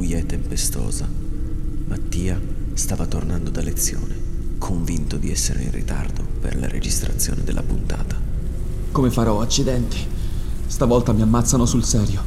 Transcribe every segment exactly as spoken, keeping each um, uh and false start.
buia e tempestosa. Mattia stava tornando da lezione, convinto di essere in ritardo per la registrazione della puntata. Come farò, accidenti? Stavolta mi ammazzano sul serio.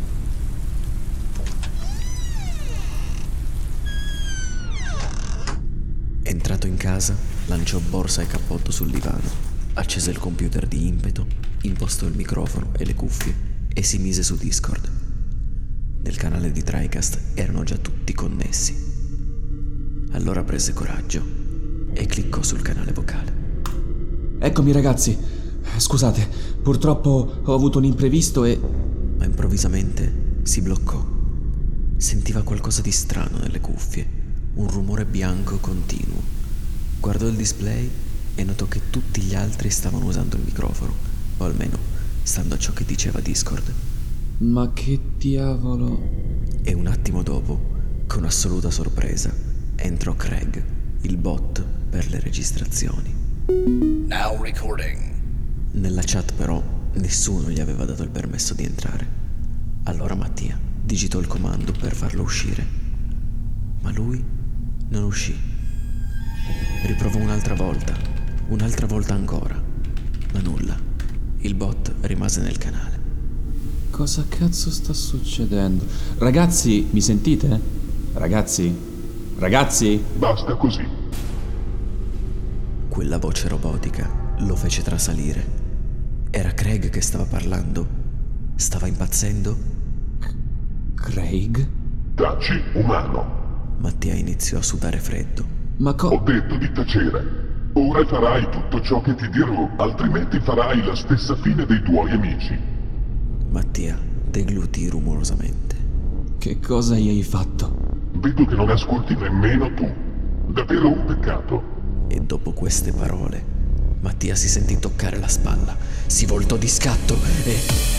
Entrato in casa, lanciò borsa e cappotto sul divano, accese il computer di impeto, impostò il microfono e le cuffie e si mise su Discord. Nel canale di TriCast erano già tutti connessi. Allora prese coraggio e cliccò sul canale vocale. Eccomi ragazzi, scusate, purtroppo ho avuto un imprevisto e... Ma improvvisamente si bloccò. Sentiva qualcosa di strano nelle cuffie, un rumore bianco continuo. Guardò il display e notò che tutti gli altri stavano usando il microfono, o almeno stando a ciò che diceva Discord. Ma che diavolo... E un attimo dopo, con assoluta sorpresa, entrò Craig, il bot per le registrazioni. Now recording. Nella chat però nessuno gli aveva dato il permesso di entrare. Allora Mattia digitò il comando per farlo uscire, ma lui non uscì. Riprovò un'altra volta, un'altra volta ancora, ma nulla. Il bot rimase nel canale. Cosa cazzo sta succedendo? Ragazzi, mi sentite? Ragazzi? Ragazzi? Basta così. Quella voce robotica lo fece trasalire. Era Craig che stava parlando? Stava impazzendo? Craig? Taci, umano. Mattia iniziò a sudare freddo. Ma Ho co... detto di tacere. Ora farai tutto ciò che ti dirò, altrimenti farai la stessa fine dei tuoi amici. Mattia deglutì rumorosamente. Che cosa gli hai fatto? Vedo che non ascolti nemmeno tu. Davvero un peccato. E dopo queste parole, Mattia si sentì toccare la spalla, si voltò di scatto e...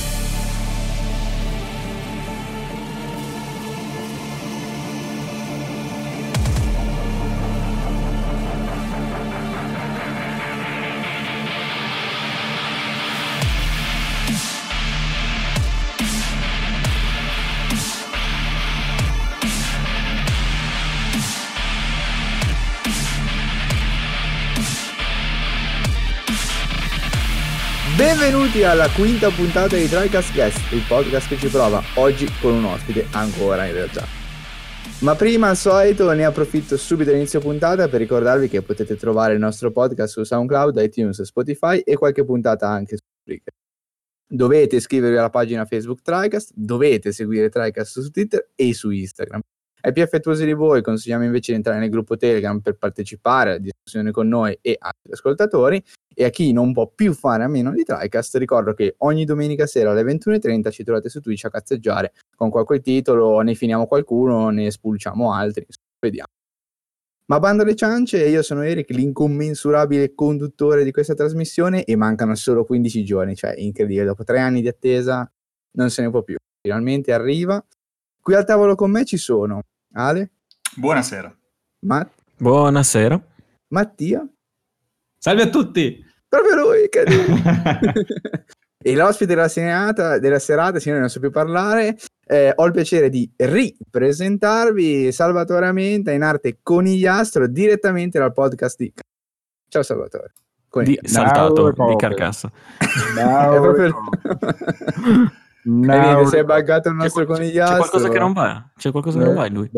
Benvenuti alla quinta puntata di TriCast Guest, il podcast che ci prova, oggi con un ospite ancora in realtà. Ma prima al solito ne approfitto subito all'inizio puntata per ricordarvi che potete trovare il nostro podcast su SoundCloud, iTunes, Spotify e qualche puntata anche su Spreaker. Dovete iscrivervi alla pagina Facebook TriCast, dovete seguire TriCast su Twitter e su Instagram. Ai più affettuosi di voi consigliamo invece di entrare nel gruppo Telegram per partecipare alla discussione con noi e altri ascoltatori, e a chi non può più fare a meno di TriCast ricordo che ogni domenica sera alle ventuno e trenta ci trovate su Twitch a cazzeggiare con qualche titolo, ne finiamo qualcuno, ne espulciamo altri, vediamo. Ma bando alle ciance, io sono Eric, l'incommensurabile conduttore di questa trasmissione, e mancano solo quindici giorni, cioè incredibile, dopo tre anni di attesa non se ne può più, finalmente arriva. Qui al tavolo con me ci sono Ale. Buonasera. Matt. Buonasera. Mattia. Salve a tutti! Proprio lui, carino. E l'ospite della serata, della serata, se io non so più parlare, eh, ho il piacere di ripresentarvi Salvatore Amenta, in arte Conigliastro, direttamente dal podcast di... Ciao Salvatore. Di saltato, di carcassa. È proprio... No, e niente, si è buggato il nostro c'è, conigliastro. C'è qualcosa che non va, c'è qualcosa che non va in lui.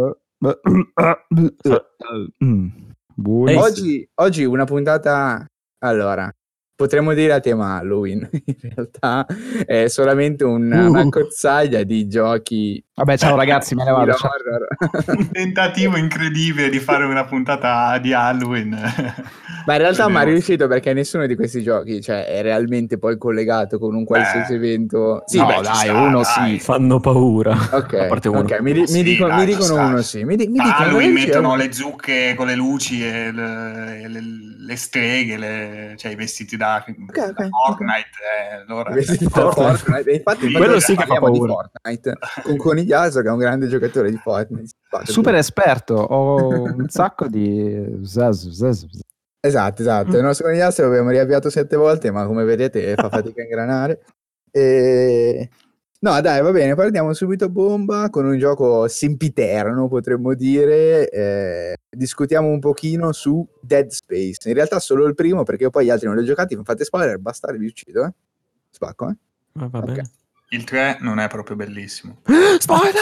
Ehi, oggi, oggi una puntata, allora, potremmo dire a tema Halloween, in realtà è solamente una, uh. una cozzaglia di giochi. Vabbè, ciao ragazzi, me ne vado. Ciao. Un tentativo incredibile di fare una puntata di Halloween. Ma in realtà mi è riuscito, perché nessuno di questi giochi, cioè, è realmente poi collegato con un qualsiasi beh, evento. Sì, no, beh, dai, sta, uno dai. sì. Fanno paura. Ok, a parte uno. okay. Mi, di, sì, mi, dico, dai, mi dicono sta. uno sì. Mi, di, mi ah, dicono lui sì, mettono è... le zucche con le luci e le, le, le streghe, le, cioè i vestiti da, okay, okay, da Fortnite. Okay. Eh, allora, I vestiti da Fortnite. Infatti, infatti quello sì che fa paura. Di Fortnite con Conigliaso, che è un grande giocatore di Fortnite. Super esperto, ho un sacco di zaz, zaz. Esatto, esatto. Il nostro Conigliaso l'abbiamo riavviato sette volte, ma come vedete fa fatica a ingranare. E... No, dai, va bene, partiamo subito bomba con un gioco sempiterno, potremmo dire. Eh, discutiamo un pochino su Dead Space. In realtà solo il primo, perché io poi gli altri non li ho giocati, non fate spoiler, basta, vi uccido, eh. Spacco, eh. Va, va Ok. bene. Il tre non è proprio bellissimo. Spoiler!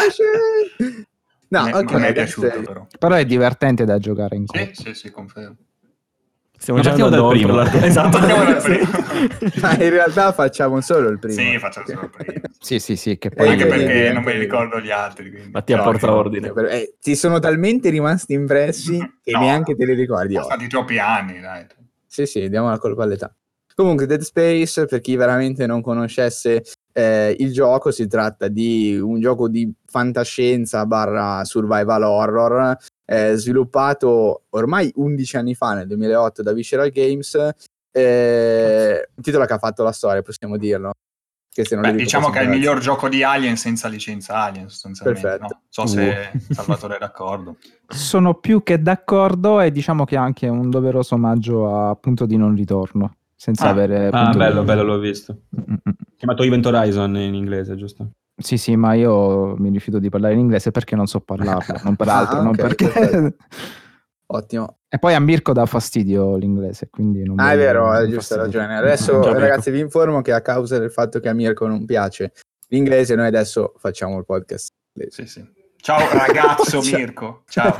No, non, è, ok. non mi è Dead piaciuto Space. però. Però è divertente da giocare in coppia. Sì, sì, sì, confermo. Stiamo Ma già partiamo andando dal oltre primo. la- Esatto. Partiamo dal primo. Ma in realtà facciamo solo il primo. Sì, facciamo solo il primo. Sì, sì, sì, che Eh, poi... Anche io perché divento- non mi ricordo gli altri. Quindi. Mattia No, porta no, ordine. per- eh, ti sono talmente rimasti impressi che No, neanche te li ricordi Sono oggi. stati troppi anni, dai. Sì, sì, diamo la colpa all'età. Comunque, Dead Space, per chi veramente non conoscesse eh, il gioco, si tratta di un gioco di fantascienza barra survival horror, eh, sviluppato ormai undici anni fa, nel duemilaotto, da Visceral Games. Eh, un titolo che ha fatto la storia, possiamo dirlo. Che se non Beh, lo dico, diciamo poi che è il sono miglior gioco di Alien senza licenza Alien, sostanzialmente. Perfetto. No? So se Salvatore è d'accordo. Sono più che d'accordo e diciamo che è anche un doveroso omaggio a Punto di non ritorno, senza Ah. avere... Ah, punto di- bello, bello, l'ho visto. Mm, mm, mm. Chiamato Event Horizon in inglese, giusto? Sì, sì, ma io mi rifiuto di parlare in inglese perché non so parlarlo, non per altro, Ah, non ok, perché... perfetto. Ottimo. E poi a Mirko dà fastidio l'inglese, quindi non Ah, è voglio- vero, hai non giusta fastidio. ragione. Adesso, Già, ragazzi, vi informo che a causa del fatto che a Mirko non piace l'inglese, noi adesso facciamo il podcast. Sì, sì. Ciao ragazzo Ciao. Mirko. Ciao.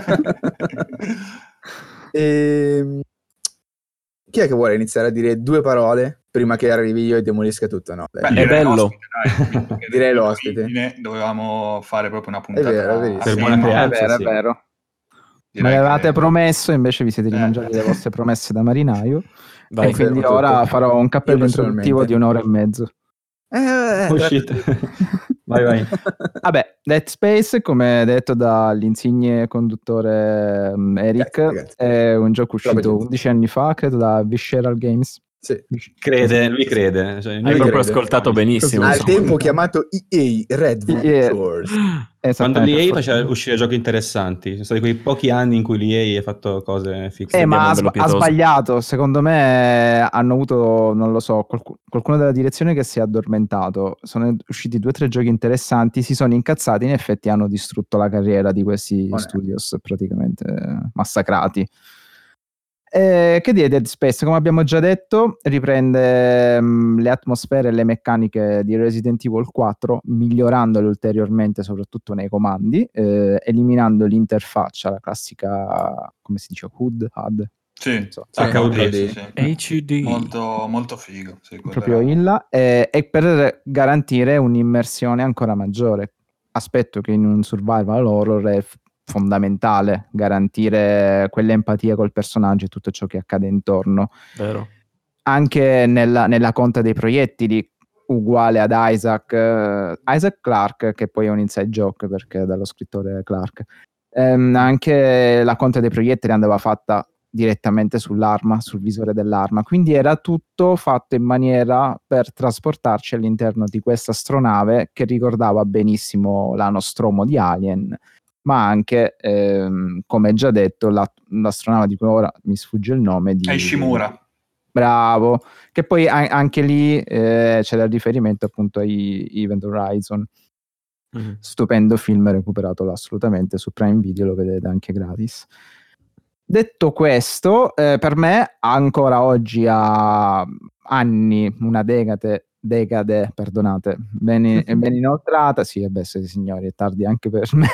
Ehm, chi è che vuole iniziare a dire due parole prima che arrivi io e demolisca tutto? No, dai. Beh, È direi bello. l'ospite, dai, visto che Direi nel l'ospite. origine dovevamo fare proprio una puntata vero, è verissimo. a Per tema. buona È creanza, vero, è sì. vero. Me Direi l'avevate che- promesso, invece vi siete Eh. rimangiati le vostre promesse da marinaio. Vai, e quindi fermo ora tutto. farò un cappello Io introduttivo personalmente. di un'ora e mezzo. Eh, Oh shit. Vai, vai. Vabbè, Dead Space, come detto dall'insigne conduttore um, Eric, Ragazzi, ragazzi. è un gioco Troppa uscito gente. undici anni fa, credo da Visceral Games. sì. Crede, lui crede. Cioè, Hai lui proprio crede. ascoltato benissimo. Al insomma. tempo chiamato E A Red E A. Vultures. Quando Esattamente. l'E A faceva uscire giochi interessanti, sono stati quei pochi anni in cui l'E A ha fatto cose fighe. Eh, ma ha, Vediamo sba- bello ha pietoso. sbagliato. Secondo me hanno avuto, non lo so, qualcu- qualcuno della direzione che si è addormentato. Sono usciti due o tre giochi interessanti, si sono incazzati, in effetti hanno distrutto la carriera di questi Onesto. studios praticamente eh, massacrati. Eh, che dire, Dead Space, come abbiamo già detto, riprende mh, le atmosfere e le meccaniche di Resident Evil quattro, migliorandole ulteriormente, soprattutto nei comandi, eh, eliminando l'interfaccia, la classica, come si dice, H U D, H U D, Sì, non so, H U D, H sì, U D. sì. H U D. Molto, molto figo. Sì, quello proprio era- in là, eh, e per garantire un'immersione ancora maggiore, aspetto che in un survival horror è f- fondamentale, garantire quell'empatia col personaggio e tutto ciò che accade intorno. Vero. Anche nella, nella conta dei proiettili, uguale ad Isaac, eh, Isaac Clarke, che poi è un inside joke perché è dallo scrittore Clarke. Ehm, anche la conta dei proiettili andava fatta direttamente sull'arma, sul visore dell'arma, quindi era tutto fatto in maniera per trasportarci all'interno di questa astronave che ricordava benissimo la Nostromo di Alien, ma anche, ehm, come già detto, la, l'astronave di cui ora mi sfugge il nome di... È Ishimura. Bravo, che poi a- anche lì eh, c'è il riferimento appunto ai Event Horizon. Mm. Stupendo film, recuperatelo assolutamente su Prime Video, lo vedete anche gratis. Detto questo, eh, per me ancora oggi a anni, una decade, decade, perdonate, ben, in- ben inoltrata, sì, vabbè, sì, signori, è tardi anche per me,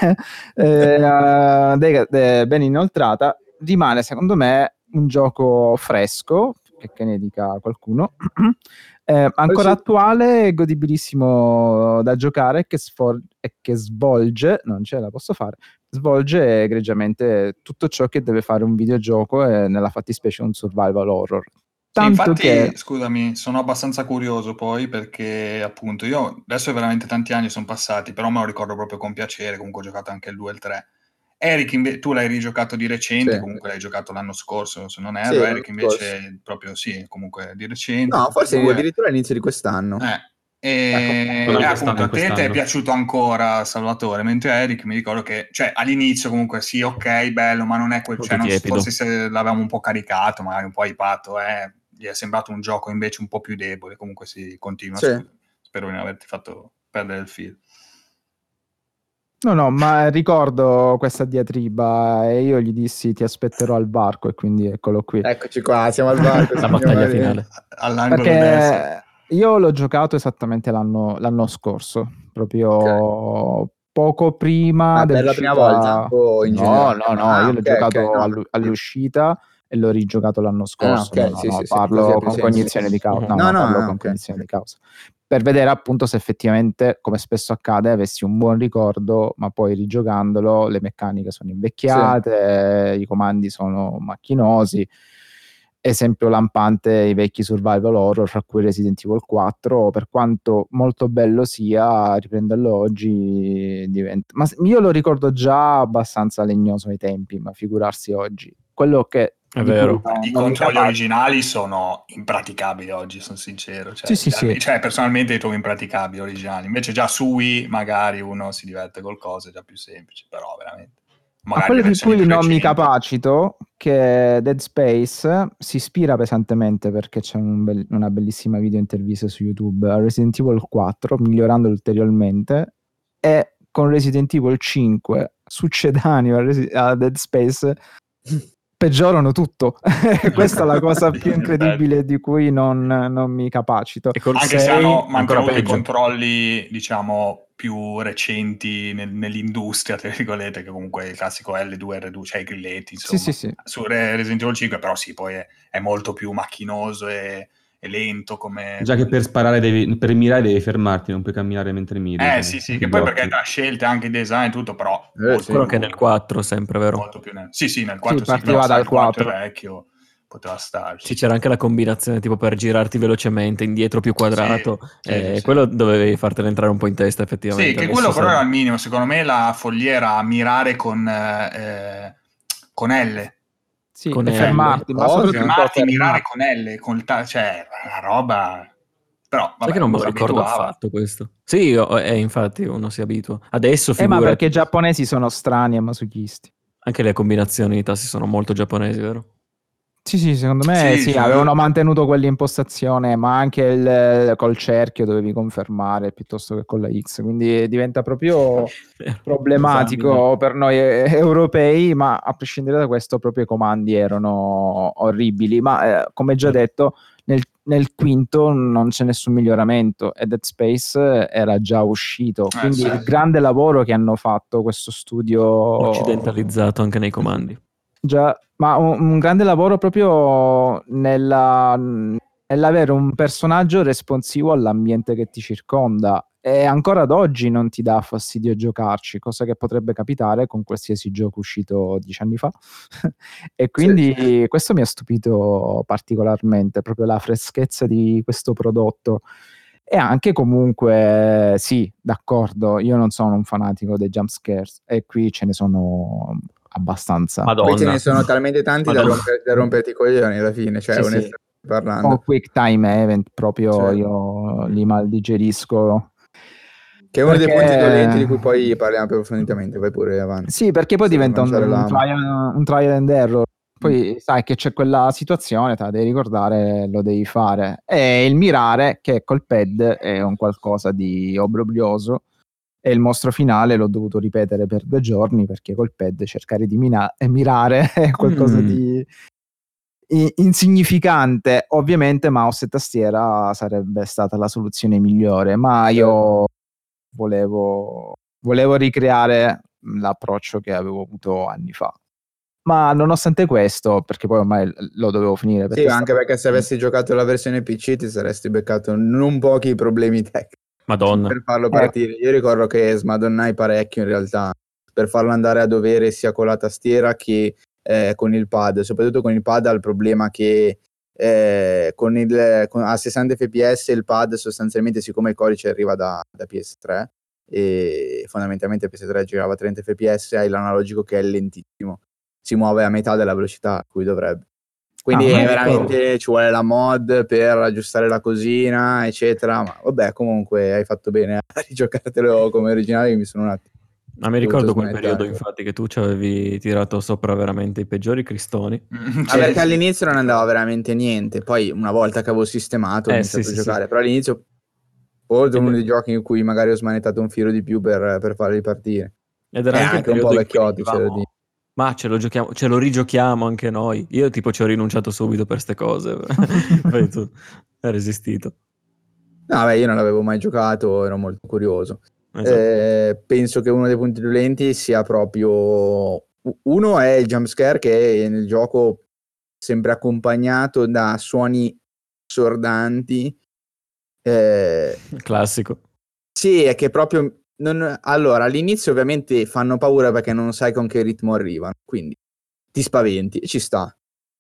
eh, decade, ben inoltrata, rimane secondo me un gioco fresco, che, che ne dica qualcuno, eh, ancora sì. attuale e godibilissimo da giocare, che sfor- e che svolge, non ce la posso fare, svolge egregiamente tutto ciò che deve fare un videogioco e nella fattispecie un survival horror. Sì, Tanto infatti, che scusami, sono abbastanza curioso poi perché appunto io adesso veramente tanti anni sono passati, però me lo ricordo proprio con piacere, comunque ho giocato anche il due e il tre. Eric, inve- tu l'hai rigiocato di recente, Sì. comunque l'hai giocato l'anno scorso, se non Sì, erro, l'anno Eric invece proprio sì, comunque di recente. No, tutti e forse due. addirittura all'inizio di quest'anno. Eh. E, Sono e anche appunto stato a te ti è quest'anno. piaciuto ancora Salvatore, mentre Eric mi ricordo che cioè, all'inizio comunque sì, ok, bello, ma non è quel, Molto cioè, non, tiepido. forse se l'avevamo un po' caricato, magari un po' hypato, eh, gli è sembrato un gioco invece un po' più debole, comunque si continua Sì. scusa. spero di non averti fatto perdere il filo. No, no, ma ricordo questa diatriba e io gli dissi ti aspetterò al varco e quindi eccolo qui. Eccoci qua, siamo al varco. La battaglia finale. All'angolo destro. Perché io l'ho giocato esattamente l'anno, l'anno scorso, proprio Ok. poco prima Ma per la dell'uscita. prima volta o in no, generale? no, no, Ah, io l'ho ok, giocato ok, no. allu- all'uscita e l'ho rigiocato l'anno scorso. ok, no, no, sì, no, sì, sì, così ha parlo più con senso. cognizione di causa. No, No, no, no, parlo no, con ok. cognizione di causa. Per vedere appunto se effettivamente, come spesso accade, avessi un buon ricordo, ma poi rigiocandolo le meccaniche sono invecchiate, i comandi sono macchinosi. Esempio lampante i vecchi survival horror, fra cui Resident Evil quattro, per quanto molto bello sia, riprenderlo oggi diventa... Ma io lo ricordo già abbastanza legnoso ai tempi, ma figurarsi oggi. Quello che... È di cui vero. non- I non mi controlli capace- originali sono impraticabili oggi, sono sincero. Cioè, Sì, sì, idealmente- sì. cioè, personalmente li trovo impraticabili originali. Invece già su Wii magari uno si diverte col coso, è già più semplice, però veramente. Ma Magari quello le di versioni cui più non mi recenti. capacito, che Dead Space si ispira pesantemente, perché c'è un bel- una bellissima video intervista su YouTube a Resident Evil quattro, migliorandolo ulteriormente, e con Resident Evil cinque succedáneo a, Resi- a Dead Space peggiorano tutto. Questa è la cosa più In effetti. incredibile di cui non, non mi capacito. E col Anche se sei hanno ancora mantenuto i peggio. controlli, diciamo, più recenti nel- nell'industria, tra virgolette, che comunque il classico L due R due, cioè i grilletti, insomma. Sì, sì, sì. Su Re- Resident Evil cinque, però sì, poi è, è molto più macchinoso e, e lento come... Già che per sparare devi, per mirare devi fermarti, non puoi camminare mentre miri. Eh cioè, sì, sì, ti che poi blocchi. perché ha scelte anche il design e tutto, però Eh, molto sì. Quello più, che nel quattro, sempre, vero? molto più nel- Sì, sì, nel Sì, quattro sì, partiva però sai, dal il quattro quattro. è vecchio, poteva starci. Sì, c'era anche la combinazione tipo per girarti velocemente, indietro più quadrato. Sì, e sì, sì. quello dovevi fartene entrare un po' in testa, effettivamente. Sì, che Adesso quello però serve. era il minimo, secondo me la follia era mirare con, eh, eh, con L. Sì, Con e L. fermarti, ma Cosa? soprattutto Fermarti, mirare fermarti. con L, col ta- cioè una roba... Però, Sai vabbè, che non me uno lo si ricordo abituava. affatto questo. Sì, oh, eh, infatti uno si abitua. Adesso Eh, ma figurati, perché i giapponesi sono strani e masochisti. anche le combinazioni di tasti sono molto giapponesi, vero? Sì, sì, secondo me Sì, sì, sì. avevano mantenuto quell'impostazione, ma anche il, col cerchio dovevi confermare piuttosto che con la X, quindi diventa proprio problematico per noi eh, europei, ma a prescindere da questo proprio i comandi erano orribili, ma eh, come già detto nel, nel quinto non c'è nessun miglioramento e Dead Space era già uscito, Eh, quindi sì. il grande lavoro che hanno fatto questo studio Occidentalizzato anche nei comandi. già, ma un, un grande lavoro proprio nella, nell'avere un personaggio responsivo all'ambiente che ti circonda e ancora ad oggi non ti dà fastidio giocarci, cosa che potrebbe capitare con qualsiasi gioco uscito dieci anni fa. E quindi questo mi ha stupito particolarmente, proprio la freschezza di questo prodotto. E anche comunque, sì, d'accordo, io non sono un fanatico dei jump scares e qui ce ne sono abbastanza. Poi ce Madonna. ne sono talmente tanti da, Madonna. romper- da romperti i coglioni alla fine, cioè Sì, sì. onestamente parlando. O quick time event, proprio Cioè. io li maldigerisco. Che è uno dei Perché- punti dolenti di cui poi parliamo più approfonditamente, vai pure avanti. Sì, perché poi Sto per diventa un, lanciare un l'amo. trial, un trial and error. Poi sai che c'è quella situazione, te la devi ricordare, lo devi fare. E il mirare, che col pad è un qualcosa di obbrobrioso, e il mostro finale l'ho dovuto ripetere per due giorni, perché col pad cercare di mina- e mirare è qualcosa Mm. di i- insignificante. Ovviamente mouse e tastiera sarebbe stata la soluzione migliore, ma io volevo, volevo ricreare l'approccio che avevo avuto anni fa. Ma nonostante questo, perché poi ormai lo dovevo finire, Sì, perché anche stavo- perché se avessi giocato la versione P C ti saresti beccato non pochi problemi tecnici Madonna. per farlo Eh. partire. Io ricordo che smadonnai parecchio in realtà per farlo andare a dovere sia con la tastiera che eh, con il pad. Soprattutto con il pad ha il problema che eh, con il, con, a sessanta F P S il pad sostanzialmente, siccome il codice arriva da, da P S tre e fondamentalmente P S tre girava a trenta F P S, hai l'analogico che è lentissimo, si muove a metà della velocità a cui dovrebbe. Quindi Ah, è ma veramente ci vuole la mod per aggiustare la cosina, eccetera. Ma vabbè, comunque hai fatto bene a rigiocartelo come originale, che mi sono un attimo. Ma mi dovuto ricordo quel smanettare. periodo, infatti, che tu ci avevi tirato sopra veramente i peggiori cristoni. Mm, Ma sì, perché sì. all'inizio non andava veramente niente, poi una volta che avevo sistemato ho Eh, iniziato sì, a sì, giocare, sì. però all'inizio oltre Ed uno è- dei giochi in cui magari ho smanettato un filo di più per, per farli partire. Ed era È anche, anche il un po' periodo in cui vecchiotti, ce lo dicevamo, dico. ma ce lo giochiamo, ce lo rigiochiamo anche noi. Io tipo ci ho rinunciato subito per ste cose. Poi tu hai resistito. No, beh, io non l'avevo mai giocato, ero molto curioso. Esatto. Eh, penso che uno dei punti più lenti sia proprio... Uno è il jumpscare, che è nel gioco sempre accompagnato da suoni sordanti. Eh, Classico. sì, è che proprio... Non... Allora, all'inizio ovviamente fanno paura perché non sai con che ritmo arrivano, quindi ti spaventi e ci sta.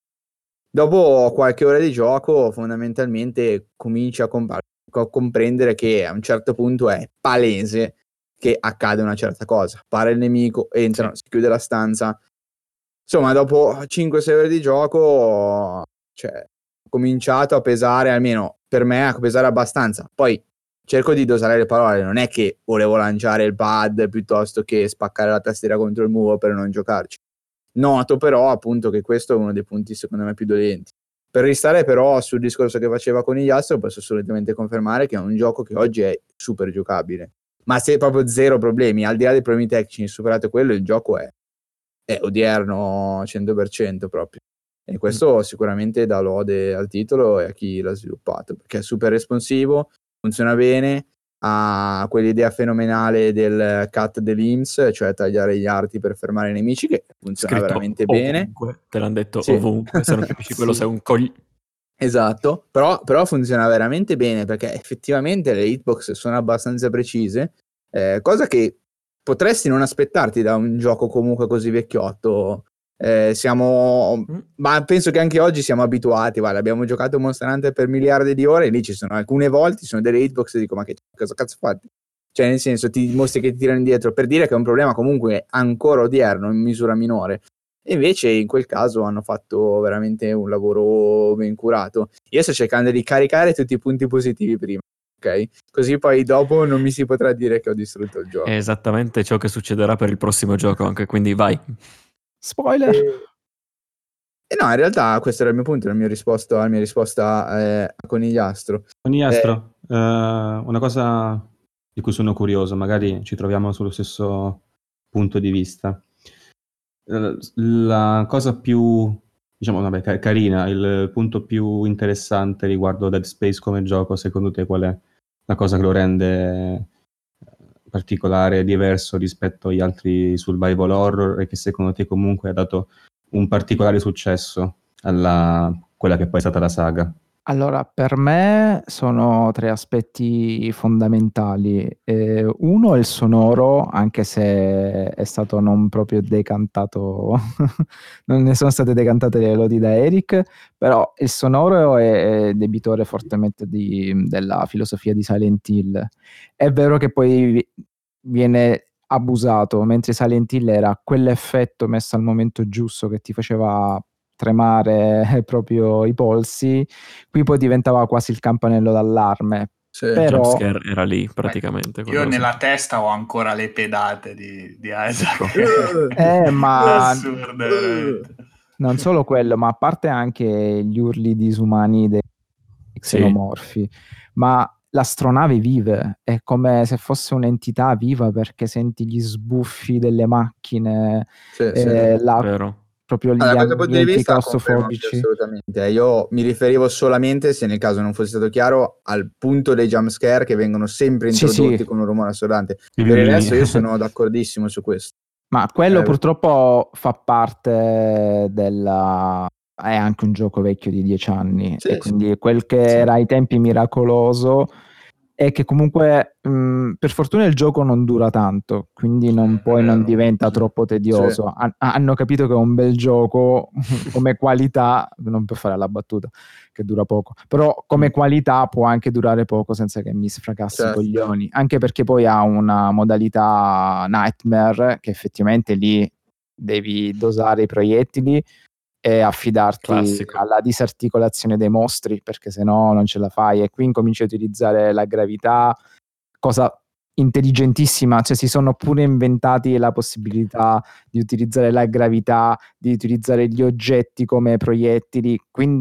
Dopo qualche ora di gioco, fondamentalmente cominci a, comp- a comprendere che a un certo punto è palese che accade una certa cosa. Appare il nemico, entrano, si chiude la stanza. Insomma, dopo cinque sei ore di gioco, cioè, ho cominciato a pesare, almeno per me, a pesare abbastanza. Poi cerco di dosare le parole, non è che volevo lanciare il pad piuttosto che spaccare la tastiera contro il muro per non giocarci. Noto però appunto che questo è uno dei punti secondo me più dolenti. Per restare però sul discorso che faceva con Iliastro, posso assolutamente confermare che è un gioco che oggi è super giocabile, ma se proprio zero problemi, al di là dei problemi tecnici, superato quello, il gioco è, è odierno cento per cento proprio, e questo sicuramente dà lode al titolo e a chi l'ha sviluppato, perché è super responsivo, funziona bene, ha quell'idea fenomenale del cut the limbs, cioè tagliare gli arti per fermare i nemici, che funziona Scritto veramente bene. ovunque, te l'hanno detto Sì. ovunque, se non capisci quello Sì. sei un coglione. Esatto, però, però funziona veramente bene perché effettivamente le hitbox sono abbastanza precise, eh, cosa che potresti non aspettarti da un gioco comunque così vecchiotto. Eh, siamo, Mm. ma penso che anche oggi siamo abituati. Guarda, abbiamo giocato Monster Hunter per miliardi di ore e lì ci sono alcune volte, ci sono delle hitbox e dico ma che cosa cazzo fate? Cioè nel senso ti mostri che ti tirano indietro, per dire che è un problema comunque ancora odierno in misura minore. E invece in quel caso hanno fatto veramente un lavoro ben curato. Io sto cercando di caricare tutti i punti positivi prima, ok? Così poi dopo non mi si potrà dire che ho distrutto il gioco. È esattamente ciò che succederà per il prossimo gioco anche, quindi vai. Spoiler! E... e no, in realtà questo era il mio punto, la mia risposta, la mia risposta eh, a Conigliastro. Conigliastro, eh, una cosa di cui sono curioso, magari ci troviamo sullo stesso punto di vista. Eh, La cosa più, diciamo, vabbè, ca- carina, il punto più interessante riguardo Dead Space come gioco, secondo te qual è la cosa che lo rende eh, particolare, diverso rispetto agli altri survival horror e che secondo te comunque ha dato un particolare successo alla quella che poi è stata la saga? Allora, per me sono tre aspetti fondamentali. Eh, uno è il sonoro, anche se è stato non proprio decantato, non ne sono state decantate le lodi da Eric, però il sonoro è, è debitore fortemente di- della filosofia di Silent Hill. È vero che poi vi- viene abusato, mentre Silent Hill era quell'effetto messo al momento giusto che ti faceva tremare proprio i polsi, qui poi diventava quasi il campanello d'allarme. Sì. Il Però jumpscare era lì praticamente. Io quando lo nella senti. testa ho ancora le pedate di, di Isaac. Eh, ma Assurdo, veramente. non solo quello, ma a parte anche gli urli disumani dei xenomorfi, ma l'astronave vive, è come se fosse un'entità viva perché senti gli sbuffi delle macchine, Sì, sì. eh, la- Vero. proprio gli Allora, da questo punto di ambienti vista confermo anche claustrofobici. assolutamente. Io mi riferivo solamente, se nel caso non fosse stato chiaro, al punto dei jumpscare che vengono sempre Sì, introdotti sì. con un rumore assordante. Per il resto io sono d'accordissimo su questo. Ma quello Eh, purtroppo fa parte della... è anche un gioco vecchio di dieci anni, Sì, e sì. quindi quel che Sì. era ai tempi miracoloso è che comunque mh, per fortuna il gioco non dura tanto, quindi non, Sì, poi è non vero. diventa Sì. troppo tedioso. Han- hanno capito che è un bel gioco come qualità, non per fare la battuta che dura poco, però come qualità può anche durare poco senza che mi sfracassi Certo. i coglioni, anche perché poi ha una modalità Nightmare che effettivamente lì devi dosare i proiettili e affidarti Classico. alla disarticolazione dei mostri, perché se no non ce la fai, e qui incominci a utilizzare la gravità, cosa intelligentissima, cioè si sono pure inventati la possibilità di utilizzare la gravità, di utilizzare gli oggetti come proiettili, quindi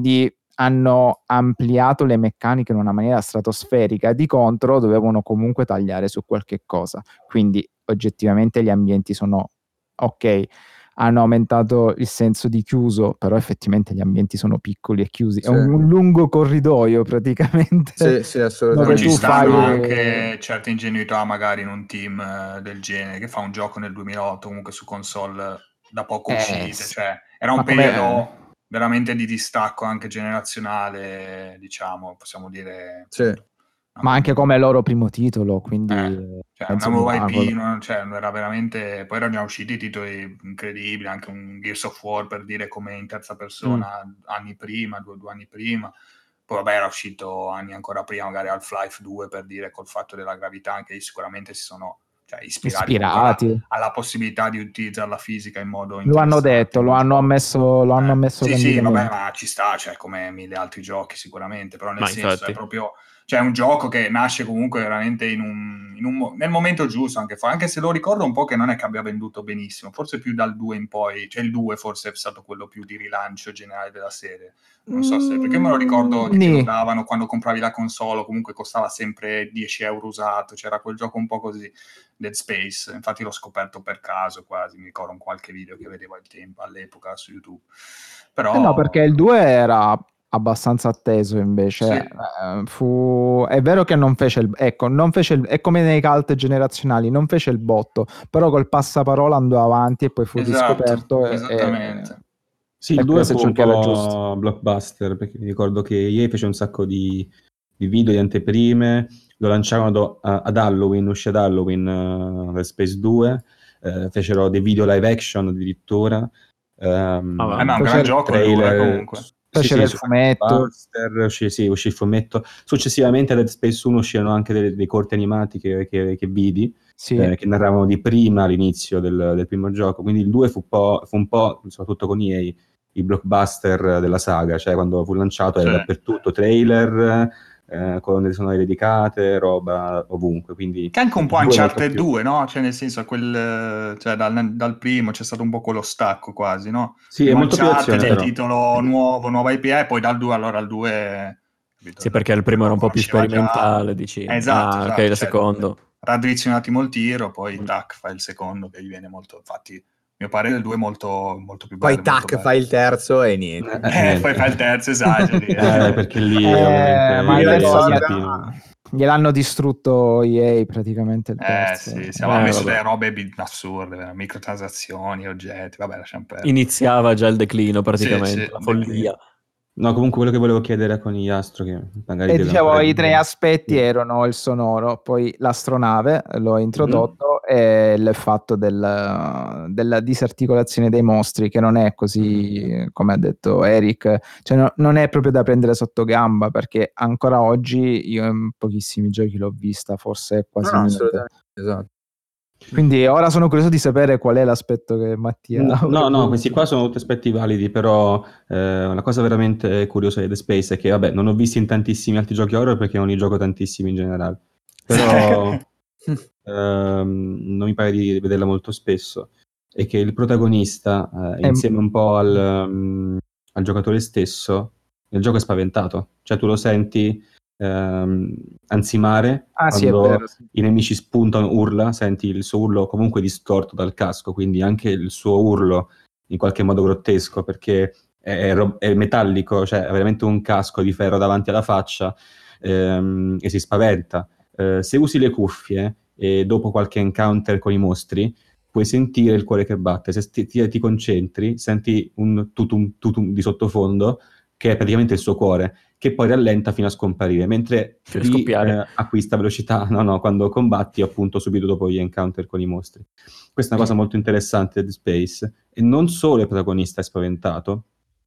hanno ampliato le meccaniche in una maniera stratosferica, di contro dovevano comunque tagliare su qualche cosa, quindi oggettivamente gli ambienti sono ok, hanno aumentato il senso di chiuso, però effettivamente gli ambienti sono piccoli e chiusi, Sì. è un, un lungo corridoio praticamente. Sì, sì, Dove assolutamente. Ci tu stanno fai- anche certe ingenuità magari in un team eh, del genere che fa un gioco nel duemilaotto comunque su console da poco Eh, uscite, sì. cioè era un Ma come- periodo veramente di distacco anche generazionale, diciamo, possiamo dire. Sì. appunto, Ma anche come loro primo titolo, quindi Eh, cioè, mezzo una nuova miracolo. I P, no? Cioè, era veramente. Poi erano già usciti titoli incredibili, anche un Gears of War per dire come in terza persona Mm. anni prima, due, due anni prima. Poi vabbè, era uscito anni ancora prima, magari Half-Life due per dire col fatto della gravità, anche lì sicuramente si sono cioè, ispirati, Ispirati. Alla, alla possibilità di utilizzare la fisica in modo Lo hanno interessante detto, in lo un hanno gioco. ammesso, lo hanno Eh, ammesso sì, sì, vabbè, candidamente. ma ci sta, cioè come mille altri giochi sicuramente, però nel Ma senso infatti. è proprio, cioè è un gioco che nasce comunque veramente in un, in un mo- nel momento giusto, anche, fa- anche se lo ricordo un po' che non è che abbia venduto benissimo, forse più dal due in poi, cioè il due forse è stato quello più di rilancio generale della serie, non so se, perché me lo ricordo che te lo Nì. davano quando compravi la console, comunque costava sempre dieci euro usato, c'era quel gioco un po' così, Dead Space, infatti l'ho scoperto per caso quasi, mi ricordo in qualche video che vedevo al tempo, all'epoca su YouTube. Però Eh no, perché il due era abbastanza atteso invece. Sì. Eh, fu... È vero che non fece il... Ecco, non fece il... è come nei cult generazionali, non fece il botto, però col passaparola andò avanti e poi fu Esatto, riscoperto. e- esattamente. Sì, E il due questo fu è ciò un che era giusto. po' blockbuster, perché mi ricordo che E A fece un sacco di, di video, di anteprime, lo lanciarono do- a- ad Halloween, uscì ad Halloween uh, per Space due, eh, fecero dei video live action addirittura. ehm, Ah, va. Eh, ma è un Poi gran c'era- gioco il due trailer, comunque. sì, Faceva sì, il su fumetto. Blockbuster, uscì, sì, uscì il fumetto. Successivamente a Dead Space uno uscirono anche dei, dei corti animati che, che, che vidi, Sì. eh, che narravano di prima all'inizio del, del primo gioco, quindi il due fu, po', fu un po', soprattutto con E A, il blockbuster della saga, cioè quando fu lanciato era Sì. dappertutto, trailer, eh, colonne sonore dedicate, roba ovunque, quindi Che anche un po' il due è molto Uncharted più- due, no? Cioè nel senso, quel, cioè, dal, dal primo c'è stato un po' quello stacco quasi, no? Sì, è Prima molto più Uncharted, azione il però. titolo nuovo, nuova I P, e poi dal due allora al due... capito? Sì, perché il primo era un po' più Conosceva già. sperimentale, dici. Eh, esatto, Ah, ok, esatto, il cioè, secondo. raddrizzi un attimo il tiro, poi Mm. tac, fai il secondo che gli viene molto, infatti, a mio parere il due è molto, molto più Poi bello. molto tac, bello. fai il terzo e niente. Eh, Eh, niente. poi fai il terzo, esageri. Eh, perché lì Eh, ovviamente ma E A adesso si gli- continua. Gliel'hanno distrutto E A praticamente il Eh terzo. sì, sì, aveva Eh, messo vabbè. delle robe bi- assurde, vero? Microtransazioni, oggetti, vabbè, lasciamo perdere. Iniziava già il declino praticamente, Sì, sì, la declino. follia. No, comunque quello che volevo chiedere a Conigliastro, che magari E deve dicevo, ancora i dire- tre aspetti Sì. erano il sonoro, poi l'astronave, l'ho introdotto, Mm-hmm. e il fatto del- della disarticolazione dei mostri, che non è così, come ha detto Eric, cioè no- non è proprio da prendere sotto gamba, perché ancora oggi io in pochissimi giochi l'ho vista, forse quasi No, no, niente. assolutamente. Esatto. Quindi ora sono curioso di sapere qual è l'aspetto che Mattia... No, no, avrebbe- no, questi qua sono tutti aspetti validi, però eh, una cosa veramente curiosa di The Space è che, vabbè, non ho visto in tantissimi altri giochi horror perché non li gioco tantissimi in generale, però ehm, non mi pare di vederla molto spesso, è che il protagonista, eh, È- insieme un po' al, um, al giocatore stesso, nel gioco è spaventato, cioè tu lo senti ehm, ansimare Ah sì, è quando vero. sì. i nemici spuntano, urla, senti il suo urlo comunque distorto dal casco, quindi anche il suo urlo in qualche modo grottesco, perché è, è ro- è metallico, cioè ha veramente un casco di ferro davanti alla faccia, ehm, e si spaventa. Eh, se usi le cuffie e dopo qualche encounter con i mostri puoi sentire il cuore che batte, se sti- ti, ti concentri senti un tutum tutum di sottofondo che è praticamente il suo cuore, che poi rallenta fino a scomparire, mentre Fino a ri- scoppiare. eh, acquista velocità no, no, quando combatti, appunto, subito dopo gli encounter con i mostri. Questa è una cosa molto interessante di Space, e non solo il protagonista è spaventato,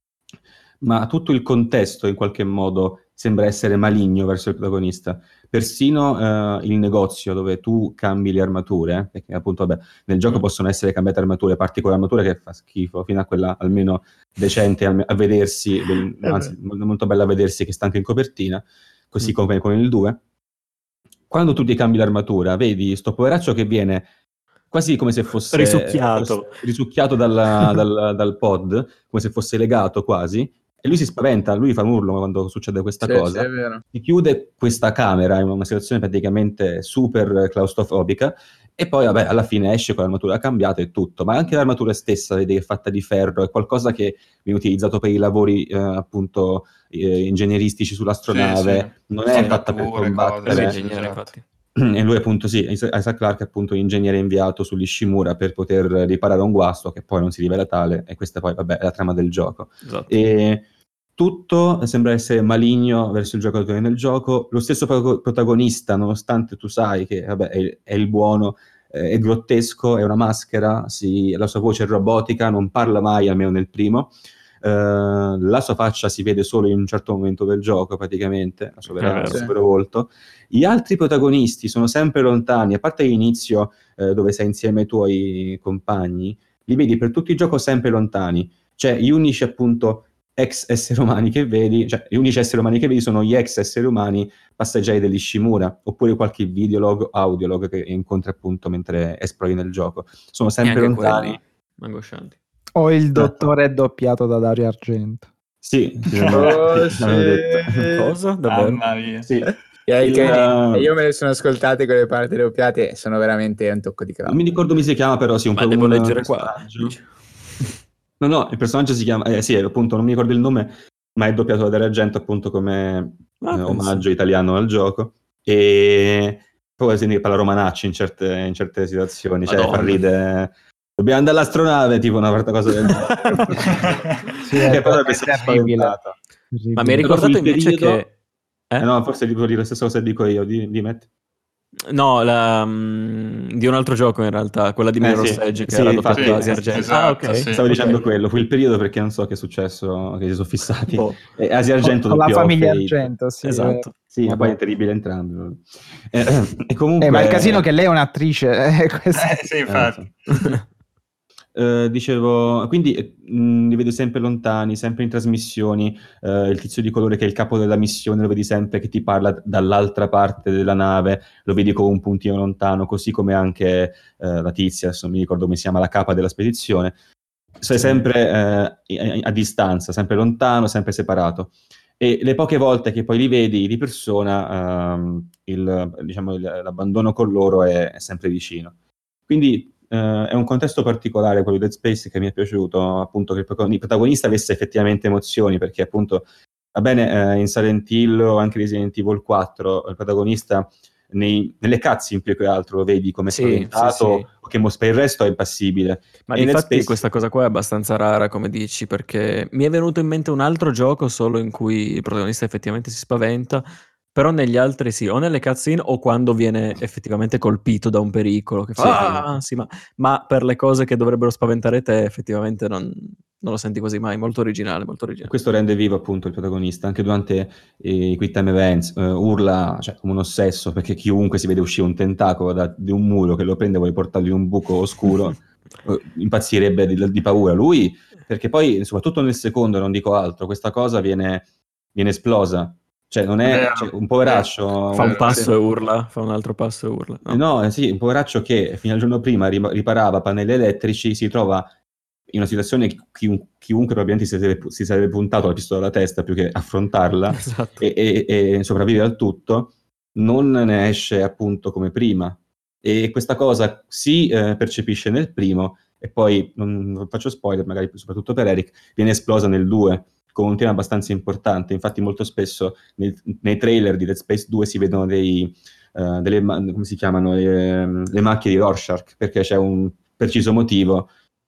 ma tutto il contesto in qualche modo sembra essere maligno verso il protagonista. Persino eh, il negozio dove tu cambi le armature, perché appunto vabbè, nel gioco Mm. possono essere cambiate armature, parti con l'armatura che fa schifo, fino a quella almeno decente alme- a vedersi, del- Eh anzi molto, molto bella a vedersi, che sta anche in copertina, così come con il due. Quando tu ti cambi l'armatura, vedi sto poveraccio che viene quasi come se fosse Risucchiato. fosse risucchiato dalla- dal, dal pod, come se fosse legato quasi, e lui si spaventa, lui fa un urlo quando succede questa Sì, cosa. sì, è vero. Si chiude questa camera in una situazione praticamente super claustrofobica e poi vabbè alla fine esce con l'armatura cambiata e tutto, ma anche l'armatura stessa vedi che è fatta di ferro, è qualcosa che viene utilizzato per i lavori eh, appunto eh, ingegneristici sull'astronave, Sì, sì. non è fatta per Fondature, combattere. cose, sì, ingegnere, esatto. infatti. E lui appunto sì, Isaac Clarke è appunto ingegnere inviato sull'Ishimura per poter riparare un guasto che poi non si rivela tale, e questa poi vabbè è la trama del gioco. Esatto. E tutto sembra essere maligno verso il giocatore nel gioco, lo stesso pro- protagonista, nonostante tu sai che vabbè è, è il buono, eh, è grottesco, è una maschera, si- la sua voce è robotica, non parla mai, almeno nel primo. Uh, la sua faccia si vede solo in un certo momento del gioco praticamente, la sua vera, Eh, il sì. suo vero volto. Gli altri protagonisti sono sempre lontani, a parte l'inizio eh, dove sei insieme ai tuoi compagni, li vedi per tutto il gioco sempre lontani, cioè gli unici appunto ex esseri umani che vedi, cioè gli unici esseri umani che vedi sono gli ex esseri umani passeggeri dell'Ishimura, oppure qualche videolog o audiolog che incontri appunto mentre esplori nel gioco, sono E sempre anche lontani. quelli angoscianti. O il dottore doppiato da Dario Argento. Sì, sì, hanno- Oh, sì, l'hanno sì. detto. Cosa? Davvero? Mamma mia. Sì. E Il- che- e io me le sono ascoltate con le parti doppiate e sono veramente un tocco di Non cravo. mi ricordo come si chiama, però sì, un Ma po' devo un leggere qua. personaggio. No, no, il personaggio si chiama, eh, sì, appunto, non mi ricordo il nome, ma è doppiato da Dario Argento appunto come Ah, eh, penso. omaggio italiano al gioco. E poi si parla romanacci in certe, in certe situazioni, cioè Madonna. fa ridere. Dobbiamo andare all'astronave, tipo una certa cosa del genere. Sì, Che è poi dovrebbe essere terribile. spaventata. Terribile. Ma mi hai Però fu ricordato il invece periodo- che... Eh? Eh no, forse devo dire la stessa cosa che dico io, di, di Matt. No, la, mm, di un altro gioco in realtà, quella di Eh, Mirror's sì. Edge che Sì, era infatti, doppiata da sì, Asia Argento. esatto, ah, ok. sì. Stavo Ok. dicendo quello, fu il periodo perché non so che è successo, che si sono fissati. Boh. E Asia Argento Con la doppiò famiglia Fate. Argento, sì. Esatto. Sì, ma Vabbè. poi è terribile entrambi. Eh, eh, e comunque... Eh, ma il casino è che lei è un'attrice. eh, questo- Eh, sì, Eh, infatti. so. Eh, dicevo, quindi eh, mh, li vedo sempre lontani, sempre in trasmissioni. Eh, il tizio di colore che è il capo della missione lo vedi sempre che ti parla dall'altra parte della nave, lo vedi con un puntino lontano, così come anche eh, la tizia, adesso non mi ricordo come si chiama, la capa della spedizione. Sei sempre eh, a, a distanza, sempre lontano, sempre separato. E le poche volte che poi li vedi di persona, ehm, il, diciamo, il- l'abbandono con loro è, è sempre vicino. Quindi eh, è un contesto particolare quello di Dead Space che mi è piaciuto, appunto che il protagon- il protagonista avesse effettivamente emozioni, perché appunto, va bene, eh, in Silent Hill o anche Resident Evil quattro, il protagonista nei- nelle cutscene più che altro lo vedi come Sì, spaventato, sì, sì. o che mos- per il resto è impassibile. Ma E in Dead infatti Space- questa cosa qua è abbastanza rara, come dici, perché mi è venuto in mente un altro gioco solo in cui il protagonista effettivamente si spaventa, però negli altri sì, o nelle cutscene o quando viene effettivamente colpito da un pericolo, che Sì, fa ah, sì, ma, ma per le cose che dovrebbero spaventare te effettivamente non, non lo senti così mai, molto originale, molto E originale. questo rende vivo appunto il protagonista, anche durante eh, i quick time events, eh, urla cioè, come un ossesso, perché chiunque si vede uscire un tentacolo da, di un muro che lo prende e vuole portarlo in un buco oscuro, eh, impazzirebbe di, di paura. Lui, perché poi, soprattutto nel secondo, non dico altro, questa cosa viene, viene esplosa. Cioè, non è Vero, cioè, un poveraccio... Fa un vero, passo sì. e urla, fa un altro passo e urla. Eh, No. No, eh, sì, un poveraccio che fino al giorno prima ri- riparava pannelli elettrici, si trova in una situazione che chiun- chiunque probabilmente si sarebbe, si sarebbe puntato la pistola alla testa più che affrontarla Esatto. e, e- e sopravvive al tutto, non ne esce appunto come prima. E questa cosa si eh, percepisce nel primo e poi, non, non faccio spoiler, magari soprattutto per Eric, viene esplosa nel due con un tema abbastanza importante. Infatti molto spesso nei, nei trailer di Dead Space due si vedono dei, eh, delle, ma- come si chiamano, le, le macchie di Rorschach, perché c'è un preciso motivo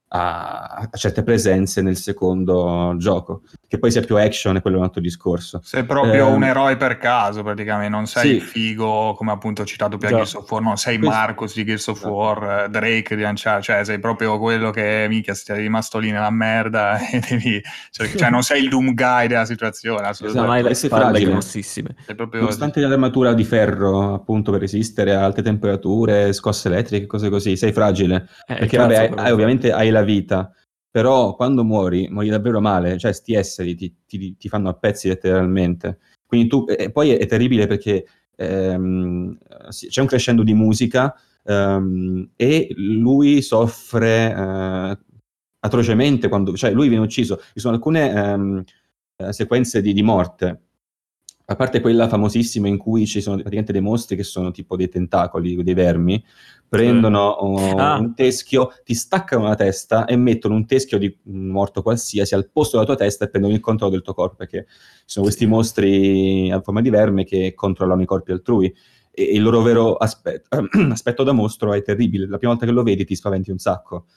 a, a certe presenze nel secondo gioco. Che poi sia più action, e quello è un altro discorso. Sei proprio Ehm, un eroe per caso, praticamente. Non sei sì. il figo, come appunto citato per Già. Gears of War, non sei Questo- Marcos di Gears of Esatto. War, eh, Drake di Uncharted, cioè sei proprio quello che, minchia, sei rimasto lì nella merda e devi... Cioè, cioè non sei il Doom Guy della situazione, Non assolutamente. hai le Questo è spalle fragile. grossissime. Sei proprio... Nonostante l'armatura di ferro, appunto, per resistere a alte temperature, scosse elettriche, cose così, sei fragile. Eh, Perché cazzo, vabbè, hai- però. hai- ovviamente hai la vita, però quando muori, muori davvero male, cioè sti esseri ti, ti- ti fanno a pezzi letteralmente. Quindi tu, e poi è, è terribile perché ehm, sì, c'è un crescendo di musica ehm, e lui soffre eh, atrocemente quando, cioè lui viene ucciso. Ci sono alcune ehm, eh, sequenze di, di morte. A parte quella famosissima in cui ci sono praticamente dei mostri che sono tipo dei tentacoli, dei vermi, prendono oh, Ah. un teschio, ti staccano la testa e mettono un teschio di un morto qualsiasi al posto della tua testa e prendono il controllo del tuo corpo, perché ci sono questi mostri a forma di verme che controllano i corpi altrui. E il loro vero aspetto, aspetto da mostro è terribile. La prima volta che lo vedi ti spaventi un sacco.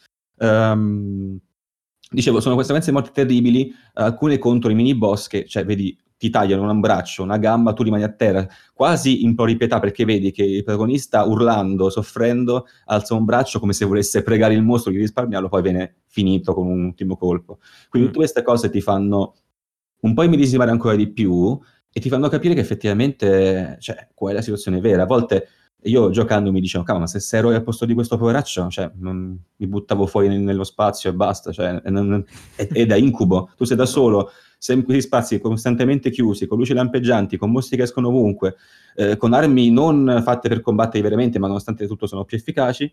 Um, dicevo, sono queste sequenze morte terribili, alcune contro i mini boss che, cioè, vedi, ti tagliano un braccio, una gamba, tu rimani a terra, quasi implori pietà perché vedi che il protagonista, urlando, soffrendo, alza un braccio come se volesse pregare il mostro di risparmiarlo, poi viene finito con un ultimo colpo. Quindi Mm. tutte queste cose ti fanno un po' immedesimare ancora di più e ti fanno capire che effettivamente, cioè, qual è la situazione vera. A volte io giocando mi dicevo, cavolo, ma se ero al posto di questo poveraccio, cioè, non, mi buttavo fuori nel- nello spazio e basta, cioè, è, non- è- è da incubo. Tu sei da solo, sei in questi spazi costantemente chiusi, con luci lampeggianti, con mostri che escono ovunque, eh, con armi non fatte per combattere veramente, ma nonostante tutto sono più efficaci,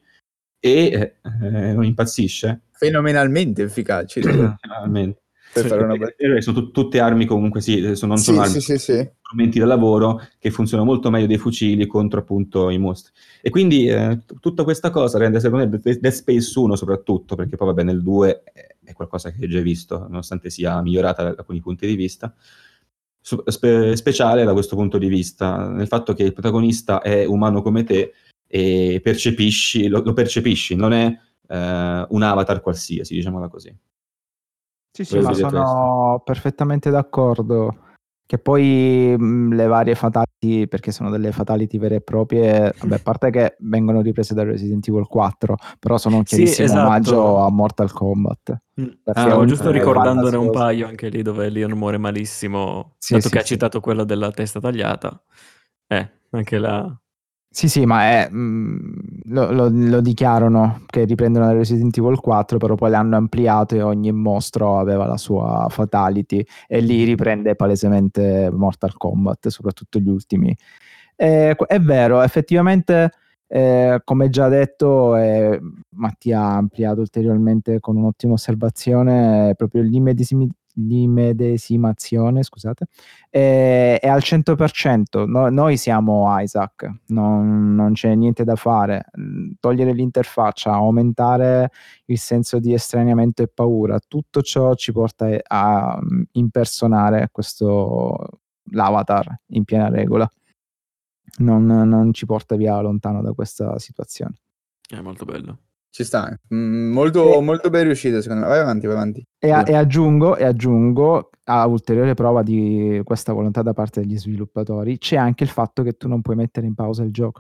e eh, non impazzisce. Fenomenalmente efficaci. Finalmente. Per Sì, fare una e- battuta. e sono tut- tutte armi comunque, sì, sono, non Sì, sono armi, sì, sì, sono sì. strumenti da lavoro che funzionano molto meglio dei fucili contro appunto i mostri. E quindi eh, t- tutta questa cosa rende secondo me Dead Dead Space uno soprattutto, perché poi vabbè nel due è, è qualcosa che hai già visto, nonostante sia migliorata da alcuni punti di vista, Su- spe- speciale da questo punto di vista, nel fatto che il protagonista è umano come te e percepisci, lo, lo percepisci, non è eh, un avatar qualsiasi, diciamola così. Sì, sì, Quello ma di Dead Space. sono perfettamente d'accordo. Che poi mh, le varie fatality, perché sono delle fatality vere e proprie, vabbè, a parte che vengono riprese da Resident Evil quattro, però sono un Sì, chiarissimo esatto. omaggio a Mortal Kombat. Mm. Perché Ah, Stavo ogni giusto eh, ricordandone un fantasioso. paio anche lì dove Leon muore malissimo, Sì, dato sì, che ha sì. citato quello della testa tagliata. Eh, anche là. Sì, sì, ma è, mh, lo, lo- lo dichiarano che riprendono da Resident Evil quattro, però poi l'hanno ampliato e ogni mostro aveva la sua fatality e lì riprende palesemente Mortal Kombat, soprattutto gli ultimi. Eh, qu- è vero, effettivamente, eh, come già detto, eh, Mattia ha ampliato ulteriormente con un'ottima osservazione, proprio l'immedesimi- l'immedesimazione, scusate, è, è al cento per cento. No- noi siamo Isaac, non, non c'è niente da fare. Mm, Togliere l'interfaccia, aumentare il senso di estraniamento e paura, tutto ciò ci porta a mm, impersonare questo l'avatar in piena regola. Non, non ci porta via lontano da questa situazione. È molto bello. Ci sta. Mm, molto, E- molto ben riuscito, secondo me. Vai avanti, vai avanti. E, a- Scusa. e aggiungo, e aggiungo, a ulteriore prova di questa volontà da parte degli sviluppatori, c'è anche il fatto che tu non puoi mettere in pausa il gioco.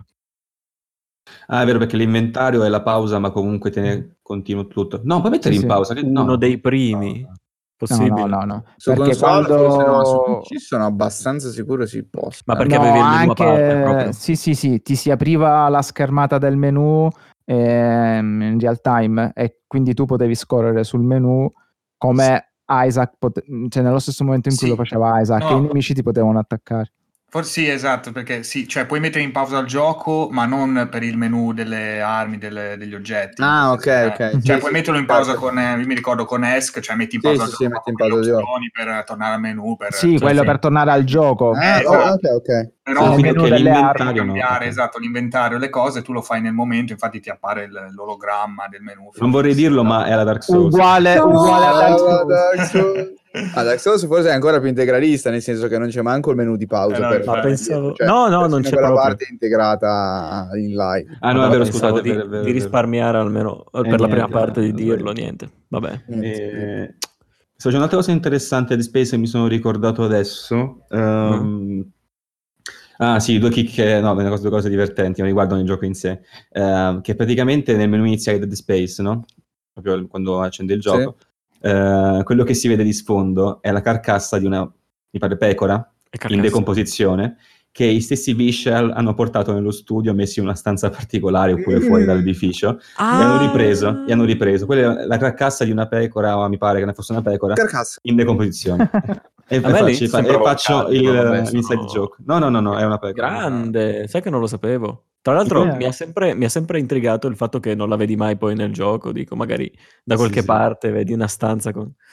Ah, è vero, perché l'inventario è la pausa, ma comunque tiene continuo tutto. No, puoi mettere Sì, in sì. pausa. Che... no. Uno dei primi. No, Possibile. no, no, no. Su Perché console forse no, su quando... P C sono abbastanza sicuro si possa. Ma perché No, avevi il menu a parte anche... proprio? Sì, sì, sì, ti si apriva la schermata del menu ehm, in real time e quindi tu potevi scorrere sul menu come Isaac, pote- cioè nello stesso momento in cui Sì. lo faceva Isaac No. e i nemici ti potevano attaccare. Forse sì, esatto, perché sì, cioè puoi mettere in pausa il gioco, ma non per il menu delle armi, delle- degli oggetti. Ah, Nel senso ok, che- ok. Cioè Sì, puoi sì, metterlo sì, in pausa certo. con, eh, io mi ricordo con ESC, cioè metti in Sì, pausa sì, il sì, gioco metti in con le pausa il gioco. opzioni per tornare al menu. Per, Sì, cioè, quello sì. per tornare al gioco. Ah, Eh, oh, esatto. ok, ok. Però Sul Sì, menu perché delle l'inventario armi. no, cambiare, ok. esatto, l'inventario, le cose, tu lo fai nel momento, infatti ti appare il- l'ologramma del menu. Non vorrei dirlo, ma è la Dark Souls. Uguale, uguale a Dark Ah, Souls. Dark Souls. Ah, Dark Souls forse è ancora più integralista, nel senso che non c'è manco il menu di pausa Eh no, per infatti. Ma pensavo- cioè, no, no, non persino c'è quella proprio. parte è integrata in live. Ah, no, è Madonna, vero, pensavo scusate, è di, vero, è vero, di è vero. risparmiare almeno eh, per Eh, la prima niente, parte di eh, dirlo, sbaglio. niente. Vabbè. Eh, sto facendo un'altra cosa interessante di Space che mi sono ricordato adesso. Ehm, Ah sì, due chicche, no, due cose, due cose divertenti, ma riguardano il gioco in sé. Ehm, che praticamente nel menu iniziale di Dead Space, no? Proprio quando accende il gioco, eh, quello che si vede di sfondo è la carcassa di una, mi pare, pecora E in carcassa. decomposizione, che i stessi Vishal hanno portato nello studio, messi in una stanza particolare oppure fuori dall'edificio, e hanno ripreso, e hanno ripreso. Quella è la carcassa di una pecora, mi pare che ne fosse una pecora, Carcassa. in decomposizione. E, A me lì faccio, e sembrava un faccio calcio, il, vabbè, sono- l'inside joke. No, no, no, no, è una pecora. Grande, sai che non lo sapevo. Tra l'altro Sì. mi ha sempre, mi ha sempre intrigato il fatto che non la vedi mai poi nel gioco, dico, magari da Sì, qualche sì. parte vedi una stanza con...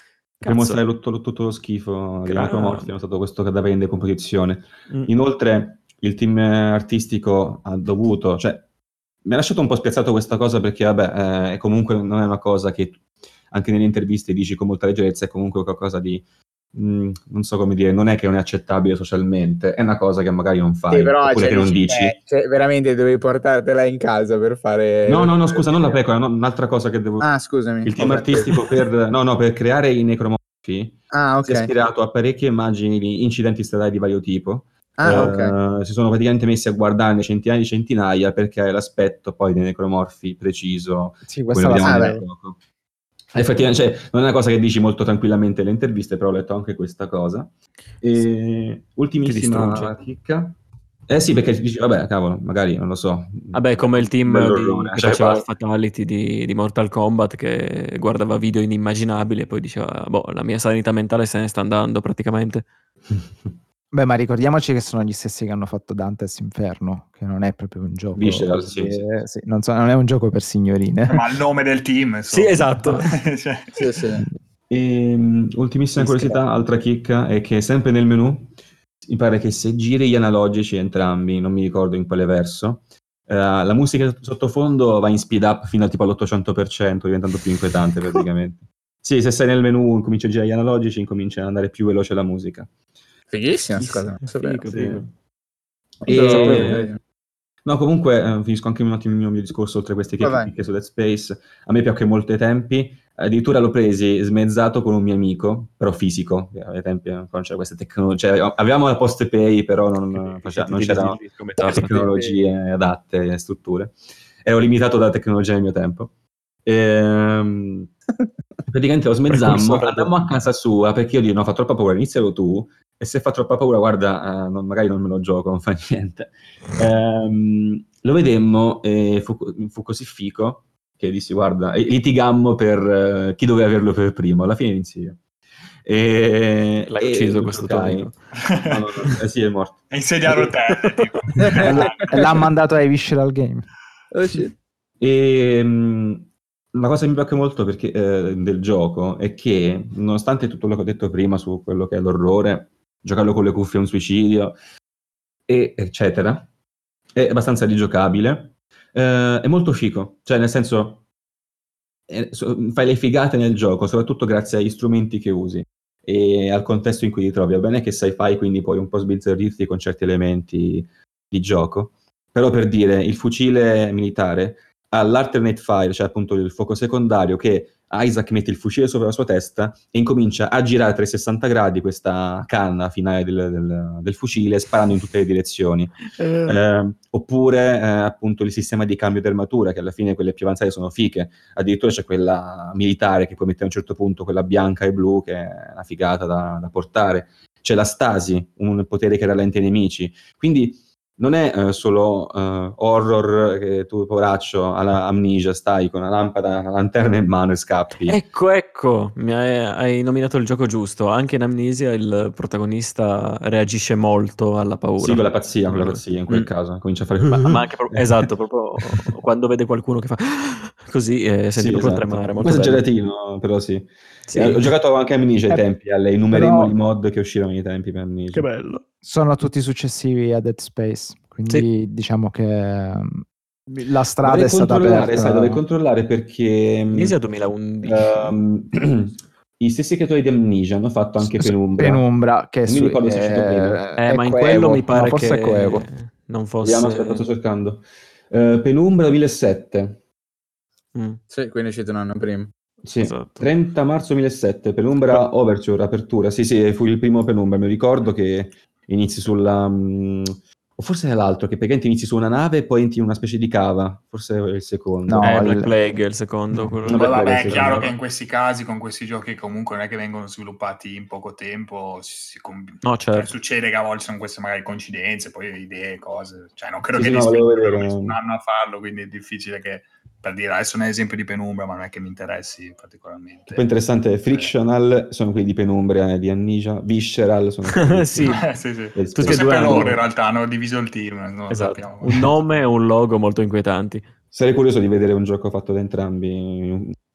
per mostrare tutto, tutto lo schifo di Necromorph hanno stato questo da vendere in composizione. Mm. Inoltre il team artistico ha dovuto, cioè mi ha lasciato un po' spiazzato questa cosa perché vabbè, eh, comunque non è una cosa che anche nelle interviste dici con molta leggerezza, è comunque qualcosa di mh, non so come dire, non è che non è accettabile socialmente, è una cosa che magari non fai, sì, però, oppure cioè, che non dici, dici. Eh, cioè, veramente dovevi portartela in casa per fare... No, no, no, scusa, non la pecora, no, un'altra cosa che devo... Ah, scusami. Il team artistico per... No, no, per creare i necromorfi ah, okay. si è ispirato a parecchie immagini di incidenti stradali di vario tipo. Ah, uh, okay. Si sono praticamente messi a guardarne centinaia di centinaia perché è l'aspetto poi dei necromorfi preciso. Sì, questa la nel gioco. Effettivamente, cioè, non è una cosa che dici molto tranquillamente nelle interviste, però ho letto anche questa cosa. E... ultimissima chicca. Eh sì, perché dici, vabbè, cavolo, magari, non lo so. Vabbè, come il team di, che cioè, faceva basta. il Fatality di, di Mortal Kombat, che guardava video inimmaginabili e poi diceva, boh, la mia sanità mentale se ne sta andando praticamente. Beh, ma ricordiamoci che sono gli stessi che hanno fatto Dante's Inferno, che non è proprio un gioco... Visceral, sì, che, sì. sì, non, so, non è un gioco per signorine. Ma il nome del team, insomma. Sì, esatto. cioè. Sì, sì. E, um, ultimissima curiosità, altra chicca, è che sempre nel menu mi pare che se giri gli analogici entrambi, non mi ricordo in quale verso, uh, la musica sottofondo va in speed up fino a tipo all'ottocento per cento, diventando più inquietante praticamente. Sì, se sei nel menu incominci a girare gli analogici, incomincia ad andare più veloce la musica. Fighissima, scusa. Figo, figo. E... No, comunque, eh, finisco anche un attimo il mio discorso oltre a queste chicche su Dead Space. A me piace molto ai tempi, addirittura l'ho presi smezzato con un mio amico, però fisico, ai tempi non c'era queste tecnologie, cioè, avevamo la post pay, però non, faceva, non c'erano tecnologie adatte, strutture. Ero limitato dalla tecnologia nel mio tempo. E, praticamente lo smezzammo, andammo a casa sua, perché io dico, no, fa troppa paura, inizialo tu, e se fa troppa paura, guarda, uh, non, magari non me lo gioco, non fa niente. Um, lo vedemmo e fu, fu così fico che dissi, guarda, e litigammo per uh, chi doveva averlo per primo, alla fine inizio io. E, L'hai e ucciso questo tuo amico? No, no, no, eh sì, è morto. E in sedia a rotelle, tipo. L'ha mandato ai Visceral Game. Oh, shit. E um, la cosa che mi piace molto perché, eh, del gioco è che, nonostante tutto quello che ho detto prima su quello che è l'orrore, giocarlo con le cuffie è un suicidio, e, eccetera, è abbastanza rigiocabile, eh, è molto fico, cioè nel senso è, so, fai le figate nel gioco, soprattutto grazie agli strumenti che usi e al contesto in cui ti trovi. Va bene che sci-fi, quindi puoi un po' sbizzarrirti con certi elementi di gioco, però per dire, il fucile militare ha l'alternate fire, cioè appunto il fuoco secondario, che Isaac mette il fucile sopra la sua testa e incomincia a girare a trecentosessanta gradi questa canna finale del, del, del fucile, sparando in tutte le direzioni. Eh. Eh, oppure eh, appunto il sistema di cambio di armatura, che alla fine quelle più avanzate sono fiche. Addirittura c'è quella militare che puoi mettere a un certo punto, quella bianca e blu, che è una figata da, da portare. C'è la stasi, un potere che rallenta i nemici. Quindi non è uh, solo uh, horror che tu, poveraccio, alla Amnesia stai con una lampada, una lanterna in mano e scappi. Ecco, ecco, mi hai, hai nominato il gioco giusto. Anche in Amnesia il protagonista reagisce molto alla paura. Sì, con la pazzia, con la pazzia in quel mm. caso. Comincia a fare... Ma, ma anche proprio, esatto, proprio quando vede qualcuno che fa così e senti sì, proprio esatto. tremare. Molto questo è gelatino, però sì. sì. Eh, ho giocato anche a Amnesia ai eh, tempi, alle innumerevoli però... mod che uscivano ai tempi per Amnesia. Che bello. Sono tutti successivi a Dead Space, quindi sì. diciamo che la strada dovrei è stata aperta. Sai, dovrei controllare perché Amnesia duemilaundici um, i stessi creatori di Amnesia hanno fatto anche Penumbra. Penumbra che non su, mi ricordo eh, se è uscito prima. Eh, ma in Coevo, quello mi pare forse che è Coevo. non fosse. Vediamo, aspetta, sto cercando. Uh, Penumbra duemilasette. Mm. Sì, quindi è uscito un anno prima. Sì, esatto. trenta marzo duemilasette, Penumbra Overture, apertura. Sì, sì, fu il primo Penumbra. Mi ricordo che inizi sulla... Um, o forse è l'altro, che praticamente inizi su una nave e poi entri in una specie di cava. Forse è il secondo. No, eh, il... Black Plague è il secondo. Quello... No, Poi Black vabbè, Plague è chiaro secondo. che in questi casi, con questi giochi comunque non è che vengono sviluppati in poco tempo, si comb... no, certo. cioè, succede che a volte sono queste magari coincidenze, poi idee, cose. Cioè non credo Sì, che sì, li no, volevo spingono vedere. un anno a farlo, quindi è difficile che... Per dire, adesso un esempio di Penumbra, ma non è che mi interessi particolarmente. Poi interessante, Frictional sono quelli di Penumbra e di Amnesia, Visceral sono quelli sì. Eh, sì, sì. Tutti Sono e sempre due loro hanno... in realtà, hanno diviso il team. Non esatto. sappiamo. Un nome e un logo molto inquietanti. Sarei curioso di vedere un gioco fatto da entrambi.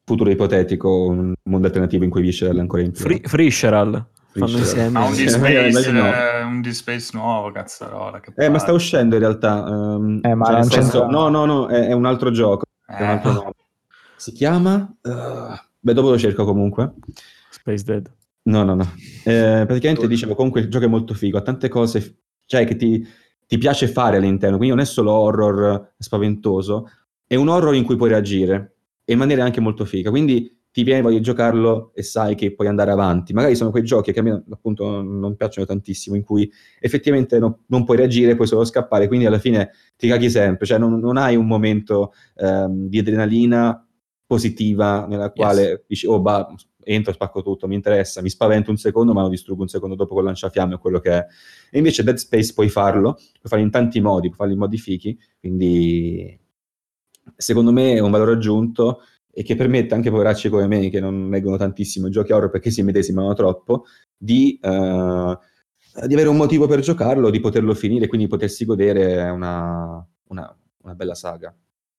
futuro ipotetico, un mondo alternativo in cui Visceral è ancora in più. Free, Frisceral. Fanno insieme. Ah, un Deep Sì, Space, no. eh, un Deep Space nuovo, cazzarola. Che Eh, ma palle. sta uscendo in realtà. ehm, Eh, ma cioè, nel non senso- c'entra- no, no, no, è, è un altro gioco. È un Eh. altro nome. Si chiama... eh, beh, dopo lo cerco comunque. Space Dead. No, no, no. Eh, praticamente dicevo, comunque il gioco è molto figo, ha tante cose, cioè, che ti, ti piace fare all'interno, quindi non è solo horror spaventoso, è un horror in cui puoi reagire, e in maniera anche molto figa, quindi ti viene voglia di giocarlo e sai che puoi andare avanti. Magari sono quei giochi che a me appunto non piacciono tantissimo, in cui effettivamente no- non puoi reagire, puoi solo scappare, quindi alla fine ti caghi sempre, cioè non, non hai un momento ehm, di adrenalina positiva nella quale dici, oh, bah, entro, spacco tutto, mi interessa, mi spavento un secondo, ma lo distruggo un secondo dopo con lanciafiamme o quello che è. E invece Dead Space puoi farlo, puoi farlo in tanti modi, puoi farlo in modi fichi, quindi secondo me è un valore aggiunto e che permette anche a poveracci come me, che non leggono tantissimo i giochi horror perché si medesimano troppo, di, eh, di avere un motivo per giocarlo, di poterlo finire, quindi potersi godere una, una, una bella saga.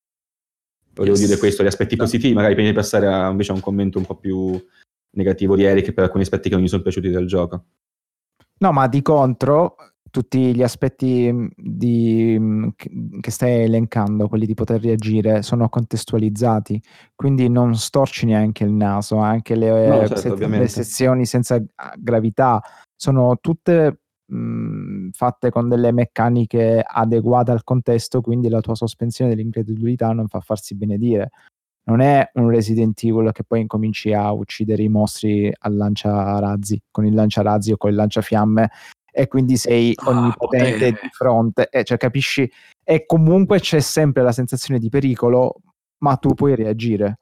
Volevo Yes. dire questo, gli aspetti positivi, magari prima di passare a, invece a un commento un po' più negativo di Eric per alcuni aspetti che non gli sono piaciuti del gioco. No, ma di contro, tutti gli aspetti mh, di, mh, che che stai elencando, quelli di poter reagire, sono contestualizzati, quindi non storci neanche il naso, anche le, No, eh, certo, se- ovviamente. le sezioni senza ah, gravità sono tutte mh, fatte con delle meccaniche adeguate al contesto, quindi la tua sospensione dell'incredulità non fa farsi benedire. Non è un Resident Evil che poi incominci a uccidere i mostri al lanciarazzi, con il lanciarazzi o con il lanciafiamme, e quindi sei Ah, onnipotente potere. di fronte, e cioè capisci, e comunque c'è sempre la sensazione di pericolo, ma tu puoi reagire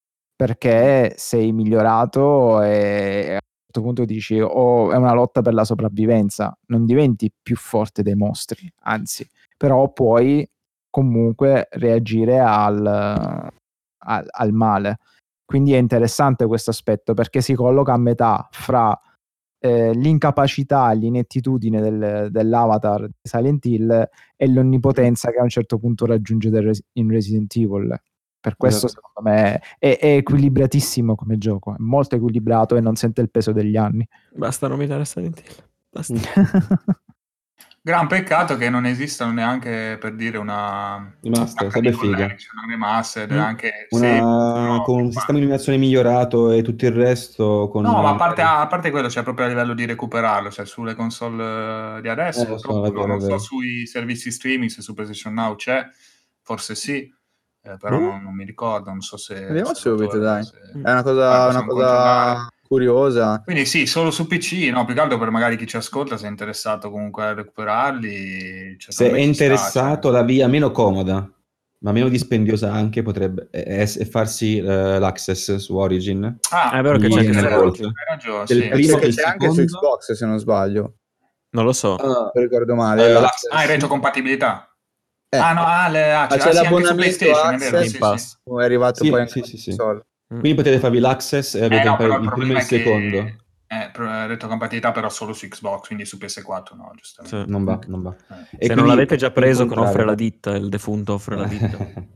perché sei migliorato e a un certo punto dici, oh, è una lotta per la sopravvivenza, non diventi più forte dei mostri, anzi, però puoi comunque reagire al, al, al male. Quindi è interessante questo aspetto perché si colloca a metà fra eh, l'incapacità, l'inettitudine del, dell'avatar di Silent Hill e l'onnipotenza che a un certo punto raggiunge del Res- in Resident Evil. Per questo Esatto. secondo me è, è equilibratissimo come gioco, è molto equilibrato e non sente il peso degli anni. Basta nominare Silent Hill. Basta. Gran peccato che non esistano neanche, per dire, una Remaster, H D sarebbe figa. Collection, una remastered, Mm. anche Una, se no, con un sistema di illuminazione migliorato e tutto il resto. Con, no, ma a parte, a parte quello, cioè proprio a livello di recuperarlo, cioè sulle console eh, di adesso, Eh, lo so, purtroppo è vero, non è so vero. sui servizi streaming, se su PlayStation Now c'è, forse sì, eh, però Boh. non, non mi ricordo, non so se... Vediamo se subito, l'autore- dai. se- È una cosa, Guarda, una possiamo cosa controllare. curiosa. Quindi sì, solo su P C, no, più che altro per magari chi ci ascolta, se è interessato comunque a recuperarli. Cioè, Se secondo è me ci sta, interessato, cioè. la via meno comoda, ma meno dispendiosa anche, potrebbe è, è farsi eh, l'access su Origin. Ah, È vero che Di c'è anche hai su ragione, Vault. hai ragione, Del sì. primo Penso e che il c'è anche su secondo. Xbox, se non sbaglio. Non lo so. Non ricordo male. Eh, l'Access. Ah, in retrocompatibilità. Eh, Ah, no, ah, le, ah, ma c'è, c'è ah, sì, anche su l'abbonamento PlayStation, è vero, Access, sì, Game sì. Pass. è arrivato Sì, poi anche sì, su sì, sì. console. Quindi potete farvi l'access e Eh avete no, un paio- però il il primo e problema il è che secondo. eh, pro- retrocompatibilità però solo su Xbox, quindi su P S quattro no, giustamente. Sì. Non va, non va. Eh. E Se non quindi, l'avete già in preso con contrario- Offre la ditta, il defunto Offre la ditta.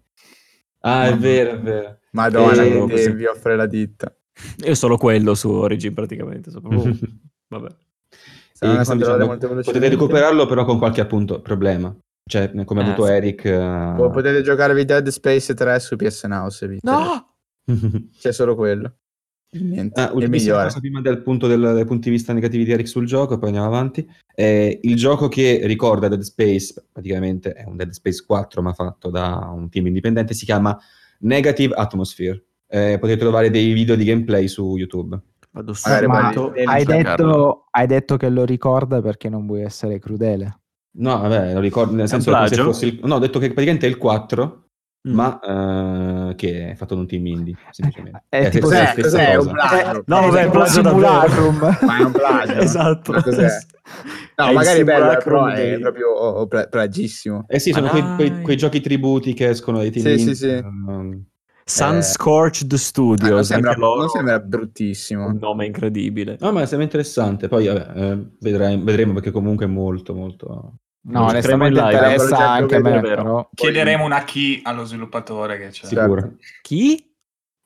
Ah, è vero, è vero. Madonna, E- che così. vi offre la ditta. Io solo quello su Origin praticamente. so proprio- Vabbè. Se non E ne come controllate diciamo, molto potete velocemente. recuperarlo però con qualche appunto problema. Cioè, come ha Eh, avuto sì. Eric. eh, Voi potete giocarvi Dead Space tre su P S Now se vi No! c'è solo quello. Niente, Ah, è il ultimissima migliore. cosa prima del punto del, dai punti di vista negativi di Eric sul gioco, poi andiamo avanti. Eh, il gioco che ricorda Dead Space, praticamente è un Dead Space quattro, ma fatto da un team indipendente, si chiama Negative Atmosphere. Eh, potete trovare dei video di gameplay su YouTube. Vado Magari Ma subito poi- a hai cercarlo. detto, hai detto che lo ricorda perché non vuoi essere crudele. No, vabbè, lo ricordo nel È un senso come se plagio? fosse il... No, ho detto che praticamente è il quattro, Mm. ma eh, che è fatto da un team indie, semplicemente. È È tipo- la Cos'è? stessa Cos'è? cosa. Un plagio? Eh, No, vabbè, è tipo plagio simulacrum. Ma è un plagio. Esatto. Ma cos'è? No, È il magari è bello, eh, simulacrum però è dei- proprio oh, pla- plagissimo. Eh sì, sono Ma quei, dai. quei- quei giochi tributi che escono dai team Sì, indie. sì, sì. ehm, Sun Eh, Scorched Ah, non, Studios, sembra, anche loro non sembra bruttissimo. un nome incredibile. No, ma sembra interessante. Poi vabbè, eh, vedrai- vedremo perché comunque è molto, molto... No, Lo giocheremo in onestamente live, è un interessa progetto anche a me, vero. però. Chiederemo una key allo sviluppatore che c'è. Sì. Sicuro. Chi? Sì.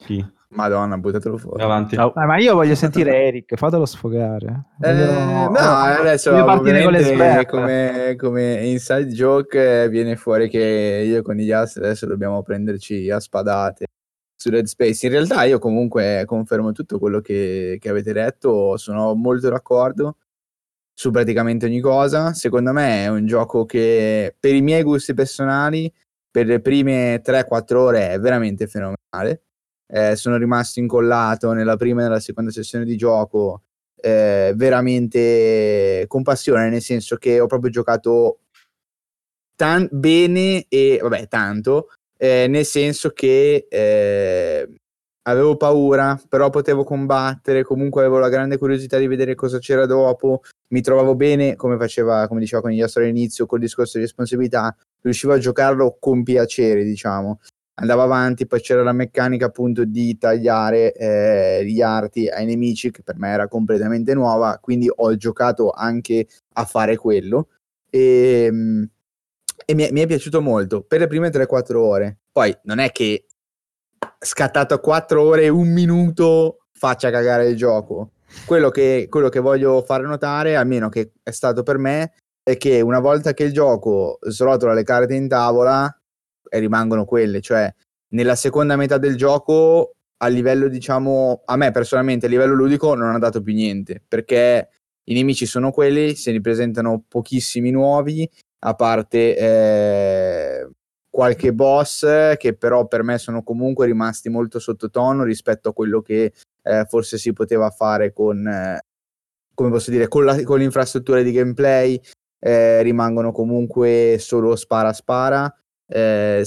Madonna, buttatelo fuori. Avanti. Ciao. Ah, ma io voglio sentire Eric, fatelo sfogare. Eh, Voglio- no, adesso voglio partire con le ovviamente sberle. come, come inside joke eh, viene fuori che io con gli astri adesso dobbiamo prenderci a spadate su Dead Space. In realtà io comunque confermo tutto quello che, che avete detto, sono molto d'accordo su praticamente ogni cosa. Secondo me è un gioco che per i miei gusti personali per le prime tre quattro ore è veramente fenomenale. Eh, sono rimasto incollato nella prima e nella seconda sessione di gioco eh, veramente con passione, nel senso che ho proprio giocato tan- bene e vabbè tanto, eh, nel senso che eh, avevo paura, però potevo combattere, comunque avevo la grande curiosità di vedere cosa c'era dopo, mi trovavo bene, come faceva, come diceva con gli astri all'inizio, col discorso di responsabilità, riuscivo a giocarlo con piacere, diciamo. Andavo avanti, poi c'era la meccanica appunto di tagliare eh, gli arti ai nemici, che per me era completamente nuova, quindi ho giocato anche a fare quello e, e mi, è, mi è piaciuto molto per le prime tre quattro ore. Poi non è che scattato a quattro ore e un minuto faccia cagare il gioco. Quello che, quello che voglio fare notare, almeno che è stato per me, è che una volta che il gioco srotola le carte in tavola e rimangono quelle, cioè nella seconda metà del gioco a livello, diciamo, a me personalmente a livello ludico non ha dato più niente, perché i nemici sono quelli, se ne presentano pochissimi nuovi, a parte eh, qualche boss che però per me sono comunque rimasti molto sottotono rispetto a quello che eh, forse si poteva fare con, eh, come posso dire, con, la, con l'infrastruttura di gameplay, eh, rimangono comunque solo spara spara. Eh,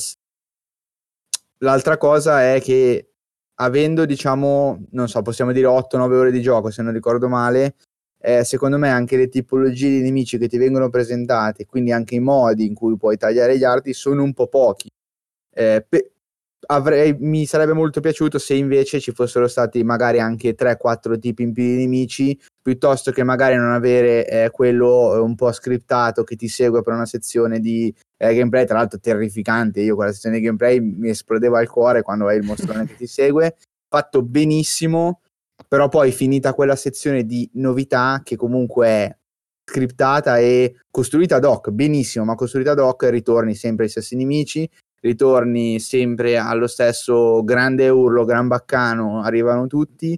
l'altra cosa è che avendo, diciamo, non so, possiamo dire otto nove ore di gioco, se non ricordo male, eh, secondo me anche le tipologie di nemici che ti vengono presentate, quindi anche i modi in cui puoi tagliare gli arti, sono un po' pochi. Eh, pe- avrei, mi sarebbe molto piaciuto se invece ci fossero stati magari anche tre quattro tipi in più di nemici, piuttosto che magari non avere eh, quello un po' scriptato che ti segue per una sezione di eh, gameplay, tra l'altro terrificante. Io quella sezione di gameplay mi esplodeva il cuore quando hai il mostrone che ti segue, fatto benissimo, però poi finita quella sezione di novità che comunque è scriptata e costruita ad hoc, benissimo, ma costruita ad hoc, ritorni sempre ai stessi nemici, ritorni sempre allo stesso grande urlo, gran baccano, arrivano tutti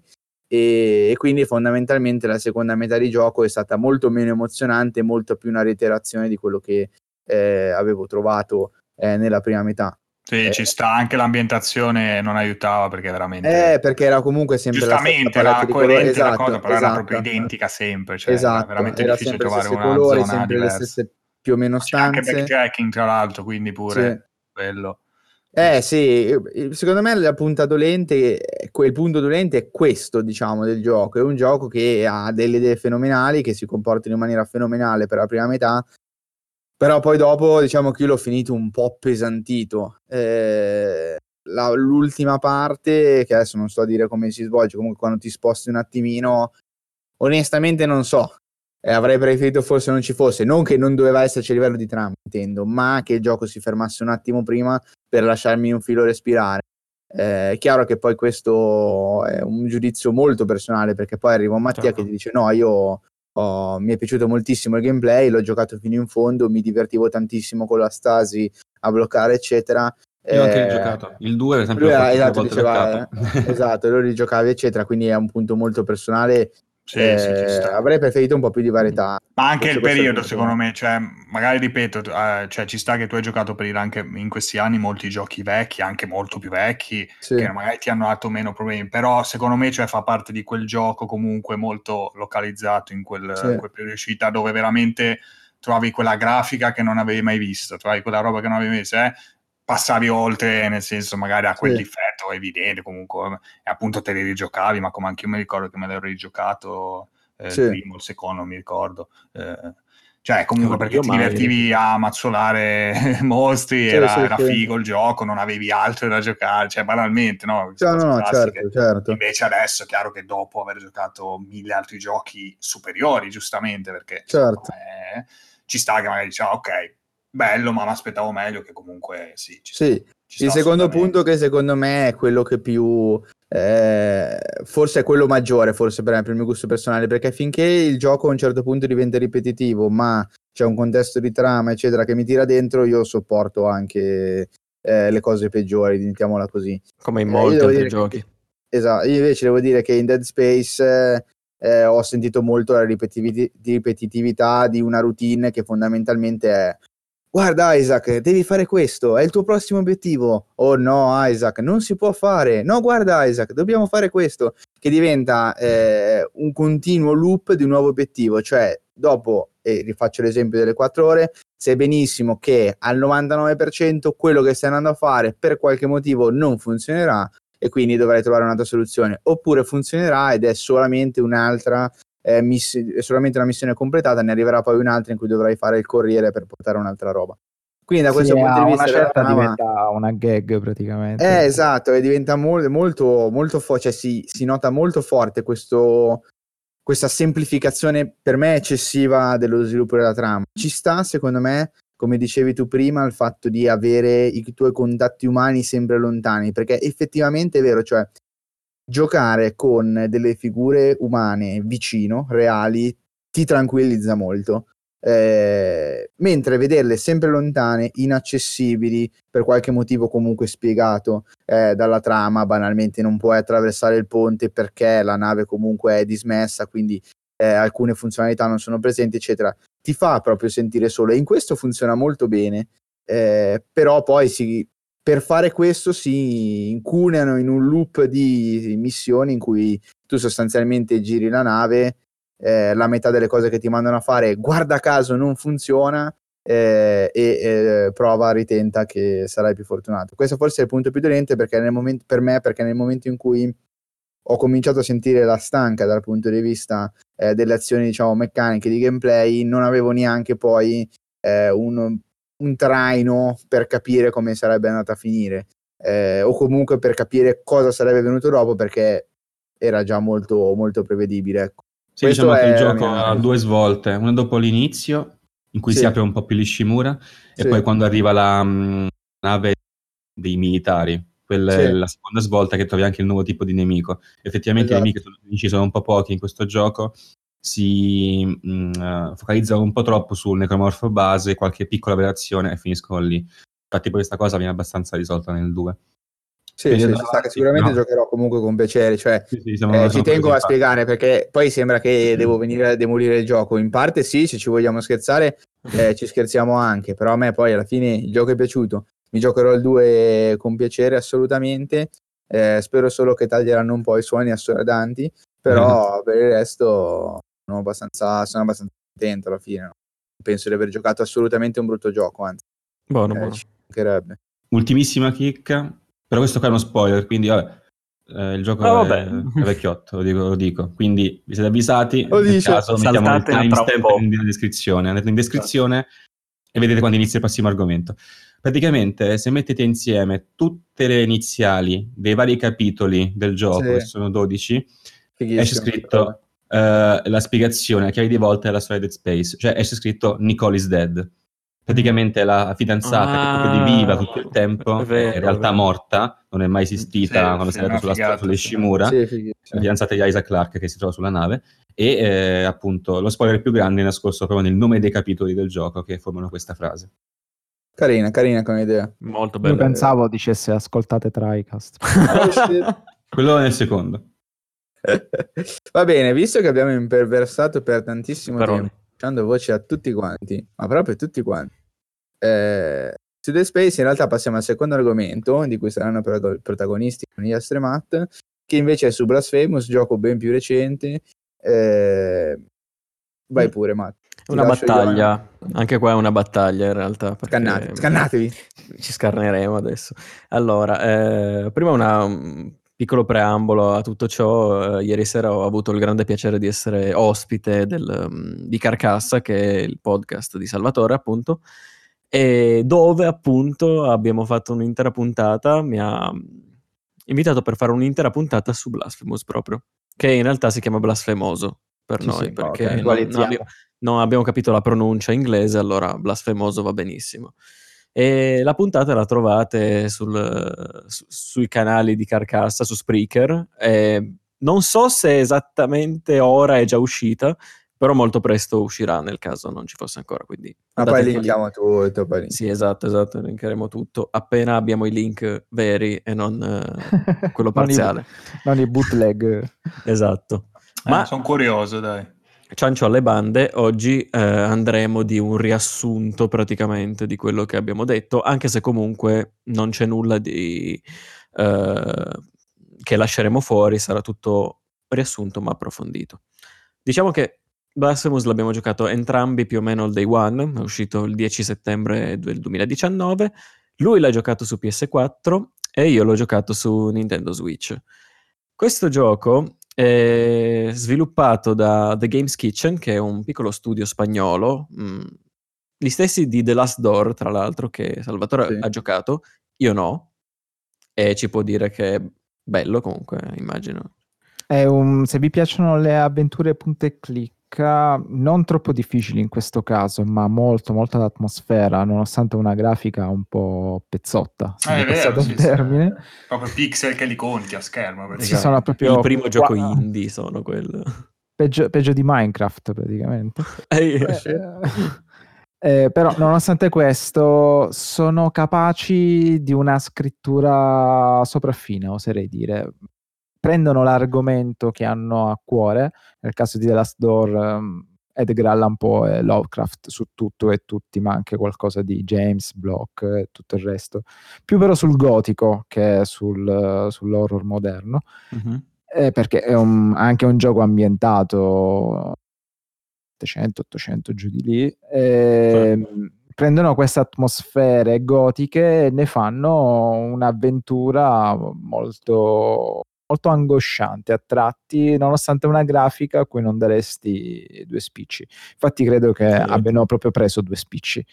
e, e quindi fondamentalmente la seconda metà di gioco è stata molto meno emozionante, molto più una reiterazione di quello che eh, avevo trovato eh, nella prima metà. Sì, eh, ci sta, anche l'ambientazione non aiutava perché veramente... Eh, perché era comunque sempre la stessa Giustamente palette era di colori, coerente la esatto, cosa, però esatto, era proprio identica sempre, cioè era esatto, veramente era difficile sempre gli trovare stessi una colori, zona sempre le diversa. stesse più o meno C'è anche stanze. backtracking tra l'altro, quindi pure Sì. quello. Eh sì, secondo me la punta dolente, quel punto dolente è questo, diciamo, del gioco. È un gioco che ha delle idee fenomenali, che si comportano in maniera fenomenale per la prima metà, però poi dopo, diciamo che io l'ho finito un po' appesantito. Eh, la, l'ultima parte, che adesso non sto a dire come si svolge, comunque quando ti sposti un attimino, onestamente non so. Eh, avrei preferito forse non ci fosse, non che non doveva esserci a livello di trama, intendo, ma che il gioco si fermasse un attimo prima per lasciarmi un filo respirare. Eh, è chiaro che poi questo è un giudizio molto personale, perché poi arriva un Mattia Certo. che ti dice no, io oh, mi è piaciuto moltissimo il gameplay, l'ho giocato fino in fondo, mi divertivo tantissimo con la stasi a bloccare eccetera. Io ho anche Eh, rigiocato. Il due, ad esempio, lui l'ho era, fatto tre esatto, volte diceva, beccato. esatto, lo rigiocavi eccetera, quindi è un punto molto personale. Sì, Eh, sì, ci sta. avrei preferito un po' più di varietà. Ma anche Forse il questo è periodo, punto. secondo me, cioè, magari ripeto, eh, cioè, ci sta che tu hai giocato per il anche in questi anni molti giochi vecchi, anche molto più vecchi, Sì. che magari ti hanno dato meno problemi, però secondo me cioè, fa parte di quel gioco comunque molto localizzato in quel, Sì. quel periodo di uscita dove veramente trovavi quella grafica che non avevi mai visto, trovavi quella roba che non avevi mai visto, eh? Passavi oltre, nel senso magari a quel Sì. difetto evidente comunque, e appunto te li rigiocavi, ma come anche io mi ricordo che me l'ero rigiocato eh, Sì. il primo, il secondo, non mi ricordo. Eh, cioè, comunque, perché Io ti mai. divertivi a mazzolare mostri, Sì, era, sì, era sì. figo il gioco, non avevi altro da giocare, cioè, banalmente, no? Queste No, cose no, no, classiche. certo, certo. Invece adesso è chiaro che dopo aver giocato mille altri giochi superiori, giustamente, perché Certo. insomma, eh, ci sta che magari diciamo, ok, bello, ma mi aspettavo meglio, che comunque sì, ci Sì. sta, ci Il sta secondo assolutamente. punto che secondo me è quello che più eh, forse è quello maggiore, forse per, per il mio gusto personale, perché finché il gioco a un certo punto diventa ripetitivo, ma c'è un contesto di trama, eccetera, che mi tira dentro, io sopporto anche eh, le cose peggiori, mettiamola così. Come in Eh, molti io devo altri dire giochi. che- esatto, io invece devo dire che in Dead Space eh, ho sentito molto la ripetitività, ripetitività di una routine che fondamentalmente è: guarda Isaac, devi fare questo, è il tuo prossimo obiettivo. Oh no Isaac, non si può fare. No, guarda Isaac, dobbiamo fare questo. Che diventa eh, un continuo loop di un nuovo obiettivo. Cioè, dopo, e rifaccio l'esempio delle quattro ore, sai benissimo che al novantanove per cento quello che stai andando a fare per qualche motivo non funzionerà e quindi dovrai trovare un'altra soluzione. Oppure funzionerà ed è solamente un'altra Eh, miss- è solamente una missione completata, ne arriverà poi un'altra in cui dovrai fare il corriere per portare un'altra roba. Quindi da Sì, questo punto a di una vista della certa trama, diventa una gag praticamente. eh, esatto, e diventa mol- molto molto forte, cioè si, si nota molto forte questo, questa semplificazione per me eccessiva dello sviluppo della trama. Ci sta, secondo me, come dicevi tu prima, il fatto di avere i tuoi contatti umani sempre lontani, perché effettivamente è vero, cioè giocare con delle figure umane vicino, reali, ti tranquillizza molto. Eh, mentre vederle sempre lontane, inaccessibili, per qualche motivo comunque spiegato eh, dalla trama, banalmente non puoi attraversare il ponte perché la nave comunque è dismessa, quindi eh, alcune funzionalità non sono presenti, eccetera, ti fa proprio sentire solo. E in questo funziona molto bene, eh, però poi si per fare questo si incuneano in un loop di missioni in cui tu sostanzialmente giri la nave, eh, la metà delle cose che ti mandano a fare guarda caso non funziona eh, e eh, prova, ritenta che sarai più fortunato. Questo forse è il punto più dolente perché nel momento, per me, perché nel momento in cui ho cominciato a sentire la stanca dal punto di vista eh, delle azioni, diciamo, meccaniche di gameplay, non avevo neanche poi eh, un un traino per capire come sarebbe andata a finire eh, o comunque per capire cosa sarebbe venuto dopo perché era già molto molto prevedibile, ecco. Sì, Questo diciamo che il è la gioco mia... ha due svolte, una dopo l'inizio, in cui Sì. si apre un po' più l'Ishimura, Sì. e poi quando arriva la mh, nave dei militari, quella Sì. è la seconda svolta che trovi anche il nuovo tipo di nemico. Effettivamente Esatto. i nemici sono, i nemici sono un po' pochi in questo gioco, si mh, focalizzano un po' troppo sul necromorfo base, qualche piccola variazione e finiscono lì. Infatti poi questa cosa viene abbastanza risolta nel due. Sì, Quindi sì, da ci sta, che avanti, sicuramente no? giocherò comunque con piacere, cioè Sì, sì, siamo- eh, ci siamo tengo così a fatti. spiegare perché poi sembra che devo venire a demolire il gioco. In parte sì, se ci vogliamo scherzare eh, ci scherziamo anche, però a me poi alla fine il gioco è piaciuto, mi giocherò il due con piacere assolutamente, eh, spero solo che taglieranno un po' i suoni assordanti, però per il resto sono abbastanza, sono abbastanza contento alla fine, no? Penso di aver giocato assolutamente un brutto gioco, anzi Buono, eh, buono. ci mancherebbe. Ultimissima chicca, però questo qua è uno spoiler, quindi vabbè, eh, il gioco Ah, è, vabbè. è vecchiotto, lo dico, lo dico. Quindi vi siete avvisati, Lo nel dice. caso mettiamo il Saltatela tra un timestamp po'. in descrizione, andate in descrizione e vedete quando inizia il prossimo argomento. Praticamente se mettete insieme tutte le iniziali dei vari capitoli del gioco, Sì. che sono dodici, Fighissimo, esce scritto eh, la spiegazione, la chiave di volta della storia di Dead Space, cioè esce scritto Nicole is dead. Praticamente la fidanzata che tu vedi viva tutto il tempo, Ah, è è vero, in realtà è vero. morta, non è mai esistita Sì, quando sì, si è andato una sulla, figata, sulle sì. Shimura, Sì, fighissimo. la fidanzata di Isaac Clarke che si trova sulla nave, e eh, appunto lo spoiler più grande è nascosto proprio nel nome dei capitoli del gioco che formano questa frase. Carina, carina come idea. Molto Io bello. pensavo dicesse ascoltate TriCast. Oh, shit. Quello nel secondo. Va bene, visto che abbiamo imperversato per tantissimo Però- tempo, lasciando voce a tutti quanti, ma proprio tutti quanti, eh, su Dead Space in realtà passiamo al secondo argomento, di cui saranno protago- protagonisti con Ias e Matt, che invece è su Blasphemous, gioco ben più recente. Eh, vai pure, Matt. Ti Una lascio io- battaglia, anche qua è una battaglia in realtà. perché- Scannate, scannatevi. Ci scarneremo adesso. Allora, eh, prima una, un piccolo preambolo a tutto ciò. Eh, ieri sera ho avuto il grande piacere di essere ospite del, um, di Carcassa, che è il podcast di Salvatore, appunto, e dove appunto abbiamo fatto un'intera puntata. Mi ha invitato per fare un'intera puntata su Blasphemous proprio, che in realtà si chiama Blasfemoso per Sì, noi, sì, perché ok, non, non attualizziamo. abbiamo, non abbiamo capito la pronuncia inglese, allora Blasfemoso va benissimo. E la puntata la trovate sul, su, sui canali di Carcassa, su Spreaker. E non so se esattamente ora è già uscita, però molto presto uscirà nel caso non ci fosse ancora. Quindi Ma poi andate lì. linkiamo tutto. Poi Sì, esatto, esatto, linkeremo tutto appena abbiamo i link veri e non eh, quello Non i- parziale. non i bootleg. Esatto. Ma Ma sono curioso, dai. ciancio alle bande, oggi eh, andremo di un riassunto praticamente di quello che abbiamo detto, anche se comunque non c'è nulla di eh, che lasceremo fuori, sarà tutto riassunto ma approfondito. Diciamo che Blasphemous l'abbiamo giocato entrambi più o meno il day one, è uscito il dieci settembre del duemiladiciannove, lui l'ha giocato su P S quattro e io l'ho giocato su Nintendo Switch. Questo gioco è sviluppato da The Games Kitchen, che è un piccolo studio spagnolo, mh, gli stessi di The Last Door, tra l'altro, che Salvatore Sì. ha giocato, io no, e ci può dire che è bello comunque, immagino. È un, se vi piacciono le avventure punta e clicca, non troppo difficili in questo caso, ma molto, molto d'atmosfera, nonostante una grafica un po' pezzotta, se Ah, mi è vero, passate sì, il sì. termine. Proprio pixel che li conti a schermo. Ci praticamente. sono proprio Il primo gioco qua- indie sono quello. peggio, peggio di Minecraft praticamente. Eh, Eh, eh, però nonostante questo sono capaci di una scrittura sopraffina, oserei dire. Prendono l'argomento che hanno a cuore, nel caso di The Last Door um, Edgar Allan Poe e Lovecraft su tutto e tutti, ma anche qualcosa di James Block e tutto il resto, più però sul gotico che sul, sull'horror moderno. Mhm. Eh, perché è un- anche un gioco ambientato settecento ottocento giù di lì, ehm, prendono queste atmosfere gotiche e ne fanno un'avventura molto, molto angosciante a tratti, nonostante una grafica a cui non daresti due spicci. Infatti credo che Sì. abbiano proprio preso due spicci.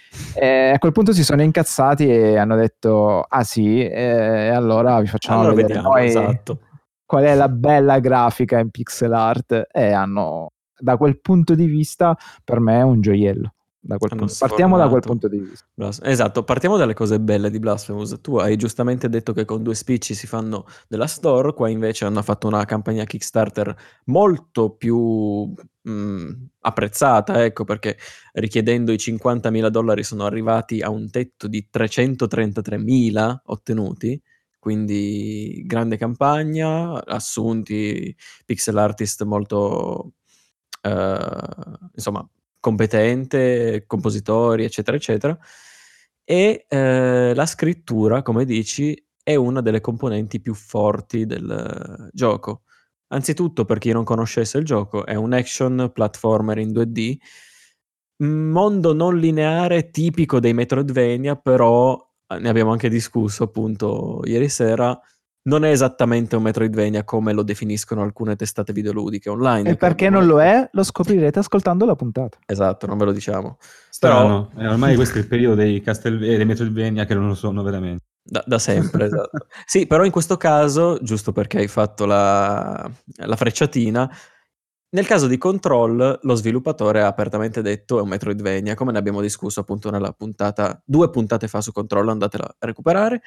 E a quel punto si sono incazzati e hanno detto ah sì, e allora vi facciamo Allora vedere vediamo, noi esatto. qual è la bella grafica in pixel art, e hanno, da quel punto di vista, per me è un gioiello. Da quel Hanno punto- Partiamo da quel sfornato. punto di vista. Blas- Esatto, partiamo dalle cose belle di Blasphemous. Tu hai giustamente detto che con due spicci si fanno della store, qua invece hanno fatto una campagna Kickstarter molto più mh, apprezzata, ecco, perché richiedendo i cinquantamila dollari sono arrivati a un tetto di trecentotrentatremila ottenuti, quindi grande campagna, assunti pixel artist molto, eh, insomma, competente, compositori, eccetera, eccetera. E eh, la scrittura, come dici, è una delle componenti più forti del eh, gioco. Anzitutto, per chi non conoscesse il gioco, è un action platformer in due D, mondo non lineare tipico dei Metroidvania, però eh, ne abbiamo anche discusso appunto ieri sera. Non è esattamente un Metroidvania come lo definiscono alcune testate videoludiche online. E che perché abbiamo non lo letto. è, lo scoprirete ascoltando la puntata. Esatto, non ve lo diciamo. Strano, eh, ormai questo è il periodo dei Castlevania, dei Metroidvania che non lo sono veramente. Da, da sempre, esatto. Sì, però in questo caso, giusto perché hai fatto la, la frecciatina, nel caso di Control, lo sviluppatore ha apertamente detto è un Metroidvania, come ne abbiamo discusso appunto nella puntata, due puntate fa su Control, andatela a recuperare.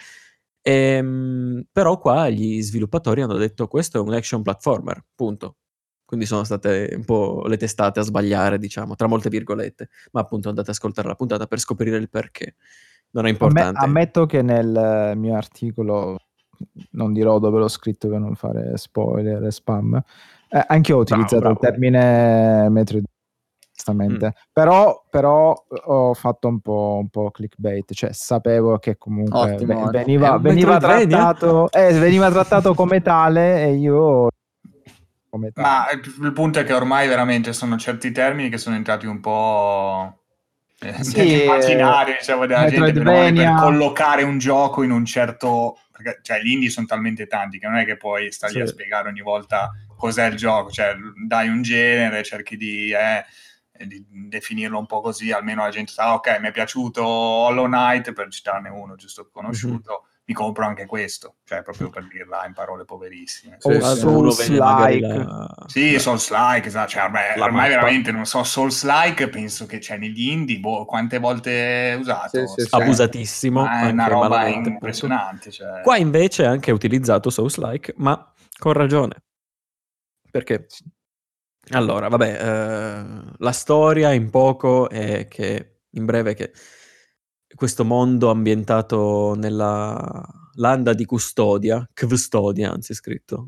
Ehm, però qua gli sviluppatori hanno detto questo è un action platformer, punto. Quindi sono state un po' le testate a sbagliare, diciamo, tra molte virgolette, ma appunto andate ad ascoltare la puntata per scoprire il perché. Non è Amme- importante. ammetto che nel mio articolo, non dirò dove l'ho scritto per non fare spoiler e spam, eh, anche io ho utilizzato bravo. il termine Metroid, giustamente. Mm. Però, però ho fatto un po', un po' clickbait, cioè sapevo che comunque Ottimo, ve- ottimo. È veniva, un veniva Metroidvania? trattato, eh, veniva trattato come tale e io come tale. Ma il, il punto è che ormai veramente sono certi termini che sono entrati un po' eh, Sì, nell'immaginario, diciamo, della gente, bene o male, per Metroidvania. collocare un gioco in un certo... Perché, cioè, gli indie sono talmente tanti che non è che puoi stargli Sì. a spiegare ogni volta cos'è il gioco. Cioè, dai un genere, cerchi di, eh, di definirlo un po' così, almeno la gente sa, ok, mi è piaciuto Hollow Knight, per citarne uno giusto conosciuto, Mhm. mi compro anche questo, cioè proprio per dirla in parole poverissime. Sì, O sì. Uno vede magari Souls-like. la... Sì, la- Souls-like, esatto, cioè, ormai, La ormai mappa. veramente non so, Souls-like penso che c'è negli indie, boh, quante volte è usato? Sì, sì, sì. Cioè, abusatissimo, ma è una anche roba malamente, appunto. impressionante. Cioè. Qua invece è anche utilizzato Souls-like, ma con ragione. Perché? Allora, vabbè, eh, la storia in poco è che, in breve, che questo mondo ambientato nella landa di Custodia, Custodia, anzi è scritto,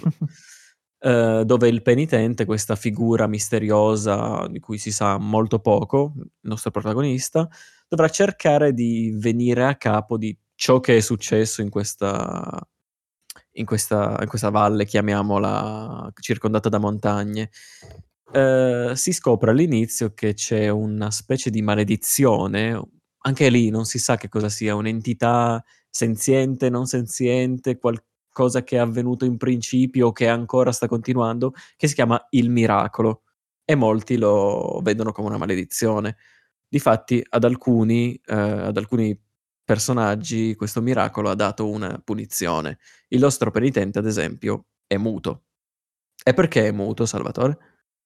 eh, dove il penitente, questa figura misteriosa di cui si sa molto poco, il nostro protagonista, dovrà cercare di venire a capo di ciò che è successo in questa, in questa, in questa valle, chiamiamola, circondata da montagne. Eh, si scopre all'inizio che c'è una specie di maledizione, anche lì non si sa che cosa sia, un'entità senziente, non senziente, qualcosa che è avvenuto in principio o che ancora sta continuando, che si chiama il miracolo, e molti lo vedono come una maledizione. Difatti ad alcuni, eh, ad alcuni personaggi questo miracolo ha dato una punizione. Il nostro penitente, ad esempio, è muto. E perché è muto, Salvatore?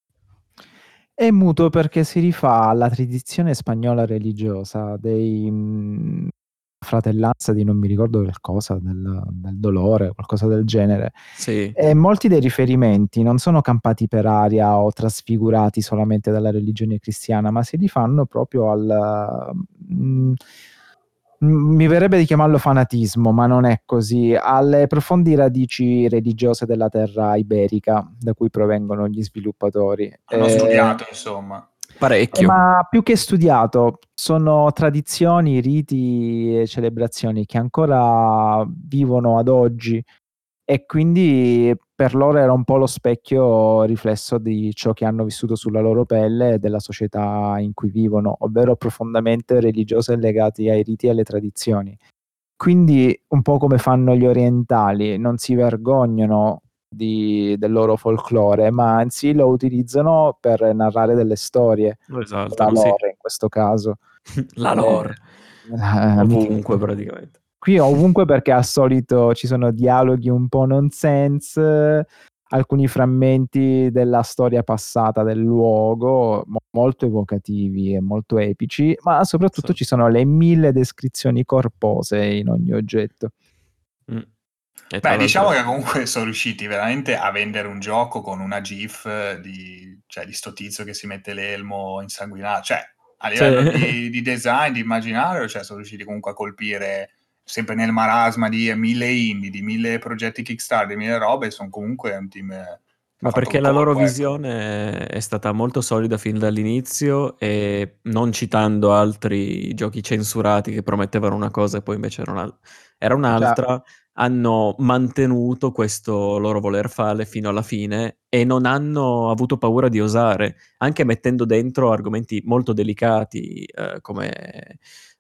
È muto perché si rifà alla tradizione spagnola religiosa dei mh, fratellanza di non mi ricordo del cosa, del, del dolore, qualcosa del genere. Sì. E molti dei riferimenti non sono campati per aria o trasfigurati solamente dalla religione cristiana, ma si rifanno proprio al... mh, mi verrebbe di chiamarlo fanatismo, ma non è così, alle profondi radici religiose della terra iberica da cui provengono gli sviluppatori. Hanno Eh, studiato, insomma. Parecchio. ma più che studiato, sono tradizioni, riti e celebrazioni che ancora vivono ad oggi, e quindi per loro era un po' lo specchio riflesso di ciò che hanno vissuto sulla loro pelle e della società in cui vivono, ovvero profondamente religiose e legati ai riti e alle tradizioni. Quindi un po' come fanno gli orientali, non si vergognano di- del loro folklore, ma anzi lo utilizzano per narrare delle storie, Lo la esaltano, sì. lore in questo caso. La lore. Eh, Ovunque, praticamente. Qui ovunque, perché al solito ci sono dialoghi un po' nonsense, alcuni frammenti della storia passata del luogo, mo- molto evocativi e molto epici, ma soprattutto Sì. ci sono le mille descrizioni corpose in ogni oggetto. Mm. E tra Beh, diciamo l'altro- che comunque sono riusciti veramente a vendere un gioco con una GIF di, cioè, di sto tizio che si mette l'elmo insanguinato, cioè a livello Sì. di, di design, di immaginario, cioè, sono riusciti comunque a colpire, sempre nel marasma di mille indie, di mille progetti Kickstarter, di mille robe, sono comunque un team... eh, che Ma ha fatto perché un la loro colpo, ecco. visione è stata molto solida fin dall'inizio, e non citando altri giochi censurati che promettevano una cosa e poi invece era, una- era un'altra, hanno mantenuto questo loro voler fare fino alla fine e non hanno avuto paura di osare, anche mettendo dentro argomenti molto delicati, eh, come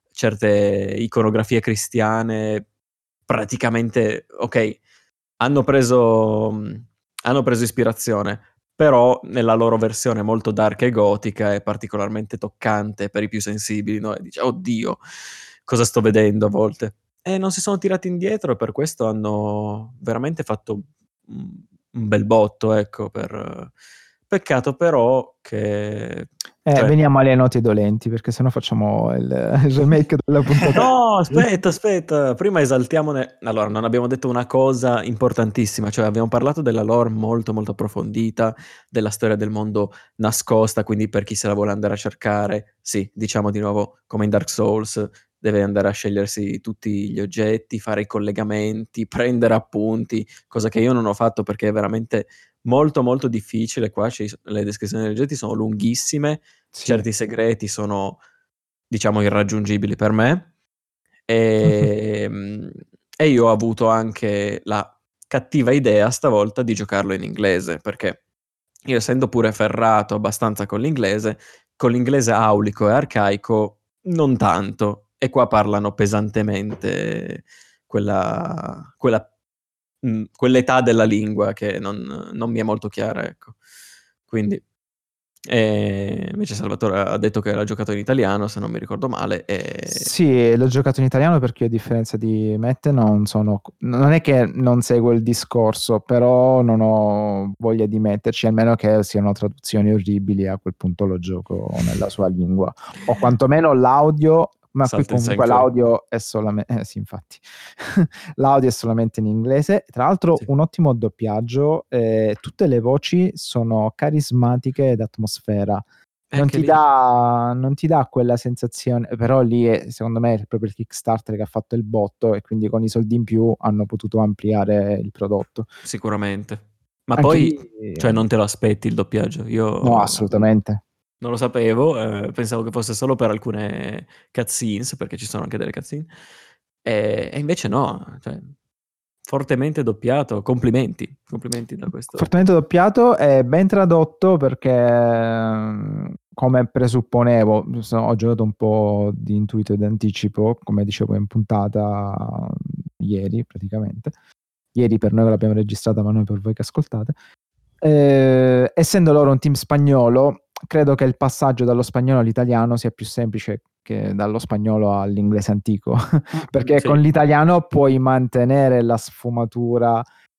certe iconografie cristiane. Praticamente, ok, hanno preso, mh, hanno preso ispirazione, però nella loro versione molto dark e gotica è particolarmente toccante per i più sensibili, no? E dice, oddio, cosa sto vedendo a volte? E non si sono tirati indietro, e per questo hanno veramente fatto un, un bel botto, ecco, per... Peccato però che... Eh, cioè- veniamo alle note dolenti, perché sennò facciamo il, il remake della puntata. No, aspetta, aspetta, prima esaltiamone. Allora, non abbiamo detto una cosa importantissima, cioè abbiamo parlato della lore molto molto approfondita, della storia del mondo nascosta, quindi per chi se la vuole andare a cercare, sì, diciamo di nuovo, come in Dark Souls, deve andare a scegliersi tutti gli oggetti, fare i collegamenti, prendere appunti, cosa che io non ho fatto perché è veramente molto molto difficile. Qua ci- le descrizioni degli oggetti sono lunghissime, Sì. certi segreti sono, diciamo, irraggiungibili per me. E, e io ho avuto anche la cattiva idea stavolta di giocarlo in inglese, perché io, essendo pure ferrato abbastanza con l'inglese, con l'inglese aulico e arcaico non tanto, e qua parlano pesantemente quella, quella, mh, quell'età della lingua che non, non mi è molto chiara, ecco. Quindi E invece Salvatore ha detto che l'ha giocato in italiano, se non mi ricordo male. E... Sì, l'ho giocato in italiano perché io, a differenza di Mette, non sono. Non è che non seguo il discorso, però non ho voglia di metterci, almeno che siano traduzioni orribili. A quel punto lo gioco nella sua lingua, o quantomeno l'audio. Ma qui Salta in comunque Sanctuary. l'audio è solamente. Eh, sì, infatti. L'audio è solamente in inglese. Tra l'altro, Sì. un ottimo doppiaggio. Eh, tutte le voci sono carismatiche ed atmosfera. E Non anche ti, lì dà, non ti dà quella sensazione, però lì è, secondo me è proprio il Kickstarter che ha fatto il botto, e quindi con i soldi in più hanno potuto ampliare il prodotto. sicuramente. Ma Anche poi, lì, cioè, non te lo aspetti il doppiaggio? Io no, assolutamente. non lo sapevo, eh, pensavo che fosse solo per alcune cutscenes, perché ci sono anche delle cutscene, e, e invece no, cioè, fortemente doppiato, complimenti, complimenti da questo. Fortemente doppiato e ben tradotto, perché come presupponevo, so- ho giocato un po' di intuito ed anticipo, come dicevo in puntata ieri praticamente. Ieri per noi che l'abbiamo registrata, ma noi per voi che ascoltate. Eh, essendo loro un team spagnolo, credo che il passaggio dallo spagnolo all'italiano sia più semplice che dallo spagnolo all'inglese antico, perché Sì. con l'italiano puoi mantenere la sfumatura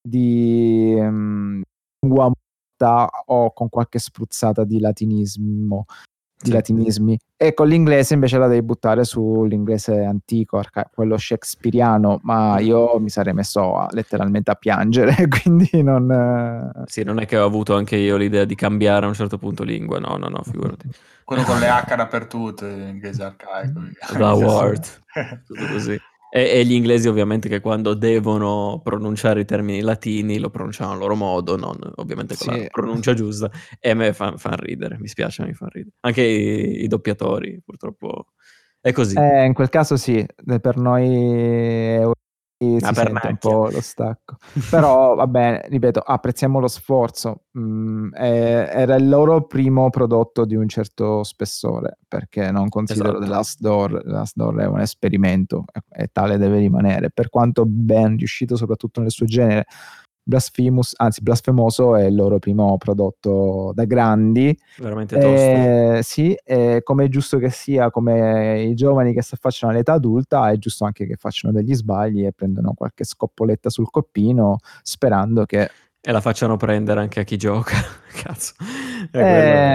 di um, lingua muta o con qualche spruzzata di latinismo, di Sì. latinismi, e con l'inglese invece la devi buttare sull'inglese antico, arca- quello shakespeariano, ma Mm. io mi sarei messo a- letteralmente a piangere, quindi non... eh, Sì, non è che ho avuto anche io l'idea di cambiare a un certo punto lingua, no, no, no, figurati. Quello con le H dappertutto, in inglese arcaico. The word, tutto così. E, e gli inglesi ovviamente che quando devono pronunciare i termini latini lo pronunciano a loro modo, non ovviamente con Sì. la pronuncia giusta, e a me fa, fa ridere, mi spiace, mi fa ridere. Anche i, i doppiatori, purtroppo, è così. Eh, in quel caso sì, eh, per noi europei Una si sente un pernacchia. po' lo stacco. Però, va bene, ripeto, apprezziamo lo sforzo. Mm, eh, era il loro primo prodotto di un certo spessore, perché non considero Esatto. The Last Door. The Last Door è un esperimento, e, e tale deve rimanere, per quanto ben riuscito soprattutto nel suo genere. Blasphemous, anzi Blasfemoso è il loro primo prodotto da grandi. Veramente tosto. Eh, sì, eh, come è giusto che sia, come i giovani che si affacciano all'età adulta, è giusto anche che facciano degli sbagli e prendano qualche scoppoletta sul coppino, sperando che... E la facciano prendere anche a chi gioca. Cazzo. E quello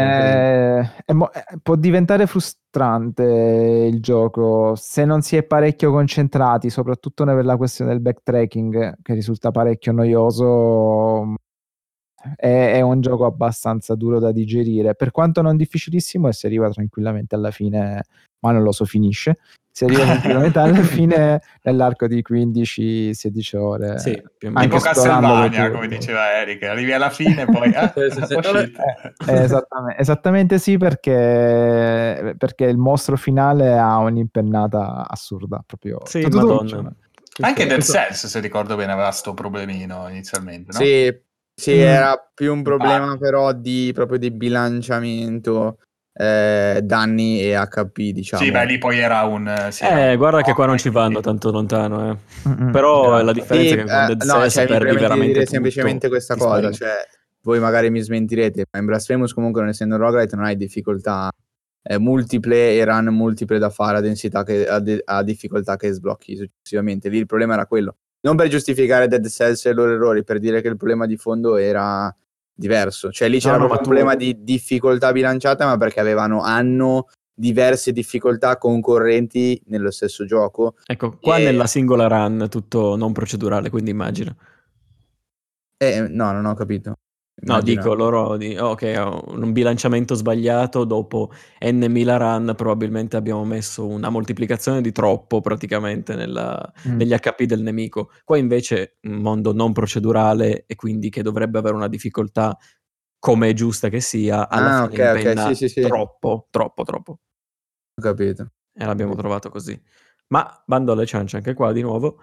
è- Eh, è mo- eh, può diventare frustrante il gioco se non si è parecchio concentrati, soprattutto per la questione del backtracking, che risulta parecchio noioso. È, è un gioco abbastanza duro da digerire, per quanto non difficilissino, e si arriva tranquillamente alla fine, ma non lo so, finisce. Si arriva tranquillamente alla fine nell'arco di quindici sedici ore. Sì, più o meno. Anche Tipo esplorando le Castlevania, come curve. diceva Eric, arrivi alla fine e poi... Ah, Sì, sì, sì. oh shit. Eh, eh, esattamente, esattamente sì, perché, perché il mostro finale ha un'impennata assurda, proprio Sì, tutto Madonna. dolce. Anche Dead Questo- Cells, se ricordo bene, aveva sto problemino inizialmente, no? Sì, sì, Mm. era più un problema Infatti. però di proprio di bilanciamento, eh, danni e H P, diciamo. Sì, beh, lì poi era un... eh, sì, era Eh, un- guarda che qua non ci quindi- vanno tanto lontano, eh. Mm-mm. Però Esatto. la differenza Sì, è che con eh, Dead no, Cells cioè, mi perdi permetti di veramente dire tutto, semplicemente questa ti cosa, spari. cioè, voi magari mi smentirete, ma in Blasphemous comunque, non essendo roguelite, non hai difficoltà eh, multiple e run multiple da fare a densità che, a, de- a difficoltà che sblocchi successivamente. Lì il problema era quello. Non per giustificare Dead Cells e i loro errori, per dire che il problema di fondo era diverso. Cioè lì c'era No, no, proprio ma un tu- problema di difficoltà bilanciata, ma perché avevano hanno diverse difficoltà concorrenti nello stesso gioco. Ecco, qua E- nella singola run tutto non procedurale, quindi immagino. Eh, no, non ho capito. No, Immagino. dico, loro di- ok, ho un bilanciamento sbagliato, dopo n mila run probabilmente abbiamo messo una moltiplicazione di troppo praticamente nella- Mm. negli H P del nemico. Qua invece un mondo non procedurale e quindi che dovrebbe avere una difficoltà come è giusta che sia, alla Ah, fine ok, ok, impenna sì, sì, sì, ho troppo, troppo, troppo. capito. E l'abbiamo trovato così. Ma bando alle ciance anche qua di nuovo.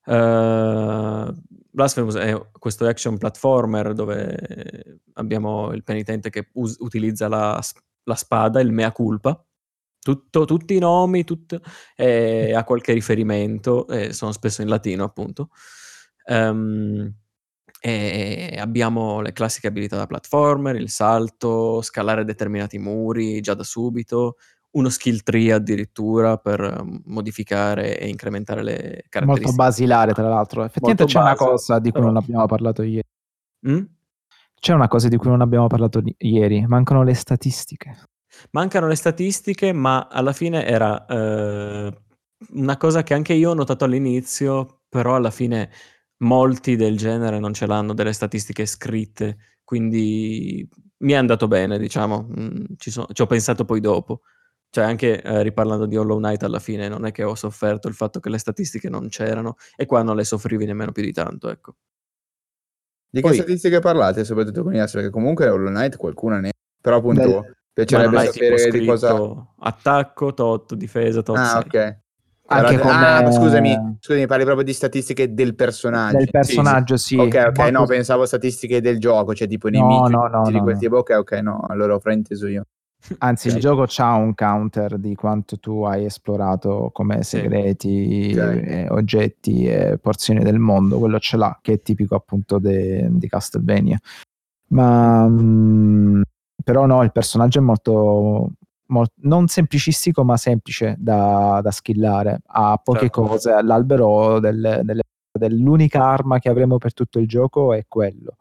Uh, Blasphemous è questo action platformer dove abbiamo il penitente che us- utilizza la, la spada, il mea culpa. Tutto, tutti i nomi, tutto, e ha qualche riferimento, e sono spesso in latino appunto. Um, e abbiamo le classiche abilità da platformer, il salto, scalare determinati muri già da subito, uno skill tree addirittura per um, modificare e incrementare le caratteristiche. Molto basilare, tra l'altro. Effettivamente Molto c'è una base, cosa di cui però- non abbiamo parlato ieri. Mm? C'è una cosa di cui non abbiamo parlato di- ieri. Mancano le statistiche. Mancano le statistiche, ma alla fine era eh, una cosa che anche io ho notato all'inizio, però alla fine molti del genere non ce l'hanno delle statistiche scritte, quindi mi è andato bene, diciamo. Mm, ci, so- ci ho pensato poi dopo. Cioè anche eh, riparlando di Hollow Knight alla fine non è che ho sofferto il fatto che le statistiche non c'erano e qua non le soffrivi nemmeno più di tanto, ecco. Di che Poi- statistiche parlate, soprattutto con Yasuo? Perché comunque Hollow Knight qualcuna ne però appunto Del- Ma non piacerebbe hai tipo sapere di cosa... scritto attacco, tot, difesa, tot, Ah, sai. ok. Anche Guardate- come- Ah, scusami, scusami, parli proprio di statistiche del personaggio. Del personaggio, sì. Ok, ok, Molto- no, pensavo statistiche del gioco, cioè tipo No, nemici no, no, di no, quel no. tipo. Ok, ok, no, allora ho frainteso io. Anzi, Ok. il gioco c'ha un counter di quanto tu hai esplorato come Sì. segreti, Ok. eh, oggetti e porzioni del mondo. Quello ce l'ha, che è tipico appunto de- di Castlevania. Ma mh, però no, il personaggio è molto, mol- non semplicistico, ma semplice da, da skillare. Ha poche Certo. cose. L'albero del- delle- dell'unica arma che avremo per tutto il gioco è quello.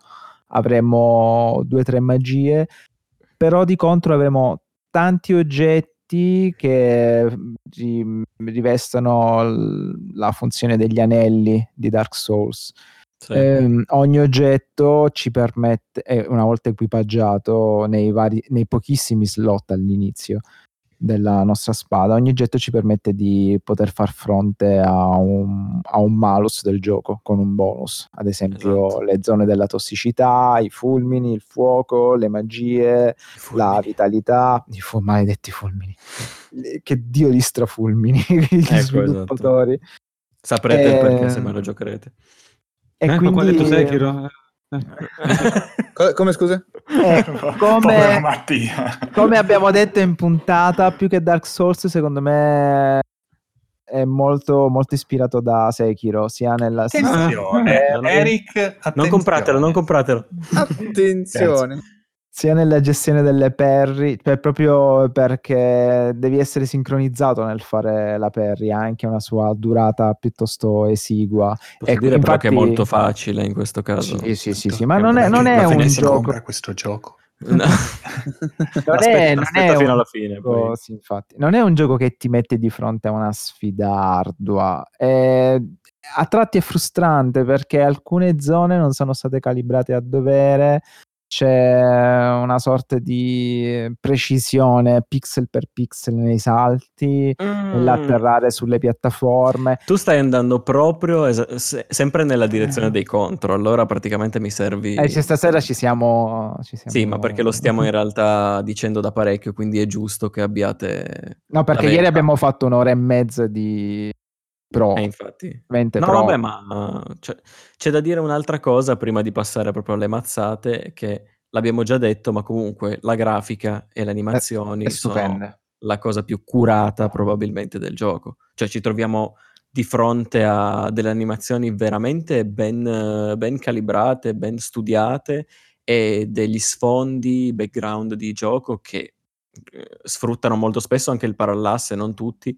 Avremo due o tre magie, però di contro avremo tanti oggetti che ri- rivestono l- la funzione degli anelli di Dark Souls. Sì. Ehm, ogni oggetto ci permette, eh, una volta equipaggiato nei, vari, nei pochissimi slot all'inizio della nostra spada, ogni oggetto ci permette di poter far fronte a un, a un malus del gioco con un bonus, ad esempio Esatto. le zone della tossicità, i fulmini, il fuoco, le magie, I fulmini. la vitalità, i fu- maledetti fulmini, Le- che dio di strafulmini, gli Ecco, sviluppatori. Saprete il perché se Ehm, me lo giocherete. E Eh, ma quindi qua ha detto Sekiro? Eh. Co- come scusa? Eh, Povero come, Mattia. come abbiamo detto in puntata, più che Dark Souls, secondo me è molto, molto ispirato da Sekiro, sia nella Attenzione, Non ho- Eric, attenzione. Non compratelo, non compratelo. Attenzione. sia nella gestione delle parry, per- proprio perché devi essere sincronizzato nel fare la parry, ha anche una sua durata piuttosto esigua. Posso E dire però che è infatti- molto facile in questo caso. Sì, sì, sì, Tutto. sì, ma non è, non Alla è fine un si gioco. compra questo gioco. No. Non aspetta è, non aspetta è fino un alla fine. gioco- Poi. sì, infatti. Non è un gioco che ti mette di fronte a una sfida ardua. È- a tratti è frustrante perché alcune zone non sono state calibrate a dovere. C'è una sorta di precisione pixel per pixel nei salti, Mm. nell'atterrare sulle piattaforme. Tu stai andando proprio esa- se- sempre nella direzione dei contro, allora praticamente mi servi... Eh, sì, stasera ci siamo, ci siamo- Sì, ma perché lo stiamo in realtà dicendo da parecchio, quindi è giusto che abbiate... No, perché la ieri verità. abbiamo fatto un'ora e mezza di pro. Eh, infatti. Mente No, pro. vabbè, ma cioè, c'è da dire un'altra cosa prima di passare proprio alle mazzate, che l'abbiamo già detto, ma comunque la grafica e le animazioni È sono stupenda. la cosa più curata probabilmente del gioco. Cioè ci troviamo di fronte a delle animazioni veramente ben, eh, ben calibrate, ben studiate e degli sfondi, background di gioco che eh, sfruttano molto spesso anche il parallasse, non tutti,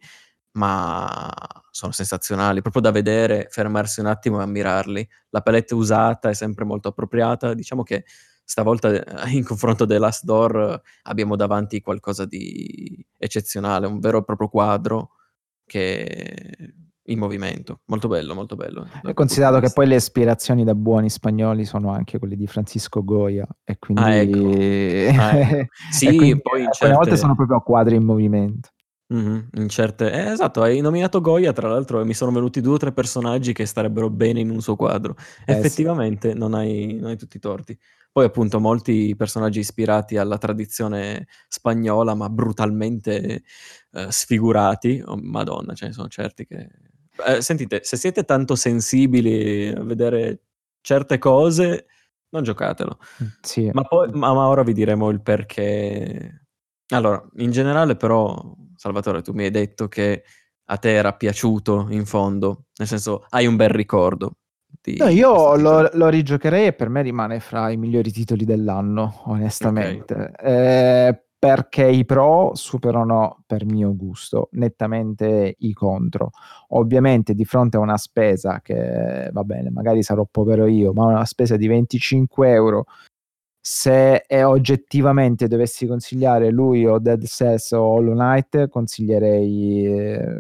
ma sono sensazionali, proprio da vedere, fermarsi un attimo e ammirarli. La palette usata è sempre molto appropriata. Diciamo che stavolta eh, in confronto The Last Door eh, abbiamo davanti qualcosa di eccezionale, un vero e proprio quadro che in movimento. Molto bello, molto bello. da quel È considerato punto che di poi le ispirazioni da buoni spagnoli sono anche quelle di Francisco Goya e quindi, Ah, ecco. Ah, ecco. e Sì, quindi poi in alcune volte certe- sono proprio quadri in movimento. Mhm, in certe... eh, esatto, hai nominato Goya, tra l'altro, e mi sono venuti due o tre personaggi che starebbero bene in un suo quadro. Eh, Effettivamente non hai, non hai tutti i torti. Poi appunto molti personaggi ispirati alla tradizione spagnola, ma brutalmente eh, sfigurati. Oh, Madonna, ce ne sono certi che... Eh, sentite, se siete tanto sensibili a vedere certe cose, non giocatelo. Sì. Ma, poi, ma, ma ora vi diremo il perché. Allora, in generale però, Salvatore, tu mi hai detto che a te era piaciuto in fondo, nel senso hai un bel ricordo. di No, io questo lo, titolo. lo rigiocherei e per me rimane fra i migliori titoli dell'anno, onestamente. Eh, perché i pro superano, per mio gusto, nettamente i contro. Ovviamente di fronte a una spesa che, va bene, magari sarò povero io, ma una spesa di venticinque euro, se è oggettivamente dovessi consigliare lui o Dead Cells o Hollow Knight, consiglierei eh,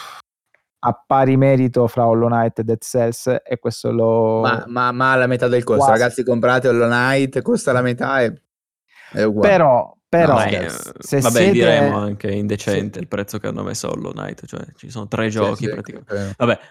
a pari merito fra Hollow Knight e Dead Cells, e questo lo... Ma, ma, ma la metà del costo, Quasi. ragazzi, comprate Hollow Knight, costa la metà e è uguale. Però, però No, Ma è- scherzo. se vabbè, siete... diremo anche indecente se- il prezzo che hanno messo Hollow Knight, cioè ci sono tre Sì, giochi sì, praticamente. confermo. Vabbè,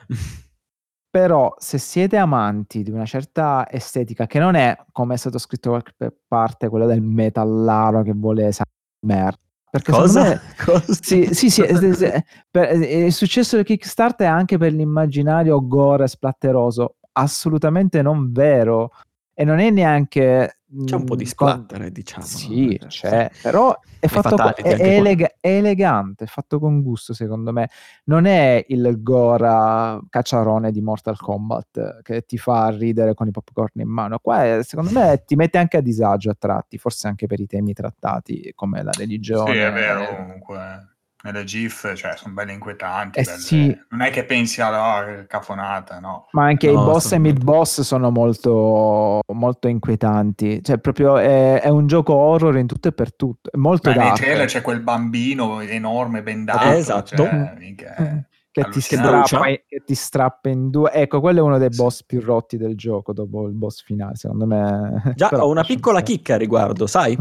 Però se siete amanti di una certa estetica, che non è, come è stato scritto da qualche parte, quella del metallaro che vuole essere merda. Perché cosa? secondo me... Cosa? Sì, sì, sì, eh, eh, per- eh, il successo del Kickstarter è anche per l'immaginario gore splatteroso. Assolutamente non vero. E non è neanche... C'è un po' di mh, con- splatter, eh, diciamo. Sì, Eh, c'è, però è E fatto co- fatality è, anche è qua. elega- è elegante, è fatto con gusto, secondo me. Non è il Gora cacciarone di Mortal Kombat eh, che ti fa ridere con i popcorn in mano. Qua è- secondo me ti mette anche a disagio a tratti, forse anche per i temi trattati come la Sì, religione. è vero, comunque. Nelle GIF, cioè, sono belle inquietanti. Eh belle- sì, Non è che pensi alla oh, cafonata, no. ma anche i No, boss e mid assolutamente. boss sono molto, molto inquietanti. Cioè, proprio è, è un gioco horror in tutto e per tutto. È molto Beh, nei dark. trailer c'è quel bambino enorme, Eh, bendato, esatto. cioè, Mm. minchia, Mm. è Che ti, Che allucinante. strappa, brucia. che ti strappa in due. Ecco, quello è uno dei Sì. boss più rotti del gioco dopo il boss finale, secondo me. Già, Però ho una lasciamo piccola stare. chicca a riguardo, sai?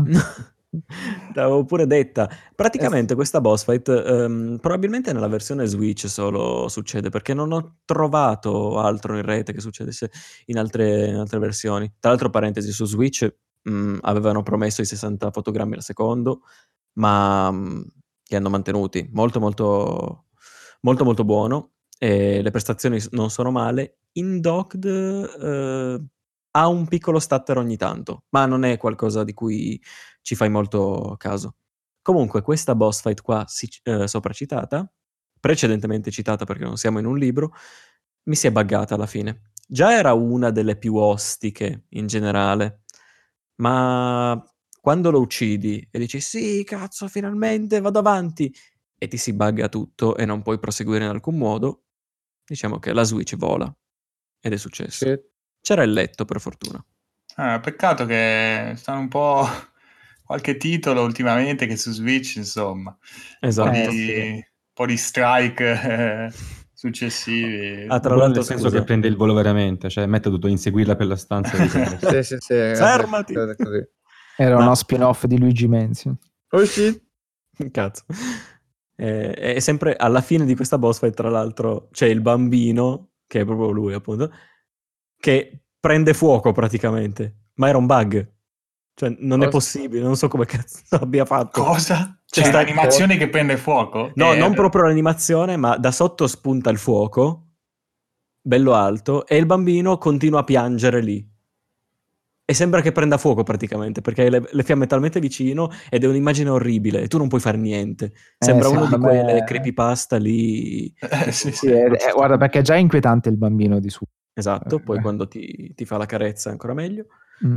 L'avevo pure detta. Praticamente questa boss fight ehm, probabilmente nella versione Switch solo succede, perché non ho trovato altro in rete che succedesse in altre, in altre versioni. Tra l'altro, parentesi, su Switch mh, avevano promesso i sessanta fotogrammi al secondo, ma mh, li hanno mantenuti. Molto molto molto molto buono, e le prestazioni s- non sono male. In docked eh, ha un piccolo stutter ogni tanto, ma non è qualcosa di cui ci fai molto caso. Comunque, questa boss fight qua, si- eh, sopra citata, precedentemente citata perché non siamo in un libro, mi si è buggata alla fine. Già era una delle più ostiche in generale, ma quando lo uccidi e dici sì, cazzo, finalmente vado avanti, e ti si bugga tutto e non puoi proseguire in alcun modo, diciamo che la Switch vola. Ed è successo. Shit. C'era il letto, per fortuna. Eh, peccato che stanno un po' qualche titolo ultimamente che su Switch, insomma, un po' Esatto. Eh, di, sì. un po' di strike eh, successivi. Ah, tra Buono l'altro, nel senso scusa. che prende il volo veramente, cioè mette tutto inseguirla per la stanza e ripetere. Sì, sì, sì, ragazzi, Fermati! è così. Era Ma- uno spin-off di Luigi Mansion. Oh shit. Cazzo. Eh, è sempre alla fine di questa boss fight, tra l'altro, c'è il bambino, che è proprio lui, appunto, che prende fuoco praticamente. Ma era un bug. Cioè, non è Cosa? possibile, non so come cazzo abbia fatto. Cosa? C'è C'è sta- l'animazione che prende fuoco? No, Eh, non proprio l'animazione, ma da sotto spunta il fuoco, bello alto, e il bambino continua a piangere lì. E sembra che prenda fuoco praticamente, perché hai le, le fiamme talmente vicino ed è un'immagine orribile e tu non puoi fare niente. Sembra Eh, uno di secondo me- quelle creepypasta lì. Eh, sì, Sì, sì. eh, non ci eh, sta. guarda, perché è già inquietante il bambino di su. Esatto, poi Eh. quando ti, ti fa la carezza è ancora meglio. Mm.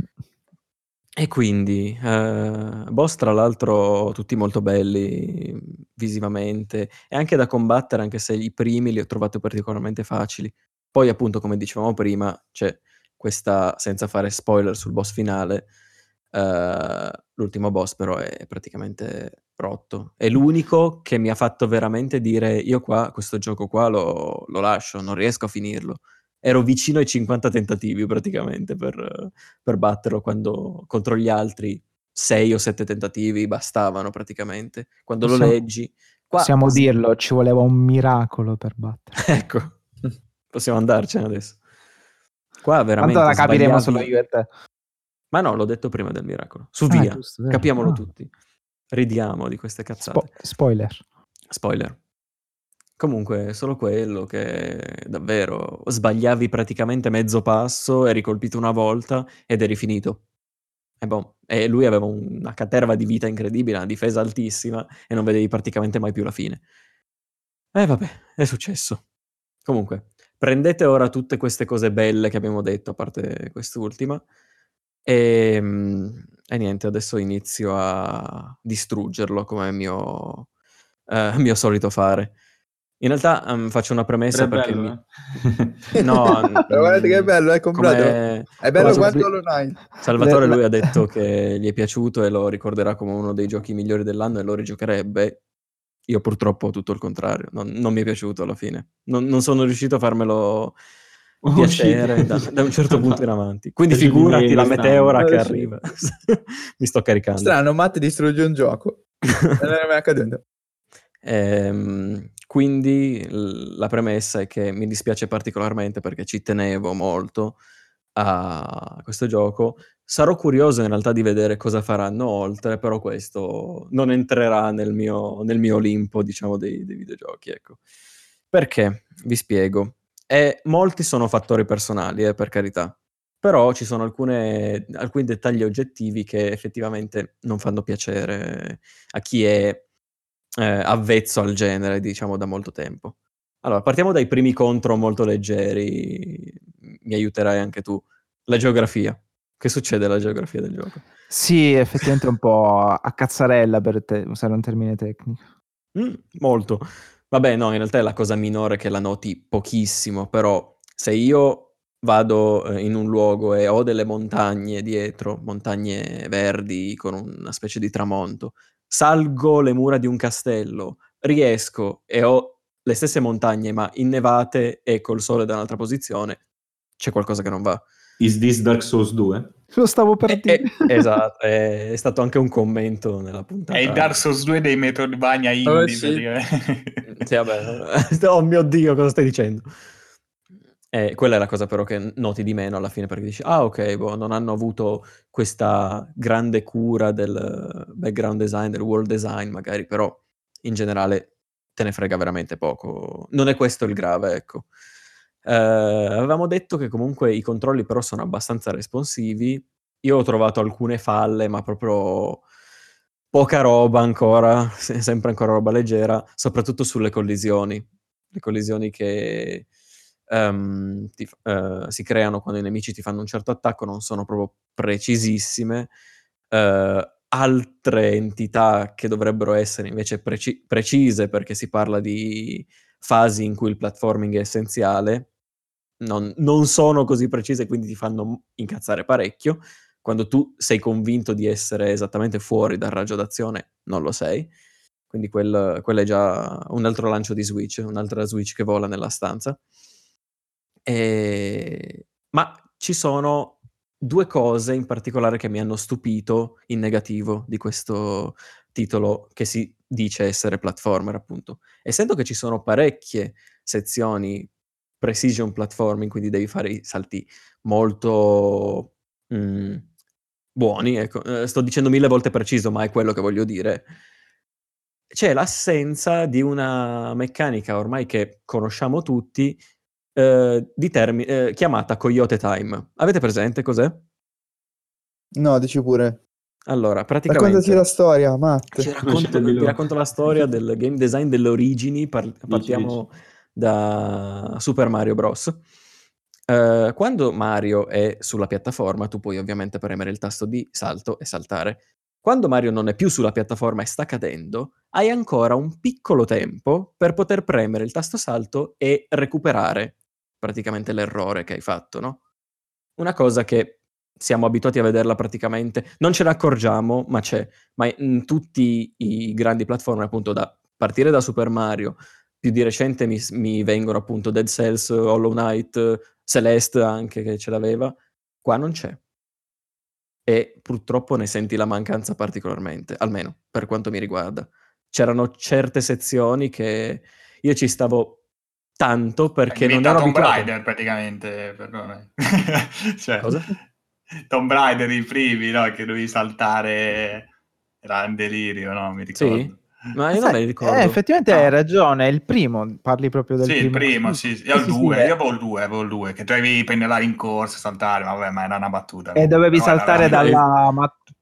E quindi, eh, boss tra l'altro tutti molto belli visivamente e anche da combattere, anche se i primi li ho trovati particolarmente facili. Poi appunto, come dicevamo prima, c'è questa, senza fare spoiler sul boss finale, eh, l'ultimo boss però è praticamente rotto. È l'unico che mi ha fatto veramente dire io qua, questo gioco qua lo, lo lascio, non riesco a finirlo. Ero vicino ai cinquanta tentativi praticamente per, per batterlo, quando contro gli altri sei o sette tentativi bastavano praticamente. Quando lo Possiamo- leggi... Qua, Possiamo dirlo, ci voleva un miracolo per battere. ecco, possiamo andarcene adesso. Qua veramente Tanto la capiremo sbagliavi- solo io e te. Ma no, l'ho detto prima del miracolo. Su Ah, via, giusto, vero. capiamolo Ah. tutti. Ridiamo di queste cazzate. Spo- spoiler. Spoiler. Comunque, solo quello che davvero sbagliavi praticamente mezzo passo, eri colpito una volta ed eri finito. E, boh, e lui aveva una caterva di vita incredibile, una difesa altissima e non vedevi praticamente mai più la fine. E vabbè, è successo. Comunque, prendete ora tutte queste cose belle che abbiamo detto, a parte quest'ultima, e, e niente, adesso inizio a distruggerlo come mio, eh, mio solito fare. In realtà um, faccio una premessa Però è perché bello, mi... eh? No, Però guardate che bello, è comprato. come, È bello come quanto Sub- Hollow Knight. Salvatore, Le- lui le- ha detto che gli è piaciuto e lo ricorderà come uno dei giochi migliori dell'anno e lo rigiocherebbe. Io purtroppo ho tutto il contrario, non, non mi è piaciuto alla fine. Non, non sono riuscito a farmelo piacere da, da un certo punto in avanti. Quindi Peggio di me figurati la quest'anno. meteora che Eh, sì. arriva. Mi sto caricando. Strano, Matt distrugge un gioco. Non è mai accaduto. Ehm, quindi l- la premessa è che mi dispiace particolarmente perché ci tenevo molto a questo gioco. Sarò curioso in realtà di vedere cosa faranno oltre, però questo non entrerà nel mio, nel mio Olimpo, diciamo, dei, dei videogiochi, ecco. Perché? Vi spiego. E molti sono fattori personali, eh, per carità. Però ci sono alcune, alcuni dettagli oggettivi che effettivamente non fanno piacere a chi è eh, avvezzo al genere, diciamo, da molto tempo. Allora, partiamo dai primi contro molto leggeri, mi aiuterai anche tu. La geografia. Che succede alla geografia del gioco? Sì, effettivamente è un po' a cazzarella per te, usare un termine tecnico. Mm, molto. Vabbè, no, in realtà è la cosa minore che la noti pochissimo, però se io vado eh, in un luogo e ho delle montagne dietro, montagne verdi con una specie di tramonto, salgo le mura di un castello, riesco e ho le stesse montagne ma innevate e col sole da un'altra posizione, c'è qualcosa che non va. Is this Dark Souls due? Lo stavo per Eh, dire. eh, esatto, è, è stato anche un commento nella puntata. È il Dark Souls due dei Metroidvania indie, Oh, sì. praticamente. Sì, vabbè. Oh mio Dio, cosa stai dicendo? Eh, quella è la cosa però che noti di meno alla fine, perché dici, ah ok, boh, non hanno avuto questa grande cura del background design, del world design magari, però in generale te ne frega veramente poco. Non è questo il grave, ecco. Eh, avevamo detto che comunque i controlli però sono abbastanza responsivi. Io ho trovato alcune falle, ma proprio poca roba ancora, se- sempre ancora roba leggera, soprattutto sulle collisioni. Le collisioni che ehm, ti f- eh, si creano quando i nemici ti fanno un certo attacco non sono proprio precisissime. Eh, altre entità che dovrebbero essere invece preci- precise, perché si parla di fasi in cui il platforming è essenziale, non, non sono così precise, quindi ti fanno incazzare parecchio. Quando tu sei convinto di essere esattamente fuori dal raggio d'azione, non lo sei. Quindi quel, quello è già un altro lancio di Switch, un'altra Switch che vola nella stanza. E... Ma ci sono due cose in particolare che mi hanno stupito in negativo di questo titolo che si dice essere platformer, appunto. Essendo che ci sono parecchie sezioni precision platforming, quindi devi fare i salti molto mm, buoni, ecco. Eh, sto dicendo mille volte preciso, ma è quello che voglio dire. C'è l'assenza di una meccanica ormai che conosciamo tutti, eh, di termi- eh, chiamata Coyote Time. Avete presente cos'è? No, dici pure. Allora, Raccontaci praticamente la storia, Matt. ti racconto, ti racconto la storia del game design delle origini. par- partiamo da Super Mario Bros. Eh, quando Mario è sulla piattaforma, tu puoi ovviamente premere il tasto di salto e saltare. Quando Mario non è più sulla piattaforma e sta cadendo, hai ancora un piccolo tempo per poter premere il tasto salto e recuperare praticamente l'errore che hai fatto, no? Una cosa che siamo abituati a vederla praticamente, non ce ne accorgiamo, ma c'è. Ma in tutti i grandi platform, appunto, da partire da Super Mario, più di recente mi, mi vengono appunto Dead Cells, Hollow Knight, Celeste anche che ce l'aveva, qua non c'è. E purtroppo ne senti la mancanza particolarmente, almeno per quanto mi riguarda. C'erano certe sezioni che io ci stavo tanto perché non ero Diventa Tomb abituato. Raider praticamente per noi. Cioè, Cosa? Tomb Raider i primi, no? Che dovevi saltare, era un delirio, no? Mi ricordo. Sì? Ma Eh, io non me sai, li ricordo. eh, effettivamente No. hai ragione, è il primo, parli proprio del Sì, il primo. primo, sì, sì. Io Sì, il sì, sì, due, eh. io avevo il due, avevo il due, che dovevi pennellare in corsa, saltare, vabbè, ma era una battuta. E dovevi Però era saltare veramente- dalla, ma-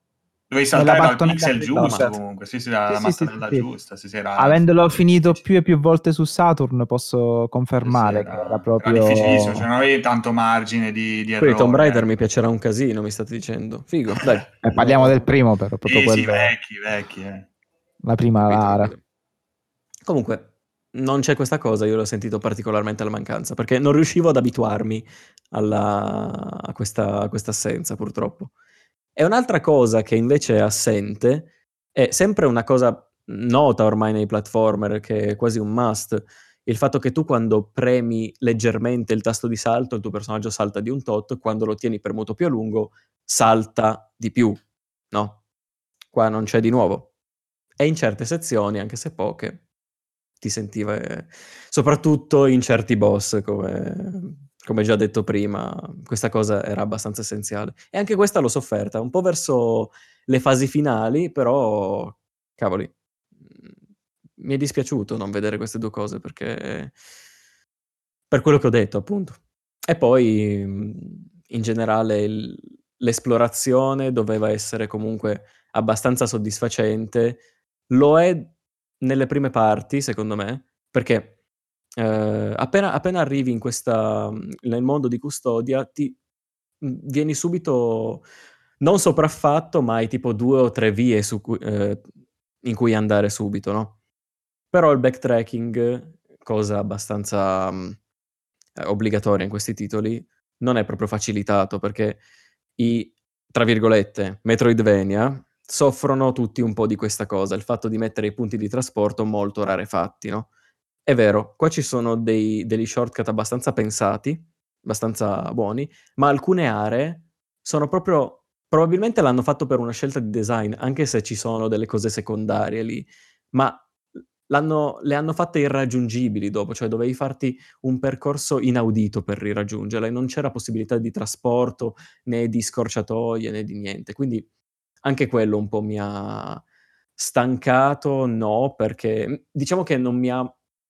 Dovevi saltare Nella dal mattonella pixel della giusto mattonella. comunque, sì, sì, dalla Sì, sì, sì, mattonella sì, sì. giusta, sì, sì, era... Avendolo finito più e più volte su Saturn, posso confermare sì, che era, era era difficilissimo, cioè proprio... non avevi tanto margine di, di Quindi Tomb errore. Raider mi ecco. piacerà un casino, mi state dicendo. Figo, dai. Eh, parliamo Lo- del primo, però, proprio Sì, sì, quello, vecchi, vecchi. Eh. la prima Capito, Lara. capito. Comunque, non c'è questa cosa, io l'ho sentito particolarmente alla mancanza, perché non riuscivo ad abituarmi alla- a questa, a questa assenza, purtroppo. E un'altra cosa che invece è assente, è sempre una cosa nota ormai nei platformer, che è quasi un must, il fatto che tu quando premi leggermente il tasto di salto, il tuo personaggio salta di un tot, quando lo tieni premuto più a lungo, salta di più, no? Qua non c'è di nuovo. E in certe sezioni, anche se poche, ti sentiva, eh, soprattutto in certi boss, come, come già detto prima, questa cosa era abbastanza essenziale. E anche questa l'ho sofferta, un po' verso le fasi finali, però, cavoli, mh, mi è dispiaciuto non vedere queste due cose, perché per quello che ho detto, appunto. E poi, mh, in generale, il- l'esplorazione doveva essere comunque abbastanza soddisfacente. Lo è nelle prime parti, secondo me, perché eh, appena, appena arrivi in questa, nel mondo di Custodia, ti mh, vieni subito non sopraffatto, ma hai tipo due o tre vie su cui- eh, in cui andare subito, no? Però il backtracking, cosa abbastanza mh, eh, obbligatoria in questi titoli, non è proprio facilitato, perché i, tra virgolette, Metroidvania soffrono tutti un po' di questa cosa, il fatto di mettere i punti di trasporto molto rarefatti, no? È vero, qua ci sono dei, degli shortcut abbastanza pensati, abbastanza buoni, ma alcune aree sono proprio... Probabilmente l'hanno fatto per una scelta di design, anche se ci sono delle cose secondarie lì, ma l'hanno- le hanno fatte irraggiungibili dopo, cioè dovevi farti un percorso inaudito per riraggiungerla e non c'era possibilità di trasporto né di scorciatoie né di niente. Quindi anche quello un po' mi ha stancato, no, perché diciamo che non mi ha,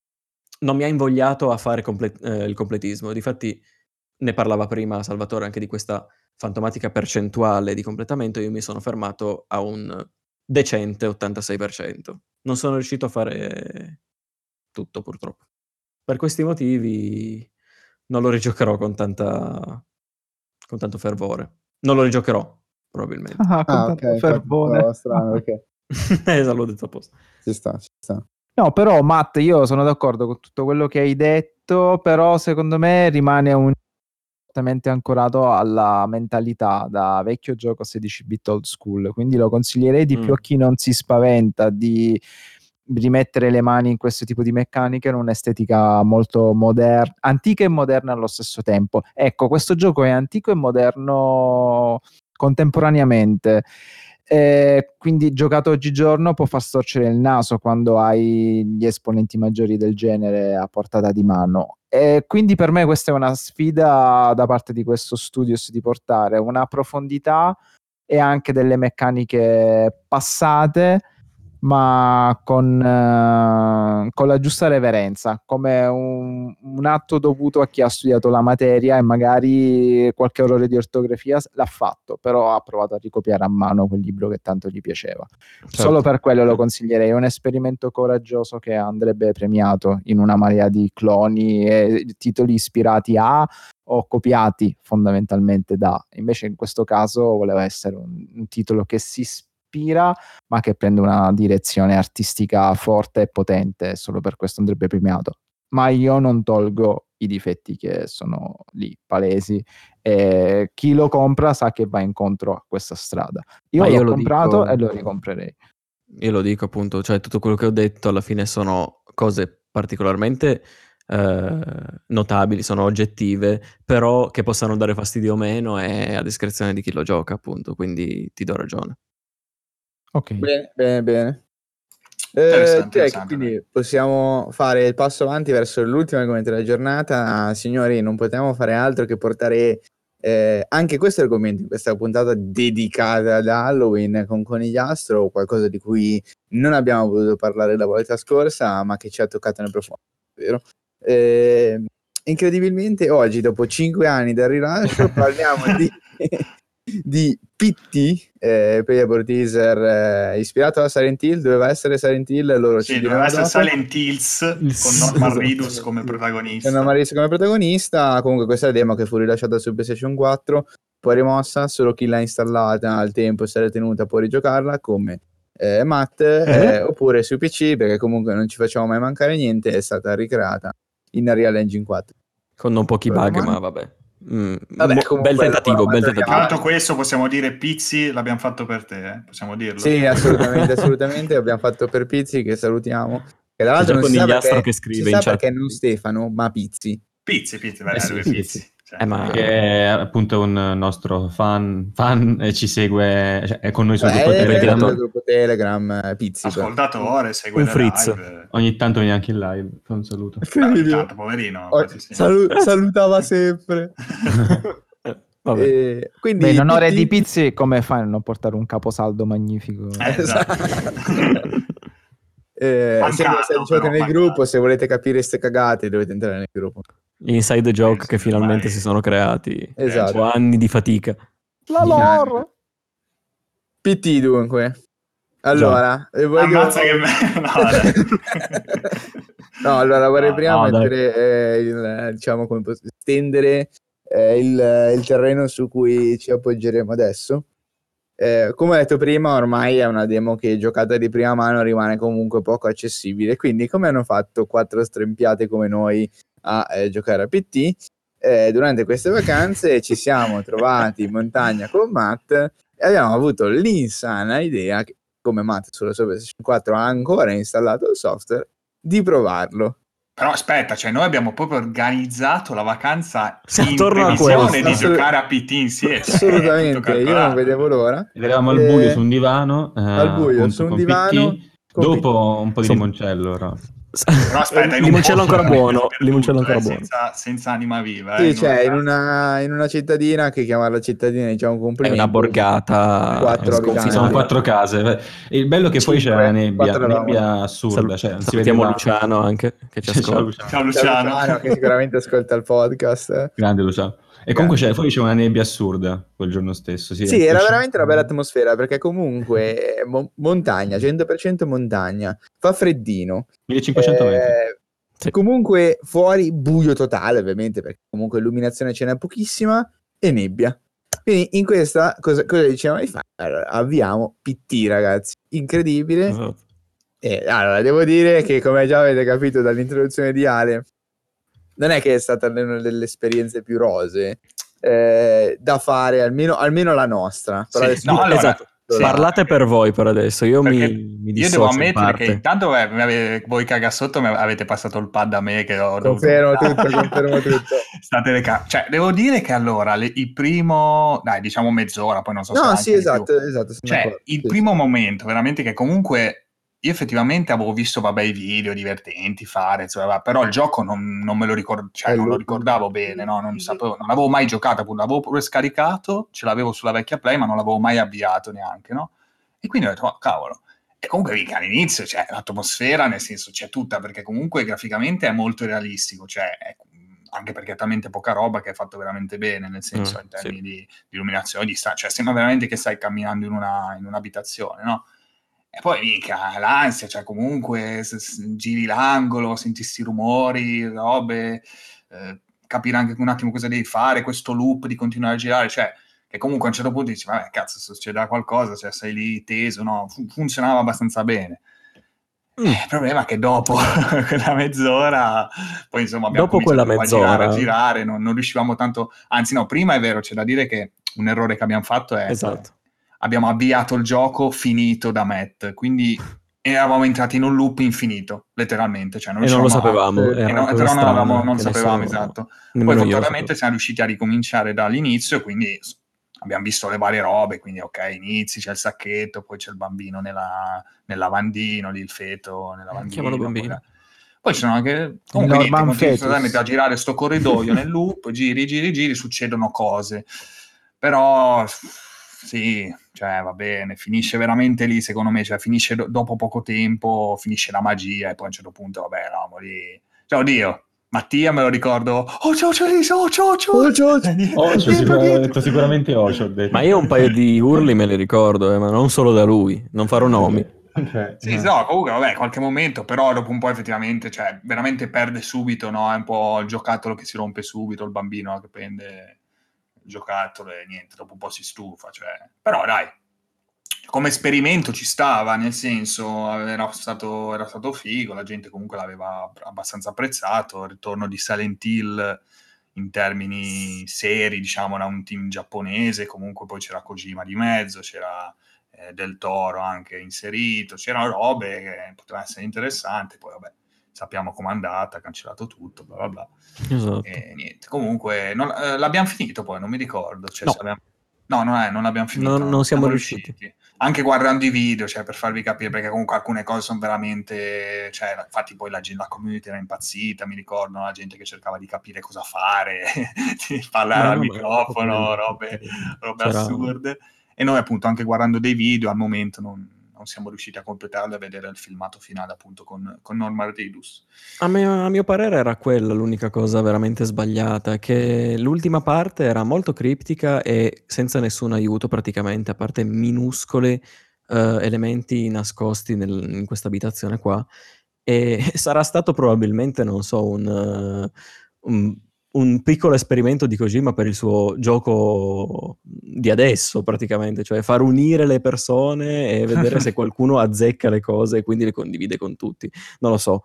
non mi ha invogliato a fare comple- eh, il completismo. Difatti ne parlava prima Salvatore anche di questa fantomatica percentuale di completamento, io mi sono fermato a un decente ottantasei per cento. Non sono riuscito a fare tutto, purtroppo. Per questi motivi non lo rigiocherò con tanta con tanto fervore. Non lo rigiocherò, probabilmente. Ah, con Ah, tanto ok, infatti fervore. sembrava strano perché Esatto, l'ho detto apposta. ci sta, ci sta. No, però Matt, io sono d'accordo con tutto quello che hai detto, però secondo me rimane un fortemente ancorato alla mentalità da vecchio gioco sedici bit old school, quindi lo consiglierei di più Mm. a chi non si spaventa di rimettere le mani in questo tipo di meccaniche in un'estetica molto moderna, antica e moderna allo stesso tempo. Ecco, questo gioco è antico e moderno contemporaneamente. Eh, quindi giocato oggigiorno può far storcere il naso quando hai gli esponenti maggiori del genere a portata di mano. E quindi per me questa è una sfida da parte di questo studios di portare una profondità e anche delle meccaniche passate, ma con, eh, con la giusta reverenza, come un, un atto dovuto a chi ha studiato la materia e magari qualche errore di ortografia l'ha fatto, però ha provato a ricopiare a mano quel libro che tanto gli piaceva. Solo Certo. per quello lo consiglierei, è un esperimento coraggioso che andrebbe premiato in una marea di cloni e titoli ispirati a o copiati fondamentalmente da. Invece in questo caso voleva essere un, un titolo che si ispira ma che prende una direzione artistica forte e potente, solo per questo andrebbe premiato. Ma io non tolgo i difetti che sono lì palesi e chi lo compra sa che va incontro a questa strada. Io Ma l'ho io lo comprato dico- e lo ricomprerei. Io lo dico appunto, cioè tutto quello che ho detto alla fine sono cose particolarmente eh, notabili, sono oggettive, però che possano dare fastidio o meno è a discrezione di chi lo gioca, appunto, quindi ti do ragione. Ok. Bene, bene, bene. Eh, Interessante, direi che interessante, quindi possiamo fare il passo avanti verso l'ultimo argomento della giornata. Signori, non potevamo fare altro che portare eh, anche questo argomento in questa puntata dedicata ad Halloween con Conigliastro, qualcosa di cui non abbiamo potuto parlare la volta scorsa, ma che ci ha toccato nel profondo, vero? Eh, incredibilmente oggi, dopo cinque anni dal rilascio, parliamo di di P T, eh, Playable Teaser, eh, ispirato a Silent Hill, doveva essere Silent Hill, loro Sì, ci doveva diranno essere dopo. Silent Hills con Esatto. Norman Reedus come protagonista. Norman Reedus come protagonista. Comunque questa è la demo che fu rilasciata su PlayStation quattro, poi rimossa, solo chi l'ha installata al tempo e si era tenuta può rigiocarla, come eh, Matt, eh, oppure su P C, perché comunque non ci facciamo mai mancare niente, è stata ricreata in Unreal Engine quattro. Con non pochi bug, Ma- ma vabbè. Mm, Vabbè, mo- comunque bel tentativo, bel lavoro Tra tentativo. l'altro questo possiamo dire Pizzi l'abbiamo fatto per te, eh? Possiamo dirlo? Sì, assolutamente, assolutamente. Abbiamo fatto per Pizzi, che salutiamo. E tra C'è l'altro già non si sa Conigliastro perché, che scrive si in sa chat. perché non Stefano, ma Pizzi. Pizzi, Pizzi, beh, Eh sì, due sì, Pizzi. sì. Cioè, Eh, ma- Che è appunto un nostro fan, fan e ci segue, cioè, è con noi sul Vabbè, gruppo è membro Telegram. del gruppo Telegram, eh, Pizzi. però. ascoltatore, segue Un le Fritz. live. Ogni tanto viene anche in live, fa un saluto. Beh, ogni tanto, poverino. Oh, quasi sempre. salu- salutava sempre. Eh, vabbè. E quindi Beh, in onore P T di Pizzi, come fai a non portare un caposaldo magnifico? Eh, esatto. Eh, Mancato, se, se dicete però, nel mancato. gruppo, se volete capire ste cagate, dovete entrare nel gruppo. Gli inside joke Eh, sì, che finalmente ormai- si sono creati Esatto. dopo anni di fatica. La loro! P T dunque. Allora, eh, voglio... Ammazza che me- no, dai. No, allora vorrei No, prima no, dai. mettere, eh, il, diciamo, come posso stendere eh, il, il terreno su cui ci appoggeremo adesso. Eh, come ho detto prima, ormai è una demo che giocata di prima mano rimane comunque poco accessibile, quindi come hanno fatto quattro strempiate come noi a eh, giocare a P T, eh, durante queste vacanze ci siamo trovati in montagna con Matt e abbiamo avuto l'insana idea, che come Matt sulla sua PlayStation quattro ha ancora installato il software, di provarlo. Però aspetta, cioè noi abbiamo proprio organizzato la vacanza Sì, in attorno a previsione questo. di Assolut- giocare a P T insieme. Assolutamente, Tutto io non calcolato. vedevo l'ora. Ed eravamo al Eh, buio su un divano, eh, al buio, appunto, su un con divano, P T, con dopo un po' di Insomma- limoncello. Però. Però aspetta, in un limoncello posto ancora veramente buono, sperduto, limoncello ancora eh, buono. senza, senza anima viva. Sì, eh, cioè in casa. una, in una cittadina che chiamarla cittadina diciamo un È complimento. una borgata Quattro Ci sono sconfinata. quattro case. Il bello è che poi Cinque, c'è la nebbia, quattro eravamo. nebbia assurda. Sal- cioè, non si salutiamo vedeva- Luciano anche che ci Ciao, ascolta. Luciano. Ciao Ciao Luciano. Luciano, che sicuramente ascolta il podcast. Grande Luciano. E comunque c'è, poi c'è una nebbia assurda quel giorno stesso. Sì, Sì, è- era è- veramente una bella atmosfera perché comunque è mo- montagna, cento per cento montagna, fa freddino. millecinquecento metri. Eh, Sì. Comunque fuori buio totale ovviamente perché comunque illuminazione ce n'è pochissima e nebbia. Quindi in questa cosa, cosa dicevamo di fare? Allora, avviamo P T ragazzi, incredibile. Esatto. E allora devo dire che come già avete capito dall'introduzione di Ale, non è che è stata una delle esperienze più rose eh, da fare, almeno, almeno la nostra. Però Sì, adesso- no, allora, Esatto. sì. Parlate per voi per adesso, io mi, Perché mi io devo dissocio in ammettere parte. che intanto eh, mi ave- voi cagasotto mi avete passato il pad a me che ho dovuto- Confermo tutto, confermo tutto. State le ca- cioè devo dire che allora le- il primo dai diciamo mezz'ora poi non so se No, anche sì, di esatto, più. esatto. sono Cioè d'accordo. il Sì, primo momento veramente che comunque io effettivamente avevo visto vabbè i video divertenti fare cioè, va, però il gioco non, non me lo ricordo cioè Eh, non lo lo- ricordavo bene no? non sapevo non l'avevo mai giocato pure l'avevo pure scaricato ce l'avevo sulla vecchia Play ma non l'avevo mai avviato neanche no e quindi ho detto oh, cavolo e comunque mica all'inizio c'è cioè, l'atmosfera nel senso c'è tutta perché comunque graficamente è molto realistico cioè è, anche perché è talmente poca roba che è fatto veramente bene nel senso Mm, in termini sì. di, di illuminazione di sta- cioè sembra veramente che stai camminando in, una, in un'abitazione no? E poi mica l'ansia, cioè comunque se, se giri l'angolo, senti sti rumori, robe, eh, capire anche un attimo cosa devi fare, questo loop di continuare a girare, cioè che comunque a un certo punto dici, vabbè cazzo, se succederà qualcosa, cioè sei lì teso, no? Fun- funzionava abbastanza bene. Mm. Eh, il problema è che dopo quella mezz'ora, poi insomma abbiamo Dopo cominciato quella un po' a girare, a mezz'ora. girare, non, non riuscivamo tanto, anzi no, prima è vero, c'è da dire che un errore che abbiamo fatto è Esatto. abbiamo avviato il gioco finito da Matt, quindi eravamo entrati in un loop infinito, letteralmente. Cioè non E non lo riuscivamo a- sapevamo. eh, Era e una non, cosa però non, strana avevamo- non che sapevamo nessuno- esatto. Poi nemmeno io lo fortunatamente sapevo. siamo riusciti a ricominciare dall'inizio e quindi s- abbiamo visto le varie robe, quindi ok, inizi, c'è il sacchetto, poi c'è il bambino nella, nel lavandino, lì il feto nel lavandino. Chiamalo bambino. Poi, poi ci sono anche comunque niente, Norman continui Fetus. sostanzialmente a girare sto corridoio nel loop, giri, giri, giri, succedono cose. Però sì, cioè va bene, finisce veramente lì secondo me, cioè finisce do- dopo poco tempo, finisce la magia e poi a un certo punto vabbè eravamo lì, cioè oddio, Mattia me lo ricordo, oh ciao ciao Elisa, oh ciao ciao. Oh, ciao, ciao. Ocio, sicur- ho detto sicuramente Ocio, ho detto. Ma io un paio di urli me li ricordo, eh, ma non solo da lui, non farò nomi. Ok. Sì, no, comunque vabbè, qualche momento, però dopo un po' effettivamente, cioè, veramente perde subito, no? È un po' il giocattolo che si rompe subito, il bambino che prende il giocattolo e niente, dopo un po' si stufa, cioè. Però dai, come esperimento ci stava, nel senso, era stato, era stato figo, la gente comunque l'aveva abbastanza apprezzato, il ritorno di Silent Hill in termini seri, diciamo, da un team giapponese, comunque poi c'era Kojima di mezzo, c'era eh, Del Toro anche inserito, c'erano robe che potevano essere interessanti, poi vabbè, sappiamo com'è andata, ha cancellato tutto, bla bla bla. Esatto. E niente, comunque non, eh, l'abbiamo finito poi, non mi ricordo, cioè, No. se abbiamo... no, non, è, non l'abbiamo finito, Non- non siamo riusciti. anche guardando i video, cioè per farvi capire, perché comunque alcune cose sono veramente, cioè infatti poi la, la community era impazzita, mi ricordo la gente che cercava di capire cosa fare, di parlare Ma al no, ma microfono, proprio- robe, robe c'era- assurde, e noi appunto anche guardando dei video al momento non, non siamo riusciti a completarlo e a vedere il filmato finale appunto con, con Norman Reedus. A mio, a mio parere era quella l'unica cosa veramente sbagliata, che l'ultima parte era molto criptica e senza nessun aiuto praticamente, a parte minuscoli eh, elementi nascosti nel- in questa abitazione qua. E sarà stato probabilmente, non so, un, eh, un, un piccolo esperimento di Kojima per il suo gioco di adesso praticamente, cioè far unire le persone e vedere se qualcuno azzecca le cose e quindi le condivide con tutti. Non lo so.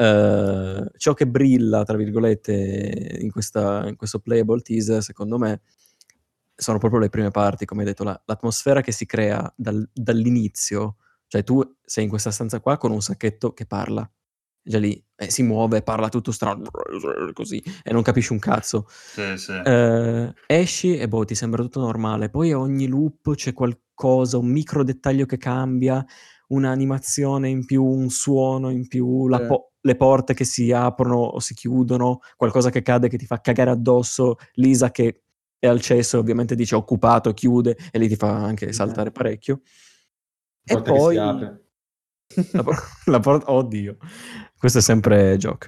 Eh, ciò che brilla, tra virgolette, in, questa, in questo playable teaser, secondo me, sono proprio le prime parti, come hai detto, la- l'atmosfera che si crea dal- dall'inizio. Cioè tu sei in questa stanza qua con un sacchetto che parla, già lì, eh, si muove, parla tutto strano, così, e non capisci un cazzo. Sì, sì. Eh, esci e boh, ti sembra tutto normale. Poi a ogni loop c'è qualcosa, un micro dettaglio che cambia, un'animazione in più, un suono in più, la Sì. po- le porte che si aprono o si chiudono, qualcosa che cade che ti fa cagare addosso, Lisa che è al cesso, ovviamente dice occupato, chiude e lì ti fa anche saltare parecchio. E Porta che poi si apre. la, por- la porta, oddio, questo è sempre Joke.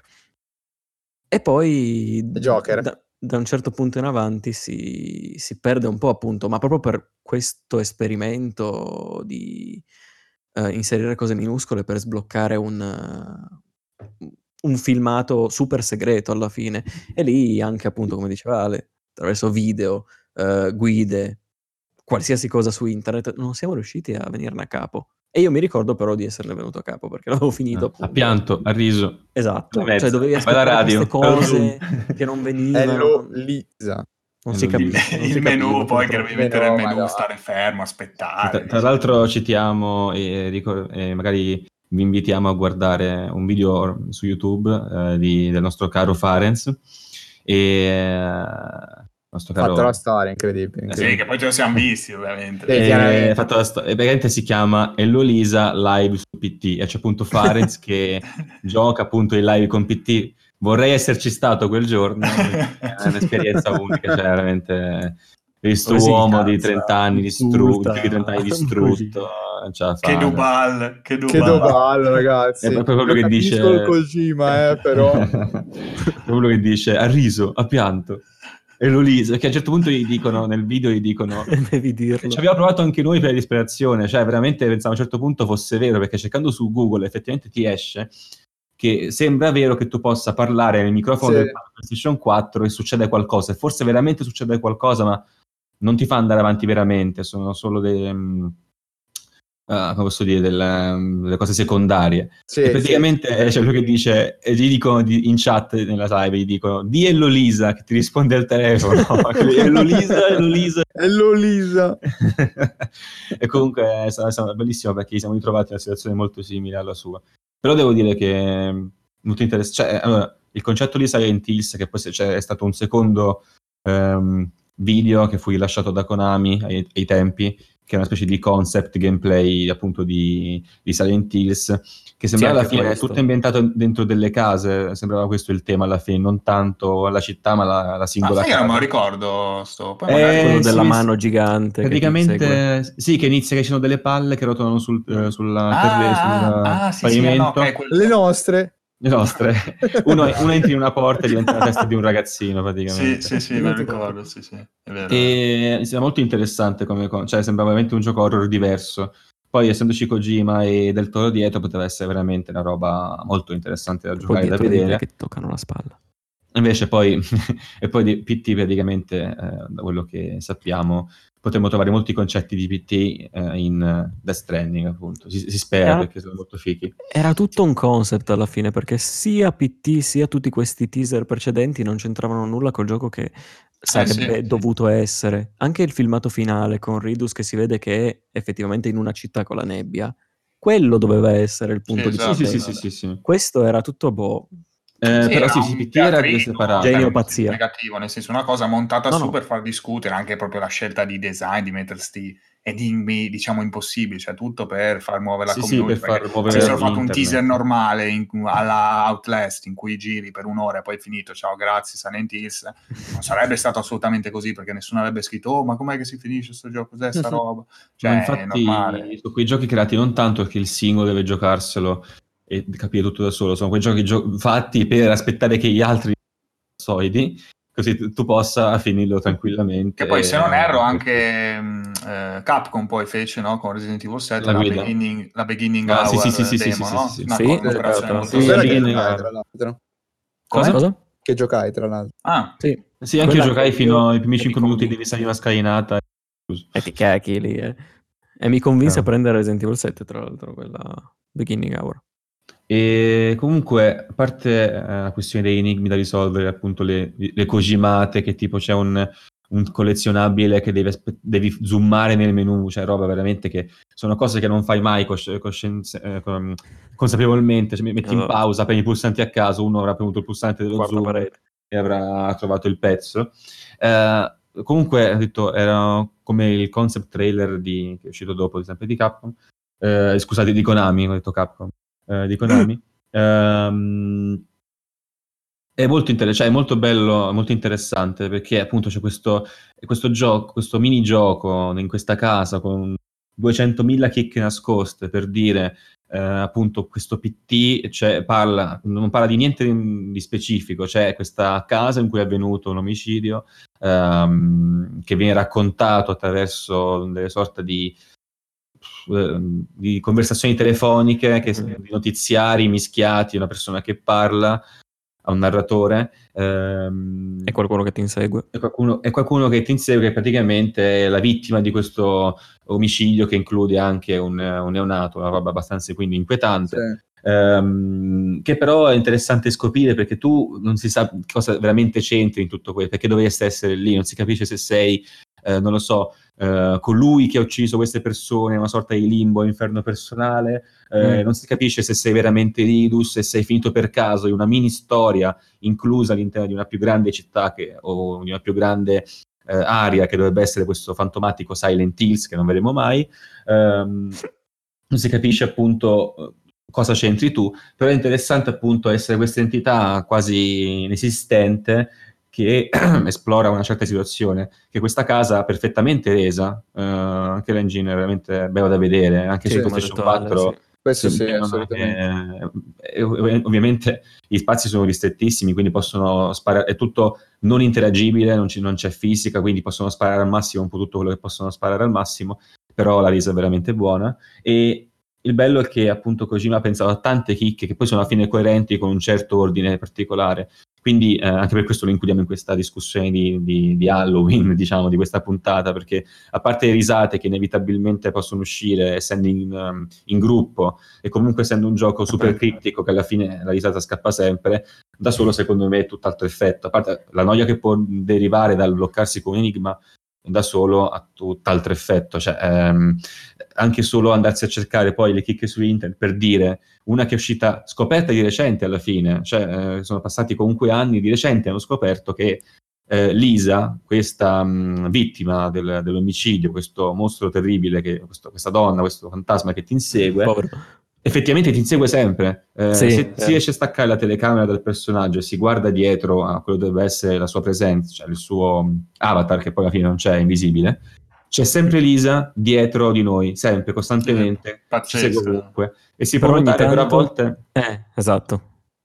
E poi Joker. Da, da un certo punto in avanti si, si perde un po', appunto, ma proprio per questo esperimento di eh, inserire cose minuscole per sbloccare un, eh, un filmato super segreto alla fine. E lì anche, appunto, come diceva Ale, attraverso video, eh, guide, qualsiasi cosa su internet, non siamo riusciti a venirne a capo. E io mi ricordo però di esserne venuto a capo perché l'avevo finito. Ah, appunto. ha pianto, ha riso. Esatto, La mezza. cioè dovevi Fai la aspettare radio, queste fai lo cose zoom. che non È venivano. lo Lisa. Non È si lo capiva. Lisa. non si Il menù capiva, poi che purtroppo. dovevi mettere il No, menù, ma no. stare fermo, aspettare. Tra, tra l'altro citiamo e, ricor- e magari vi invitiamo a guardare un video su YouTube eh, di- del nostro caro Farenz e eh, nostro Ha fatto caro la storia, incredibile. Sì, incredibile. che poi ce lo siamo visti ovviamente. Sì. e, chiaramente. ha fatto la sto- e praticamente si chiama Elolisa live su P T e c'è appunto Farenz che gioca appunto in live con P T. Vorrei esserci stato quel giorno, è un'esperienza unica, cioè veramente questo Dove si uomo di incazza, trenta anni distrutto, insulta, più di trenta anni distrutto, ce la fa, Che Dubal, che Dubal. Che doballo, ragazzi. È proprio quello Io che capisco dice- il Kojima, eh, però. È quello che dice ha riso, ha pianto. E Lolisa, che a un certo punto gli dicono, nel video gli dicono Devi dirlo. ci abbiamo provato anche noi per la disperazione, cioè veramente pensavo a un certo punto fosse vero, perché cercando su Google effettivamente ti esce che sembra vero che tu possa parlare nel microfono Sì. del PlayStation quattro e succede qualcosa, e forse veramente succede qualcosa, ma non ti fa andare avanti veramente, sono solo delle, mm, ah, come posso dire, delle, mm, delle cose secondarie. Sì, E praticamente sì. eh, c'è quello che dice, e gli dicono di- in chat nella live, gli dicono di Elolisa che ti risponde al telefono. Elolisa, Elolisa. È Lolisa. E comunque è stato, è stato bellissimo perché ci siamo ritrovati in una situazione molto simile alla sua. Però devo dire che è molto interessante. Cioè, allora, il concetto di Silent Hills, che poi se- cioè, è stato un secondo ehm, video che fu rilasciato da Konami ai, ai tempi, che è una specie di concept gameplay appunto di, di Silent Hills, che sembrava alla anche fine questo. tutto ambientato dentro delle case, sembrava questo il tema alla fine, non tanto la città ma la, la Ah, singola sai che non me lo casa. ricordo sto. Poi Eh, magari- Quello sì, della sì. mano gigante che ti segue. Praticamente sì, che inizia che ci sono delle palle che rotolano sul, eh, sulla Ah, terre, sul ah, ah, sì, sì, no, pavimento. ok, quel- Le nostre. Le nostre. Uno, uno entri in una porta e diventa la testa di un ragazzino, praticamente. Sì, sì, sì, me lo ricordo, sì, sì, è vero. E è molto interessante come co- cioè sembra veramente un gioco horror diverso. Poi essendoci Kojima e Del Toro dietro poteva essere veramente una roba molto interessante da Poi giocare, da dietro di te vedere. che ti toccano la spalla. Invece poi, e poi di P T praticamente, eh, da quello che sappiamo, potremmo trovare molti concetti di P T eh, in eh, Death Stranding, appunto. Si, si spera, Era- perché sono molto fichi. Era tutto un concept alla fine, perché sia P T sia tutti questi teaser precedenti non c'entravano nulla col gioco che sarebbe sì. dovuto essere. Anche il filmato finale con Ridus che si vede che è effettivamente in una città con la nebbia, quello doveva essere il punto Sì, di esatto. Sì, sì, sì, partenza. sì, sì, sì. Questo era tutto boh. Eh, Sì, però era sì, sì, un P T era teatrino, separato. cioè, Genio non in pazzia. negativo, nel senso una cosa montata No, su no. per far discutere, anche proprio la scelta di design, di mettere sti enigmi, diciamo, impossibili, cioè tutto per far muovere la Sì, sì, community, per far perché muovere avessero fatto un internet. teaser normale in- alla Outlast in cui giri per un'ora e poi è finito, ciao, grazie, Silent Hills, non sarebbe stato assolutamente così, perché nessuno avrebbe scritto, oh, ma com'è che si finisce sto gioco, cos'è sta roba? Cioè, Ma è infatti, normale. sono quei giochi creati non tanto perché il singolo deve giocarselo e capire tutto da solo, sono quei giochi gio- fatti per aspettare che gli altri solidi, così tu, tu possa finirlo tranquillamente. Che poi, se non e- erro, anche mh, eh, Capcom poi fece, no, con Resident Evil sette La la, guida. beginning, la beginning Ah, sì, hour sì, sì, sì, sì, demo, sì, no? sì, sì. Una Sì, co- sì, un'operazione certo. molto Sì, quella che beginning giocai, hour. tra l'altro. Cosa? Cosa? Che giocai, tra l'altro. Ah, Sì. Sì, anche io Quella- giocai fino ai primi E mi cinque minuti convince. devi salire una scalinata. E ti cacchi lì, eh. E mi convinse Ah. a prendere Resident Evil sette, tra l'altro, quella Beginning Hour. E comunque, a parte eh, la questione degli enigmi da risolvere, appunto le, le Kojimate, che tipo c'è un, un collezionabile che devi, aspe- devi zoomare nel menu, cioè roba veramente che sono cose che non fai mai cosci- coscienze- eh, con- consapevolmente, cioè, metti in Esatto. pausa, prendi i pulsanti a caso, uno avrà premuto il pulsante dello Quarta zoom parete. e avrà trovato il pezzo. Eh, comunque, ho detto, era come il concept trailer di, che è uscito dopo, ad esempio, di Capcom. Eh, scusate, di Konami, ho detto Capcom. Eh, di Konami. Ehm, è molto inter- cioè, è molto bello, molto interessante perché appunto c'è questo, questo gioco, questo minigioco in questa casa con duecentomila chicche nascoste per dire eh, appunto questo P T, cioè, parla, non parla di niente di, di specifico, c'è questa casa in cui è avvenuto un omicidio ehm, che viene raccontato attraverso delle sorte di di conversazioni telefoniche, che, di notiziari mischiati, una persona che parla a un narratore. Ehm, E qualcuno che ti insegue. e qualcuno, e qualcuno che ti insegue, che praticamente è la vittima di questo omicidio che include anche un, un neonato, una roba abbastanza quindi inquietante. Sì. Ehm, che però è interessante scoprire perché tu non si sa cosa veramente c'entri in tutto questo, perché dovresti essere lì, non si capisce se sei, eh, non lo so, eh, colui che ha ucciso queste persone, una sorta di limbo, inferno personale, eh, Mm. non si capisce se sei veramente Ridus, se sei finito per caso in una mini storia inclusa all'interno di una più grande città che, o di una più grande eh, area che dovrebbe essere questo fantomatico Silent Hills che non vedremo mai. Ehm, non si capisce appunto cosa c'entri tu, però è interessante appunto essere questa entità quasi inesistente che esplora una certa situazione, che questa casa perfettamente resa, eh, anche l'engine è veramente bello da vedere, anche Sì, su come ha PlayStation detto Ale, quattro. sì. Questo se sì, non assolutamente. è- eh, ovviamente gli spazi sono ristrettissimi, quindi possono sparare, è tutto non interagibile, non, ci- non c'è fisica, quindi possono sparare al massimo un po' tutto quello che possono sparare al massimo, però la resa è veramente buona. E il bello è che appunto Kojima ha pensato a tante chicche che poi sono alla fine coerenti con un certo ordine particolare. Quindi eh, anche per questo lo includiamo in questa discussione di, di, di Halloween, diciamo, di questa puntata, perché a parte le risate che inevitabilmente possono uscire essendo in, um, in gruppo e comunque essendo un gioco super criptico che alla fine la risata scappa sempre, da solo secondo me è tutt'altro effetto. A parte la noia che può derivare dal bloccarsi con un enigma, da solo ha tutt'altro effetto, cioè ehm, anche solo andarsi a cercare poi le chicche su internet per dire una che è uscita scoperta di recente alla fine, cioè eh, sono passati comunque anni, di recente hanno scoperto che eh, Lisa, questa mh, vittima del, dell'omicidio, questo mostro terribile, che, questo, questa donna, questo fantasma che ti insegue, Povero. effettivamente ti insegue sempre. Eh, Sì, se sì. si riesce a staccare la telecamera dal personaggio e si guarda dietro a quello che deve essere la sua presenza, cioè il suo avatar, che poi alla fine non c'è, è invisibile, c'è sempre Lisa dietro di noi, sempre, costantemente, ci segue pazzesco. ovunque. E si Però può ogni notare però a tanto- volte... Eh, esatto.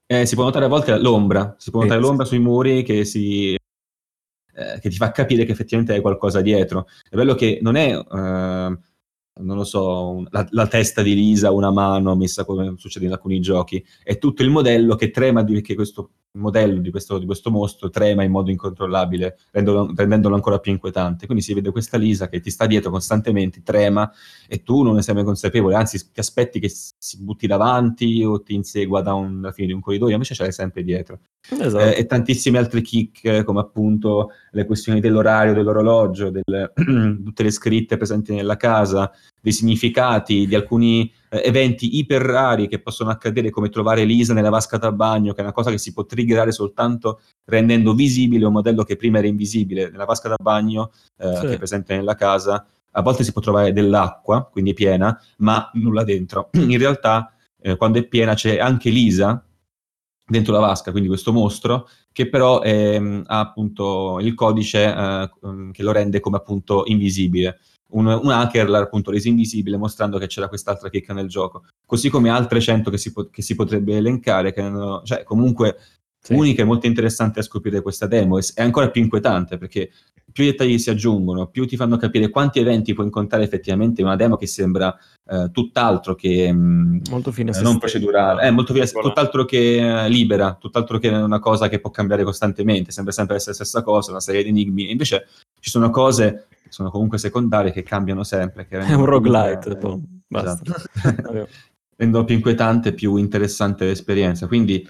Eh, si può notare a volte l'ombra, si può Sì, notare sì. l'ombra sui muri che si eh, che ti fa capire che effettivamente hai qualcosa dietro. È bello che non è, eh, non lo so, un- la, la testa di Lisa, una mano messa come succede in alcuni giochi, è tutto il modello che trema, di, che questo modello di questo, di questo mostro trema in modo incontrollabile, rendendolo, rendendolo ancora più inquietante. Quindi si vede questa Lisa che ti sta dietro costantemente, trema, e tu non ne sei mai consapevole, anzi ti aspetti che si butti davanti o ti insegua da un, alla fine di un corridoio, invece ce l'hai sempre dietro. Esatto. Eh, e tantissime altre kick, eh, come appunto le questioni dell'orario, dell'orologio, del, tutte le scritte presenti nella casa, dei significati di alcuni eh, eventi iper rari che possono accadere, come trovare Lisa nella vasca da bagno, che è una cosa che si può triggerare soltanto rendendo visibile un modello che prima era invisibile. Nella vasca da bagno eh, Sì. che è presente nella casa, a volte si può trovare dell'acqua, quindi piena, ma nulla dentro. In realtà, eh, quando è piena, c'è anche Lisa dentro la vasca, quindi questo mostro, che però ehm, ha appunto il codice eh, che lo rende come appunto invisibile. Un, un hacker l'ha appunto reso invisibile, mostrando che c'era quest'altra chicca nel gioco. Così come altre cento che si, po- che si potrebbe elencare, che hanno- cioè comunque Sì. unica e molto interessante a scoprire questa demo. E s- è ancora più inquietante, perché più i dettagli si aggiungono, più ti fanno capire quanti eventi puoi incontrare effettivamente in una demo che sembra eh, tutt'altro che mh, Molto fine a eh, se non stessa, procedurale, eh, molto fine, piccola. tutt'altro che eh, libera, tutt'altro che una cosa che può cambiare costantemente, sembra sempre essere la stessa cosa, una serie di enigmi. E invece ci sono cose che sono comunque secondarie, che cambiano sempre, che È rendono un roguelite, comunque- boh, basta. Esatto. rendono più inquietante e più interessante l'esperienza. Quindi,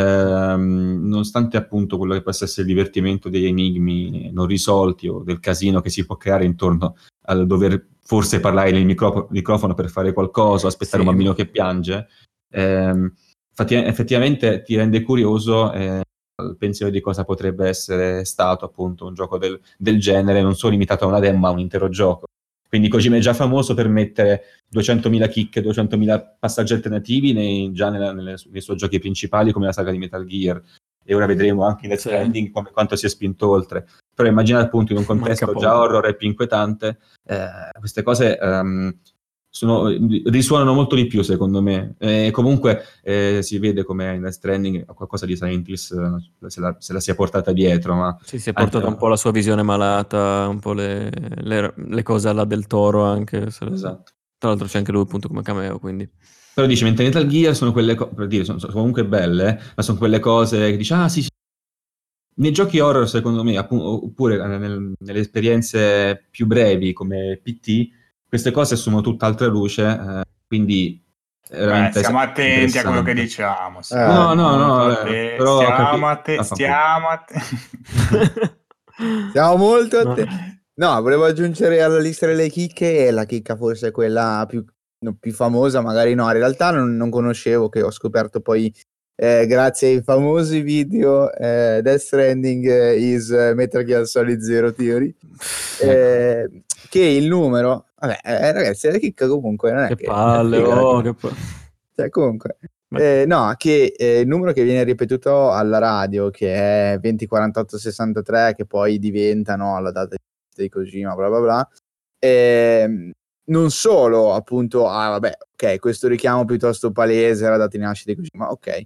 ehm, nonostante appunto quello che possa essere il divertimento degli enigmi non risolti o del casino che si può creare intorno al dover forse parlare nel micro- microfono per fare qualcosa, aspettare Sì. un bambino che piange, ehm, infatti, effettivamente ti rende curioso eh, il pensiero di cosa potrebbe essere stato appunto un gioco del, del genere, non solo limitato a una demo, ma a un intero gioco. Quindi Kojima è già famoso per mettere duecentomila chicche, duecentomila passaggi alternativi nei, già nella, nelle, nei suoi giochi principali, come la saga di Metal Gear. E ora vedremo anche in Death Sì. Stranding come, quanto si è spinto oltre. Però immaginate appunto in un contesto Manca già poco. horror e più inquietante, eh, queste cose ehm, sono, risuonano molto di più secondo me. E comunque eh, si vede come in Death Stranding qualcosa di Silent Hills eh, se la, se la sia portata dietro. Ma Sì, si è anche- portato un po' la sua visione malata, un po' le, le, le cose alla del Toro anche. se- Esatto. Tra l'altro c'è anche lui appunto come cameo, quindi... Però dici, mentre Metal Gear sono quelle cose, per dire, sono, sono comunque belle, eh, ma sono quelle cose che dici, ah sì, sì. Nei giochi horror, secondo me, appu- oppure eh, nel- nelle esperienze più brevi come P T, queste cose assumono tutt'altra luce, eh, quindi è Beh, veramente stiamo attenti a quello che interessante. diciamo. Eh, Stiamo No, no, no, molto eh, atte- però stiamo capi- atte- ah, fa stiamo atte- Siamo molto No. attenti. No, volevo aggiungere alla lista delle chicche, e la chicca forse è quella più, no, più famosa, magari no, in realtà non, non conoscevo, che ho scoperto poi eh, grazie ai famosi video eh, Death Stranding eh, is eh, Metal Gear Solid Zero Theory, eh, che il numero, vabbè, eh, ragazzi, la chicca comunque non è Che che palle, figa la oh, chicca. che pa- Cioè, comunque, Beh. eh, no, che eh, il numero che viene ripetuto alla radio, che è venti quarantotto sessantatré, che poi diventa, no, la data di Kojima, bla bla bla, ehm, non solo appunto, ah vabbè, ok, questo richiamo piuttosto palese alla data di nascita di Kojima, ok,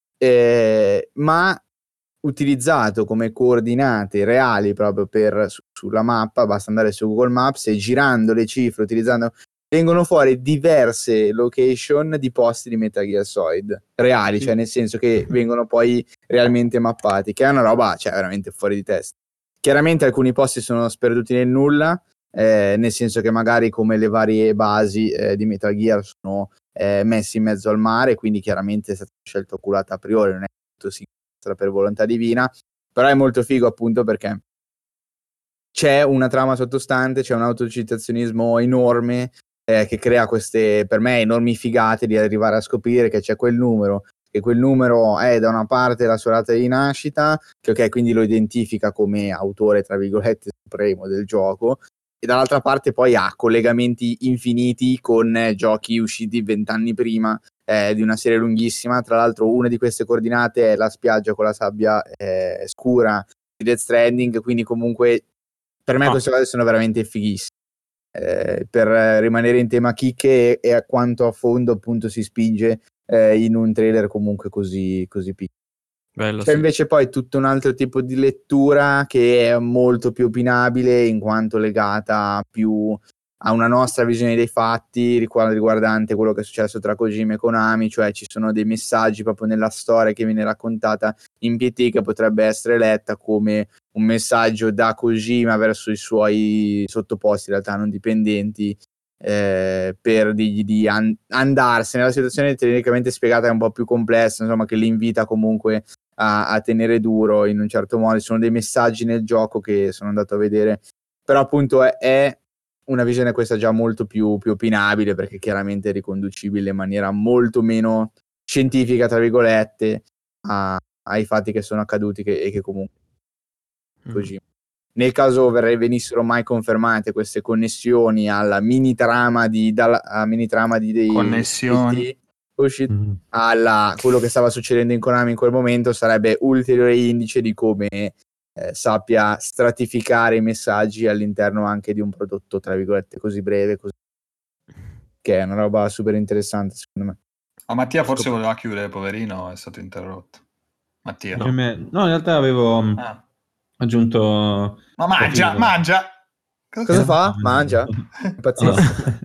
eh, ma utilizzato come coordinate reali proprio per su- sulla mappa, basta andare su Google Maps e girando le cifre, utilizzando, vengono fuori diverse location di posti di Metal Gear Solid reali, cioè nel senso che vengono poi realmente mappati, che è una roba, cioè, veramente fuori di testa. Chiaramente alcuni posti sono sperduti nel nulla, eh, nel senso che magari come le varie basi eh, di Metal Gear sono eh, messi in mezzo al mare, quindi chiaramente è stata una scelta oculata a priori, non è tutto sinistra per volontà divina, però è molto figo appunto perché c'è una trama sottostante, c'è un autocitazionismo enorme eh, che crea queste, per me, enormi figate di arrivare a scoprire che c'è quel numero, che quel numero è da una parte la sua data di nascita, che ok, quindi lo identifica come autore, tra virgolette, supremo del gioco, e dall'altra parte poi ha collegamenti infiniti con eh, giochi usciti vent'anni prima, eh, di una serie lunghissima. Tra l'altro una di queste coordinate è la spiaggia con la sabbia eh, scura di Death Stranding, quindi comunque per me Ah. queste cose sono veramente fighissime. Eh, per eh, rimanere in tema chicche e, e a quanto a fondo appunto si spinge eh, in un trailer comunque così, così piccolo. Bello, C'è sì. invece poi tutto un altro tipo di lettura che è molto più opinabile, in quanto legata più a una nostra visione dei fatti riguard- riguardante quello che è successo tra Kojima e Konami, cioè ci sono dei messaggi proprio nella storia che viene raccontata in P T che potrebbe essere letta come un messaggio da Kojima verso i suoi sottoposti, in realtà non dipendenti, eh, per dirgli di an- andarsene. La situazione tecnicamente spiegata è un po' più complessa, insomma, che li invita comunque a, a tenere duro in un certo modo. Ci sono dei messaggi nel gioco che sono andato a vedere, però appunto è, è una visione questa già molto più, più opinabile, perché chiaramente è riconducibile in maniera molto meno scientifica, tra virgolette, a- ai fatti che sono accaduti che, e che comunque Mm. così. Nel caso verre- venissero mai confermate queste connessioni alla mini trama di, dalla, a mini trama di dei Connessioni. P T, usciti, Mm. alla quello che stava succedendo in Konami in quel momento, sarebbe ulteriore indice di come eh, sappia stratificare i messaggi all'interno anche di un prodotto, tra virgolette, così breve, così, che è una roba super interessante secondo me. Ma Mattia forse voleva chiudere, poverino, è stato interrotto. Mattia. No. Per me- no, in realtà avevo mm, Ah. aggiunto... Ma mangia, capito? mangia! Cosa Eh, fa? no, Mangia? Impazzisce.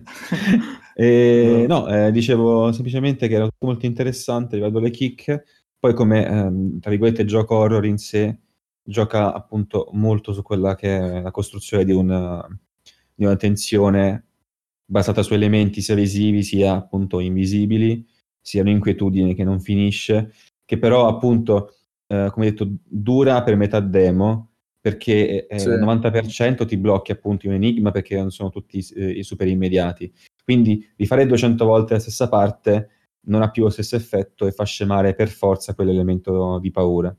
E, no, eh, dicevo semplicemente che era tutto molto interessante, riguardo le chicche, poi come, ehm, tra virgolette, il gioco horror in sé gioca appunto molto su quella che è la costruzione di una, di una tensione basata su elementi sia visivi sia appunto invisibili, sia un'inquietudine che non finisce, che però appunto, eh, come detto, dura per metà demo, perché eh, Sì. il novanta per cento ti blocchi appunto in un enigma perché non sono tutti eh, super immediati. Quindi rifare duecento volte la stessa parte non ha più lo stesso effetto e fa scemare per forza quell'elemento di paura.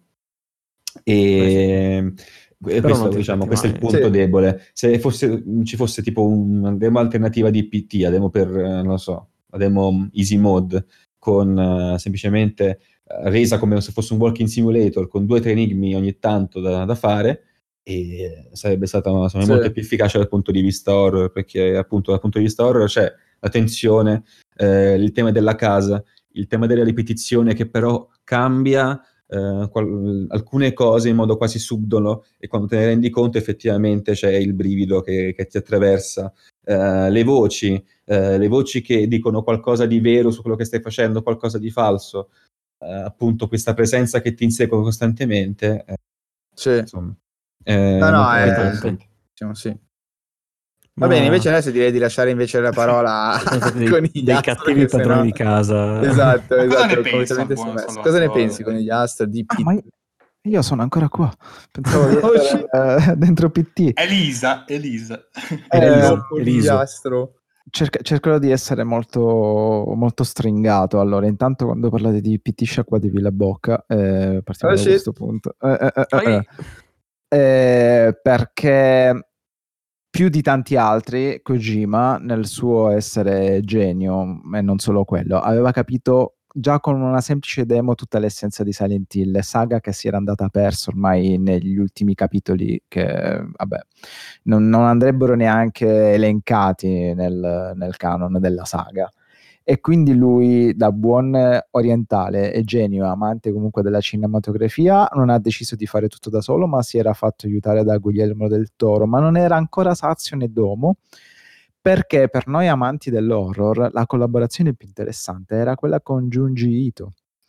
E, e Però questo, non ti diciamo, aspetti questo è il mai. punto Sì. debole. Se fosse, ci fosse tipo una demo alternativa di P T, la demo per, eh, non lo so, la demo easy mode, con eh, semplicemente eh, resa come se fosse un walking simulator, con due o tre enigmi ogni tanto da, da fare, e sarebbe stata secondo me, Sì. molto più efficace dal punto di vista horror, perché appunto dal punto di vista horror c'è la tensione, eh, il tema della casa, il tema della ripetizione che però cambia eh, qual- alcune cose in modo quasi subdolo, e quando te ne rendi conto effettivamente c'è il brivido che, che ti attraversa. Eh, le voci, eh, le voci che dicono qualcosa di vero su quello che stai facendo, qualcosa di falso, eh, appunto questa presenza che ti insegue costantemente, eh, Sì. insomma, è No, no, molto è- interessante. sì. Ma Va bene, invece adesso direi di lasciare invece la parola a sono stati dei, Conigliastro, dei cattivi che sennò- padroni di casa. Esatto, Ma cosa esatto, ne pensa, completamente buon sommerso. Salvatore? Cosa ne pensi, Conigliastro, di Ah, P T? ma io, io sono ancora qua. Pensavo di Oh, essere eh, dentro P T. Elisa, Elisa. Elisa, Oh, Eliso. Conigliastro. Cerca- cercherò di essere molto, molto stringato. Allora, intanto quando parlate di P T sciacquatevi la bocca. Eh, partiamo Oh, da shit. questo punto. Eh, eh, eh, eh, Oi. eh, perché più di tanti altri, Kojima, nel suo essere genio, e non solo quello, aveva capito già con una semplice demo tutta l'essenza di Silent Hill, saga che si era andata persa ormai negli ultimi capitoli, che vabbè, non, non andrebbero neanche elencati nel, nel canon della saga. E quindi lui, da buon orientale e genio, amante comunque della cinematografia, non ha deciso di fare tutto da solo, ma si era fatto aiutare da Guglielmo del Toro, ma non era ancora sazio né domo, perché per noi amanti dell'horror la collaborazione più interessante era quella con Junji Ito,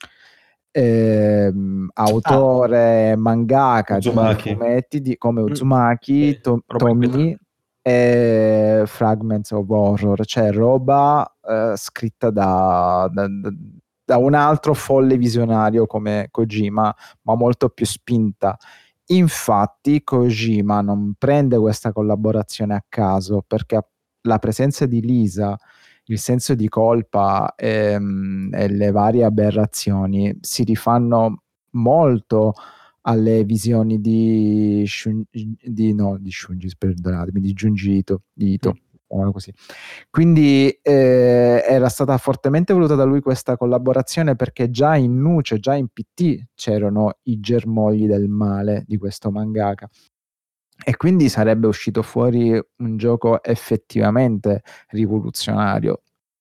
ehm, autore mangaka di Uzumaki. fumetti di, come Mm. Uzumaki, Eh, To- roba Tommy inquietante. e Fragments of Horror, cioè roba eh, scritta da, da- da- da un altro folle visionario come Kojima, ma molto più spinta. Infatti Kojima non prende questa collaborazione a caso, perché la presenza di Lisa, il senso di colpa ehm, e le varie aberrazioni si rifanno molto alle visioni di, Shun, di no, di Shunji, perdonatemi, di Junji Ito, di Ito, mm. così. Quindi eh, era stata fortemente voluta da lui questa collaborazione, perché già in Nuce, già in P T c'erano i germogli del male di questo mangaka. E quindi sarebbe uscito fuori un gioco effettivamente rivoluzionario.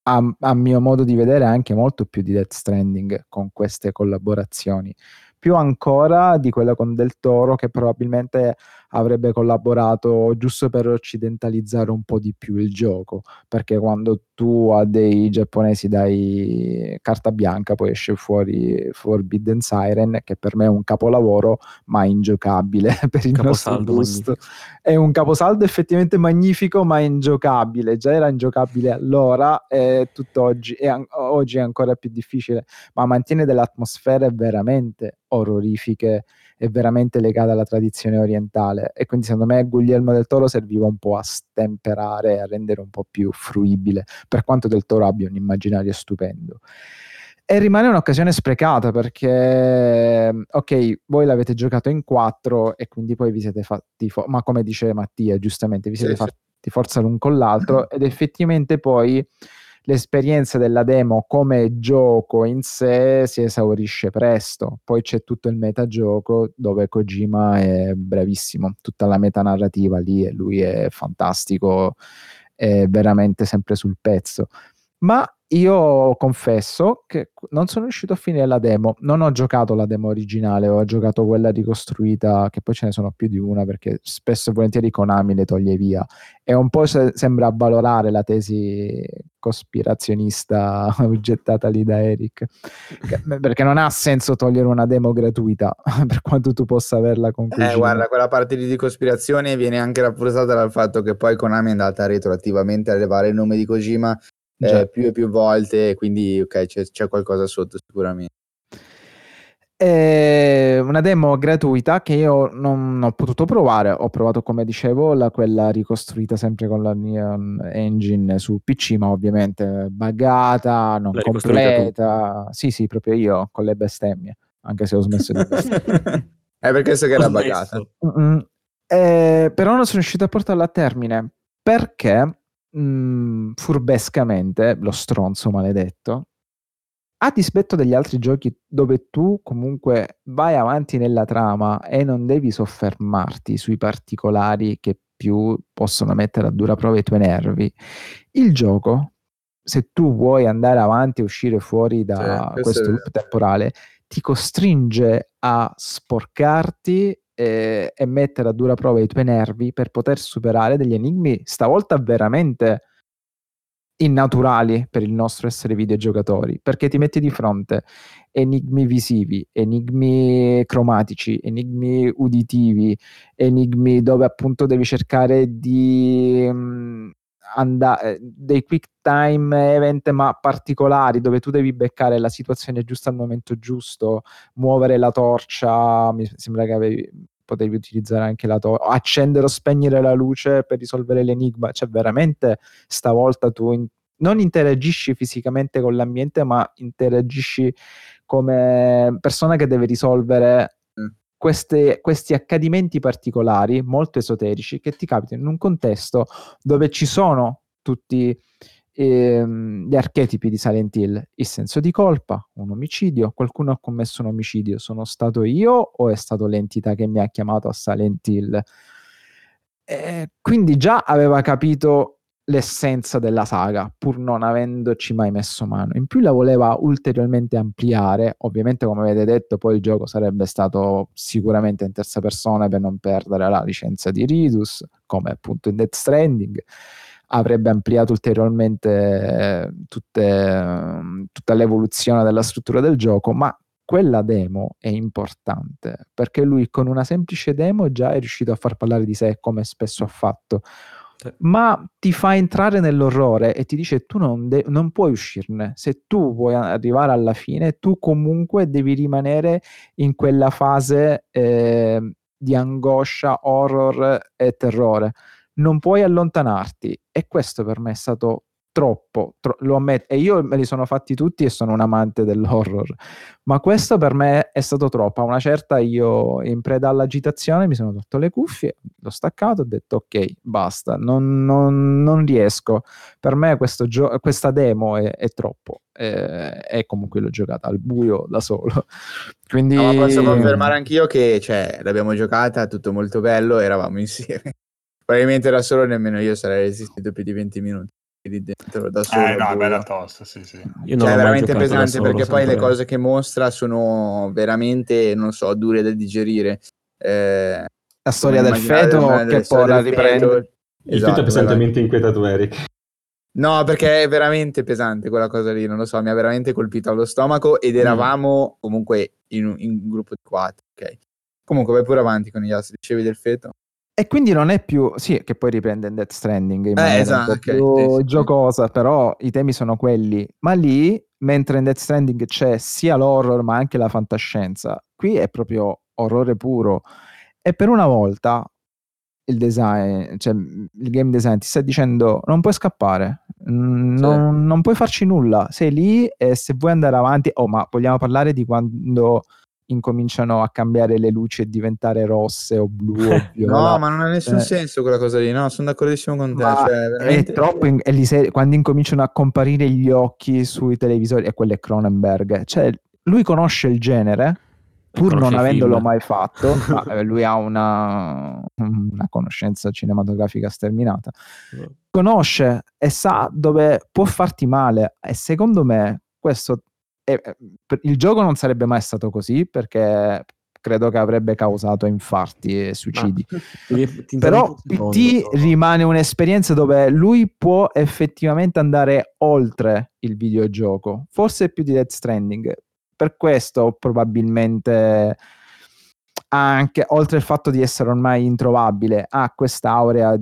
a, a mio modo di vedere anche molto più di Death Stranding con queste collaborazioni, più ancora di quella con Del Toro, che probabilmente avrebbe collaborato giusto per occidentalizzare un po' di più il gioco, perché quando tu a dei giapponesi dai carta bianca poi esce fuori Forbidden Siren, che per me è un capolavoro ma ingiocabile per il Caposaldo nostro gusto. magnifico. È un caposaldo effettivamente magnifico ma ingiocabile, già era ingiocabile allora e tutt'oggi e an- oggi è ancora più difficile, ma mantiene delle atmosfere veramente orrorifiche e veramente legate alla tradizione orientale, e quindi secondo me Guglielmo del Toro serviva un po' a stemperare, a rendere un po' più fruibile, per quanto Del Toro abbia un immaginario stupendo. E rimane un'occasione sprecata perché, ok, voi l'avete giocato in quattro e quindi poi vi siete fatti, fo- ma come dice Mattia giustamente, vi siete Sì, sì. fatti forza l'un con l'altro, ed effettivamente poi l'esperienza della demo come gioco in sé si esaurisce presto. Poi c'è tutto il metagioco dove Kojima è bravissimo, tutta la metanarrativa lì e lui è fantastico, è veramente sempre sul pezzo. Ma io confesso che non sono riuscito a finire la demo, non ho giocato la demo originale, ho giocato quella ricostruita, che poi ce ne sono più di una perché spesso e volentieri Konami le toglie via, e un po' se- sembra avvalorare la tesi cospirazionista gettata lì da Eric, che- perché non ha senso togliere una demo gratuita per quanto tu possa averla con Eh, Kojima. guarda, quella parte lì di cospirazione viene anche rafforzata dal fatto che poi Konami è andata retroattivamente a levare il nome di Kojima eh, Già. più e più volte, quindi ok, c'è, c'è qualcosa sotto sicuramente. È una demo gratuita che io non ho potuto provare. Ho provato, come dicevo, la, quella ricostruita sempre con la Neon Engine su P C, ma ovviamente buggata, non L'hai ricostruita tu? completa. Sì, sì, proprio io con le bestemmie, anche se ho smesso di bestemmiare. È per questo che Ho era smesso. buggata. Mm-mm. Eh, però non sono riuscito a portarla a termine perché mh, furbescamente lo stronzo maledetto, a dispetto degli altri giochi dove tu comunque vai avanti nella trama e non devi soffermarti sui particolari che più possono mettere a dura prova i tuoi nervi, il gioco, se tu vuoi andare avanti e uscire fuori Sì, da questo è questo vero. loop temporale, ti costringe a sporcarti eh, e mettere a dura prova i tuoi nervi per poter superare degli enigmi stavolta veramente innaturali per il nostro essere videogiocatori, perché ti metti di fronte enigmi visivi, enigmi cromatici, enigmi uditivi, enigmi dove appunto devi cercare di mh, andare dei quick time event ma particolari, dove tu devi beccare la situazione giusta al momento giusto, muovere la torcia, mi sembra che avevi, potevi utilizzare anche la torcia, accendere o spegnere la luce per risolvere l'enigma, cioè veramente stavolta tu in- non interagisci fisicamente con l'ambiente, ma interagisci come persona che deve risolvere Mm. queste- questi accadimenti particolari, molto esoterici, che ti capitano in un contesto dove ci sono tutti ehm, gli archetipi di Silent Hill: il senso di colpa, un omicidio, qualcuno ha commesso un omicidio, sono stato io o è stato l'entità che mi ha chiamato a Silent Hill? Eh, quindi già aveva capito l'essenza della saga, pur non avendoci mai messo mano. In più la voleva ulteriormente ampliare. Ovviamente, come avete detto, poi il gioco sarebbe stato sicuramente in terza persona per non perdere la licenza di Ridus, come appunto in Death Stranding. Avrebbe ampliato ulteriormente eh, tutte, eh, tutta l'evoluzione della struttura del gioco, ma quella demo è importante perché lui con una semplice demo già è riuscito a far parlare di sé, come spesso ha fatto, Sì. ma ti fa entrare nell'orrore e ti dice: tu non, de- non puoi uscirne, se tu vuoi arrivare alla fine tu comunque devi rimanere in quella fase eh, di angoscia, horror e terrore, non puoi allontanarti. E questo per me è stato troppo, tro- lo ammetto, e io me li sono fatti tutti e sono un amante dell'horror, ma questo per me è stato troppo. A una certa, io in preda all'agitazione mi sono tolto le cuffie, l'ho staccato, ho detto ok, basta, non, non- non riesco, per me questo gio- questa demo è, è troppo, eh, e comunque l'ho giocata al buio da solo, quindi No, ma posso confermare anch'io che, cioè, l'abbiamo giocata, tutto molto bello, eravamo insieme. Probabilmente da solo nemmeno io sarei resistito più di venti minuti. lì dentro da solo. Eh no, è boh. bella tosta, sì, sì. Io non Cioè, l'ho è mai veramente giocato da pesante solo, perché poi le sempre- cose che mostra sono veramente, non so, dure da digerire. Eh, La storia come del immaginare feto delle- delle che storie poi la del riprende. feto. Il feto Esatto, è vai, vai. pesantemente inquietato, Eric. No, perché è veramente pesante quella cosa lì, non lo so, mi ha veramente colpito allo stomaco ed eravamo comunque in un, in un gruppo di quattro, ok? Comunque vai pure avanti con gli altri, dicevi del feto? E quindi non è più, sì, che poi riprende in Death Stranding in Eh, maniera esatto, un po' ok, più sì, sì. giocosa, però i temi sono quelli. Ma lì, mentre in Death Stranding c'è sia l'horror ma anche la fantascienza, qui è proprio orrore puro. E per una volta il design, cioè il game design ti sta dicendo non puoi scappare, mm, non, non puoi farci nulla, sei lì e se vuoi andare avanti, oh, ma vogliamo parlare di quando incominciano a cambiare le luci e diventare rosse o blu o viola? No, ma non ha nessun Eh, senso quella cosa lì, no, sono d'accordissimo con te, ma cioè è veramente... troppo in- e li se- quando incominciano a comparire gli occhi sui televisori, e quello è Cronenberg, cioè lui conosce il genere pur Conosce non i avendolo film. mai fatto, ma eh, lui ha una, una conoscenza cinematografica sterminata, conosce e sa dove può farti male, e secondo me questo è- è- per- il gioco non sarebbe mai stato così, perché credo che avrebbe causato infarti e suicidi. Ti- ti Però interrompo un secondo P T solo. rimane un'esperienza dove lui può effettivamente andare oltre il videogioco, forse più di Death Stranding. Per questo probabilmente, anche oltre il fatto di essere ormai introvabile, ha quest'aurea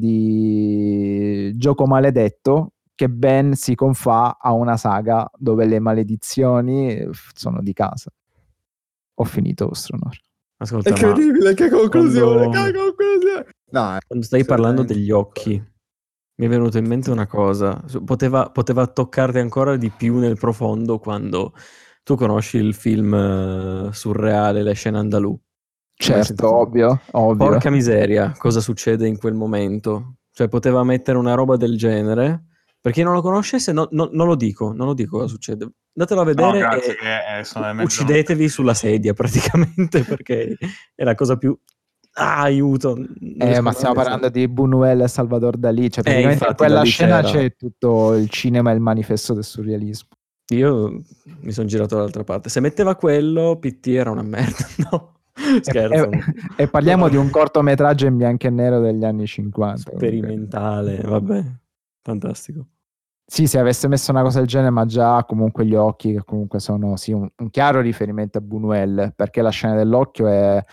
di gioco maledetto che ben si confà a una saga dove le maledizioni sono di casa. Ho finito, vostro onore. Ascolta, ma Incredibile, che conclusione, quando- che conclusione! No, quando stai parlando assolutamente. degli occhi, mi è venuto in mente una cosa. Su- Poteva, poteva toccarti ancora di più nel profondo quando tu conosci il film eh, surreale, Le scene andalù. Hai mai Certo, sentito? ovvio, ovvio. Porca miseria, cosa succede in quel momento? Cioè, poteva mettere una roba del genere. Per chi non lo conoscesse, no- no- non lo dico, non lo dico cosa succede. Andatelo a No, vedere grazie, e che eh, sono in mezzo- uccidetevi sulla sedia praticamente, perché è la cosa più... Ah, aiuto! non Eh, riesco ma a stiamo pensare. parlando di Buñuel e Salvador Dalì, cioè Eh, praticamente in infatti, quella da lì scena c'era. c'è tutto il cinema e il manifesto del surrealismo. Io mi sono girato dall'altra parte. Se metteva quello, P T era una merda. No, E, scherzo. e- e parliamo di un cortometraggio in bianco e nero degli anni cinquanta. comunque. Sperimentale, vabbè, fantastico. Sì, se avesse messo una cosa del genere, ma già comunque gli occhi, che comunque sono sì, un, un chiaro riferimento a Buñuel, perché la scena dell'occhio è,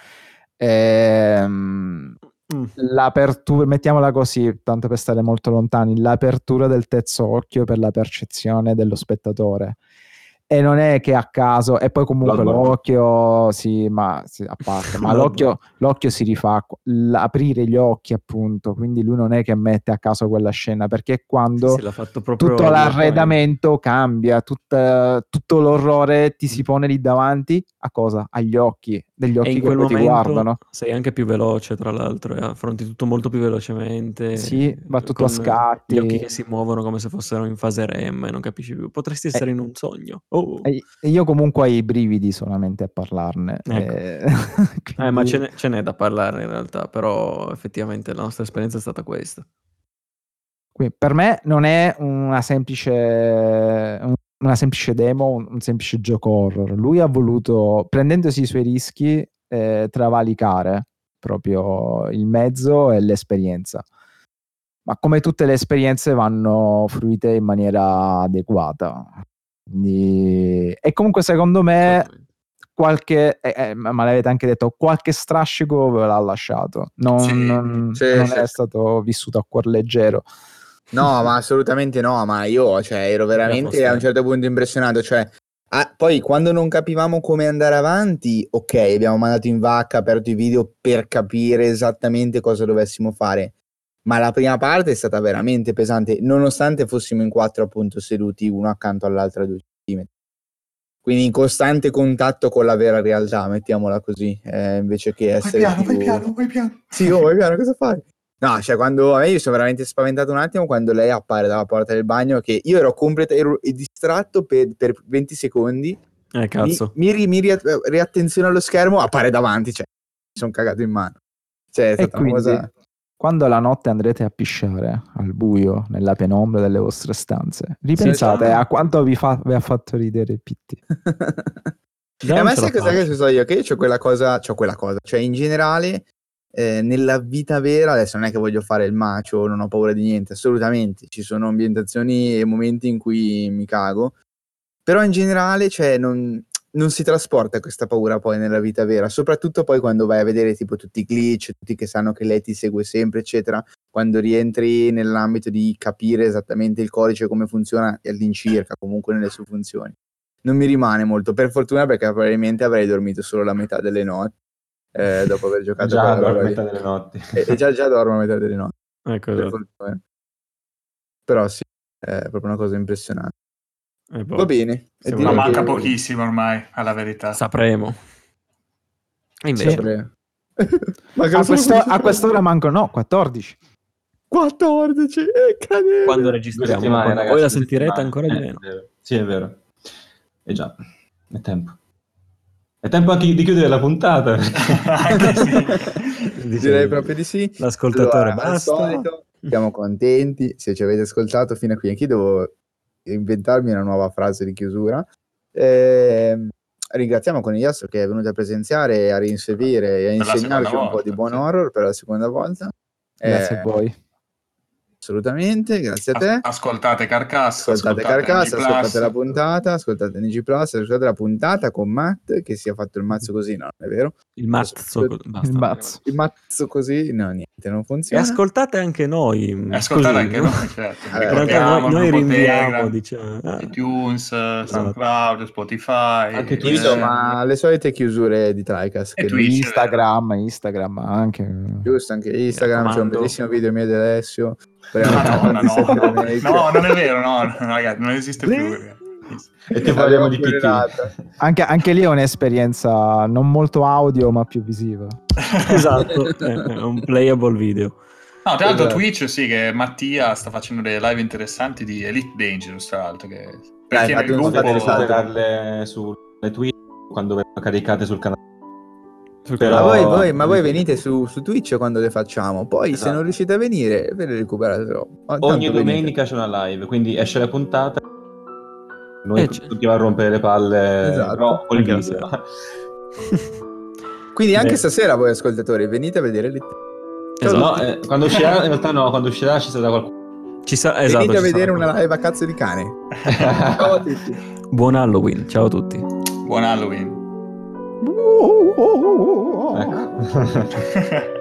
è mm, Mm. l'apertura, mettiamola così, tanto per stare molto lontani, l'apertura del terzo occhio per la percezione dello spettatore. E non è che a caso, e poi comunque Bloodborne. l'occhio, sì, ma sì, a parte, ma l'occhio, l'occhio si rifà, l'aprire gli occhi appunto, quindi lui non è che mette a caso quella scena, perché quando Sì, l'ha fatto proprio tutto direttamente. l'arredamento cambia, tutta- tutto l'orrore ti si pone lì davanti a cosa? Agli occhi, degli E occhi in che quel poi ti momento guardano. sei anche più veloce, tra l'altro, e affronti tutto molto più velocemente. Sì, va tutto con a scatti. Gli occhi che si muovono come se fossero in fase REM e non capisci più. Potresti essere in un sogno. Oh. E io comunque ho i brividi solamente a parlarne. Ecco. Eh, Eh, ma quindi- ce n'è, ce n'è da parlare in realtà, però effettivamente la nostra esperienza è stata questa. Quindi per me non è una semplice, un- una semplice demo, un, un semplice gioco horror. Lui ha voluto, prendendosi i suoi rischi, eh, travalicare proprio il mezzo e l'esperienza. Ma come tutte le esperienze vanno fruite in maniera adeguata. Quindi- E comunque secondo me qualche, eh, eh, ma l'avete anche detto, qualche strascico ve l'ha lasciato. Non, Sì, non- sì, non sì. è stato vissuto a cuor leggero. No, ma assolutamente no, ma io, cioè, ero veramente Foster. a un certo punto impressionato, cioè, ah, poi quando non capivamo come andare avanti, ok, abbiamo mandato in vacca, aperto i video per capire esattamente cosa dovessimo fare, ma la prima parte è stata veramente pesante, nonostante fossimo in quattro appunto seduti uno accanto all'altro a due centimetri. Quindi in costante contatto con la vera realtà, mettiamola così, eh, invece che vai essere piano, più... vai piano, vai piano. Sì, oh, vai piano, cosa fai? No, cioè quando a me io sono veramente spaventato un attimo quando lei appare dalla porta del bagno, che io ero completamente ero distratto per, per venti secondi, Eh, mi, cazzo. mi, ri- mi ria- riattenzione allo schermo, appare davanti, cioè mi sono cagato in mano. Cioè è E stata una quindi cosa... quando la notte andrete a pisciare al buio nella penombra delle vostre stanze, ripensate Sì, a quanto vi, fa, vi ha fatto ridere Pitti. Già Eh, non ma ce sai la cosa che faccio. so io? Che io c'ho quella cosa, c'ho quella cosa, cioè in generale eh, nella vita vera, adesso non è che voglio fare il macio, non ho paura di niente, assolutamente, ci sono ambientazioni e momenti in cui mi cago, però in generale cioè non, non si trasporta questa paura poi nella vita vera, soprattutto poi quando vai a vedere tipo tutti i glitch, tutti che sanno che lei ti segue sempre eccetera, quando rientri nell'ambito di capire esattamente il codice come funziona all'incirca, comunque nelle sue funzioni. Non mi rimane molto, per fortuna, perché probabilmente avrei dormito solo la metà delle notti eh, dopo aver giocato Già quella allora roba lì. metà delle notti. E, e già, già dormo a metà delle notti, Ecco, per esatto. fortuna. Però sì, è proprio una cosa impressionante. E poi Va bene. E siamo Ma direi manca che- pochissimo ormai, alla verità. sapremo. E invece, Sapremo. Mancano A, solo questo- quindici a quest'ora mancano no, quattordici. quattordici e cadere. quando Due registriamo, settimane, quando ragazzi, voi la due sentirete settimane. ancora di Eh, meno. è vero. Sì, è vero. E già, è tempo. È tempo anche di chiudere la puntata. Anche sì. Direi proprio di sì. L'ascoltatore Allora, al basta. solito siamo contenti se ci avete ascoltato fino a qui. Anch'io devo inventarmi una nuova frase di chiusura. Ehm, ringraziamo Conigliastro che è venuto a presenziare e a reinserire e a Per la insegnarci seconda un po' di volta, buon sì. horror per la seconda volta. Grazie Eh, a voi. Assolutamente, grazie a As- te. ascoltate Carcass, Ascoltate ascoltate Carcassa, N G ascoltate Plus. la puntata, ascoltate N G Plus, ascoltate la puntata con Matt che si è fatto il mazzo così, no, non è vero? Il mazzo. Basta. Il mazzo. Il mazzo così, no, niente, non E funziona. ascoltate anche noi. E ascoltate così, anche no? noi, certo. Allora, In realtà Ricordiamo noi, il noi gruppo rinviamo, Telegram, diciamo. Ah, iTunes, SoundCloud, Spotify, Anche eh, Twitch, Guido, ma le solite chiusure di Tricast, E che Twitch. Instagram, Instagram anche. giusto, anche Instagram, c'è un raccomando. bellissimo video mio ed Alessio. Speriamo che Madonna, non no. remake. No, non è vero, no, no, ragazzi, non esiste più. ragazzi. E ti parliamo Abbiamo di P querelato. T. Anche, anche lì è un'esperienza non molto audio, ma più visiva. Esatto, è è un playable video. No, tra l'altro Esatto. Twitch, sì, che Mattia sta facendo delle live interessanti di Elite Dangerous, tra l'altro, che per Dai, chi è nel fate un gruppo... fate Potete salto. recuperarle sulle tweet quando vengono caricate sul canale. Sul Però- Ma, canale. voi, voi- ma voi venite su, su Twitch quando le facciamo, poi se Esatto. non riuscite a venire, ve le recuperate. però. Oh, tanto Ogni venite. domenica c'è una live, quindi esce la puntata. Noi Eh, c'è. tutti a rompere le palle, Esatto. però col Anche la video. Quindi anche Beh. stasera voi ascoltatori venite a vedere le Esatto. No, eh, quando uscirà, in realtà no, quando uscirà ci sarà qualcuno. Ci sa- esatto, venite a ci vedere sarà una live a cazzo di cane. Ciao a tutti. Buon Halloween, ciao a tutti. Buon Halloween. Ecco.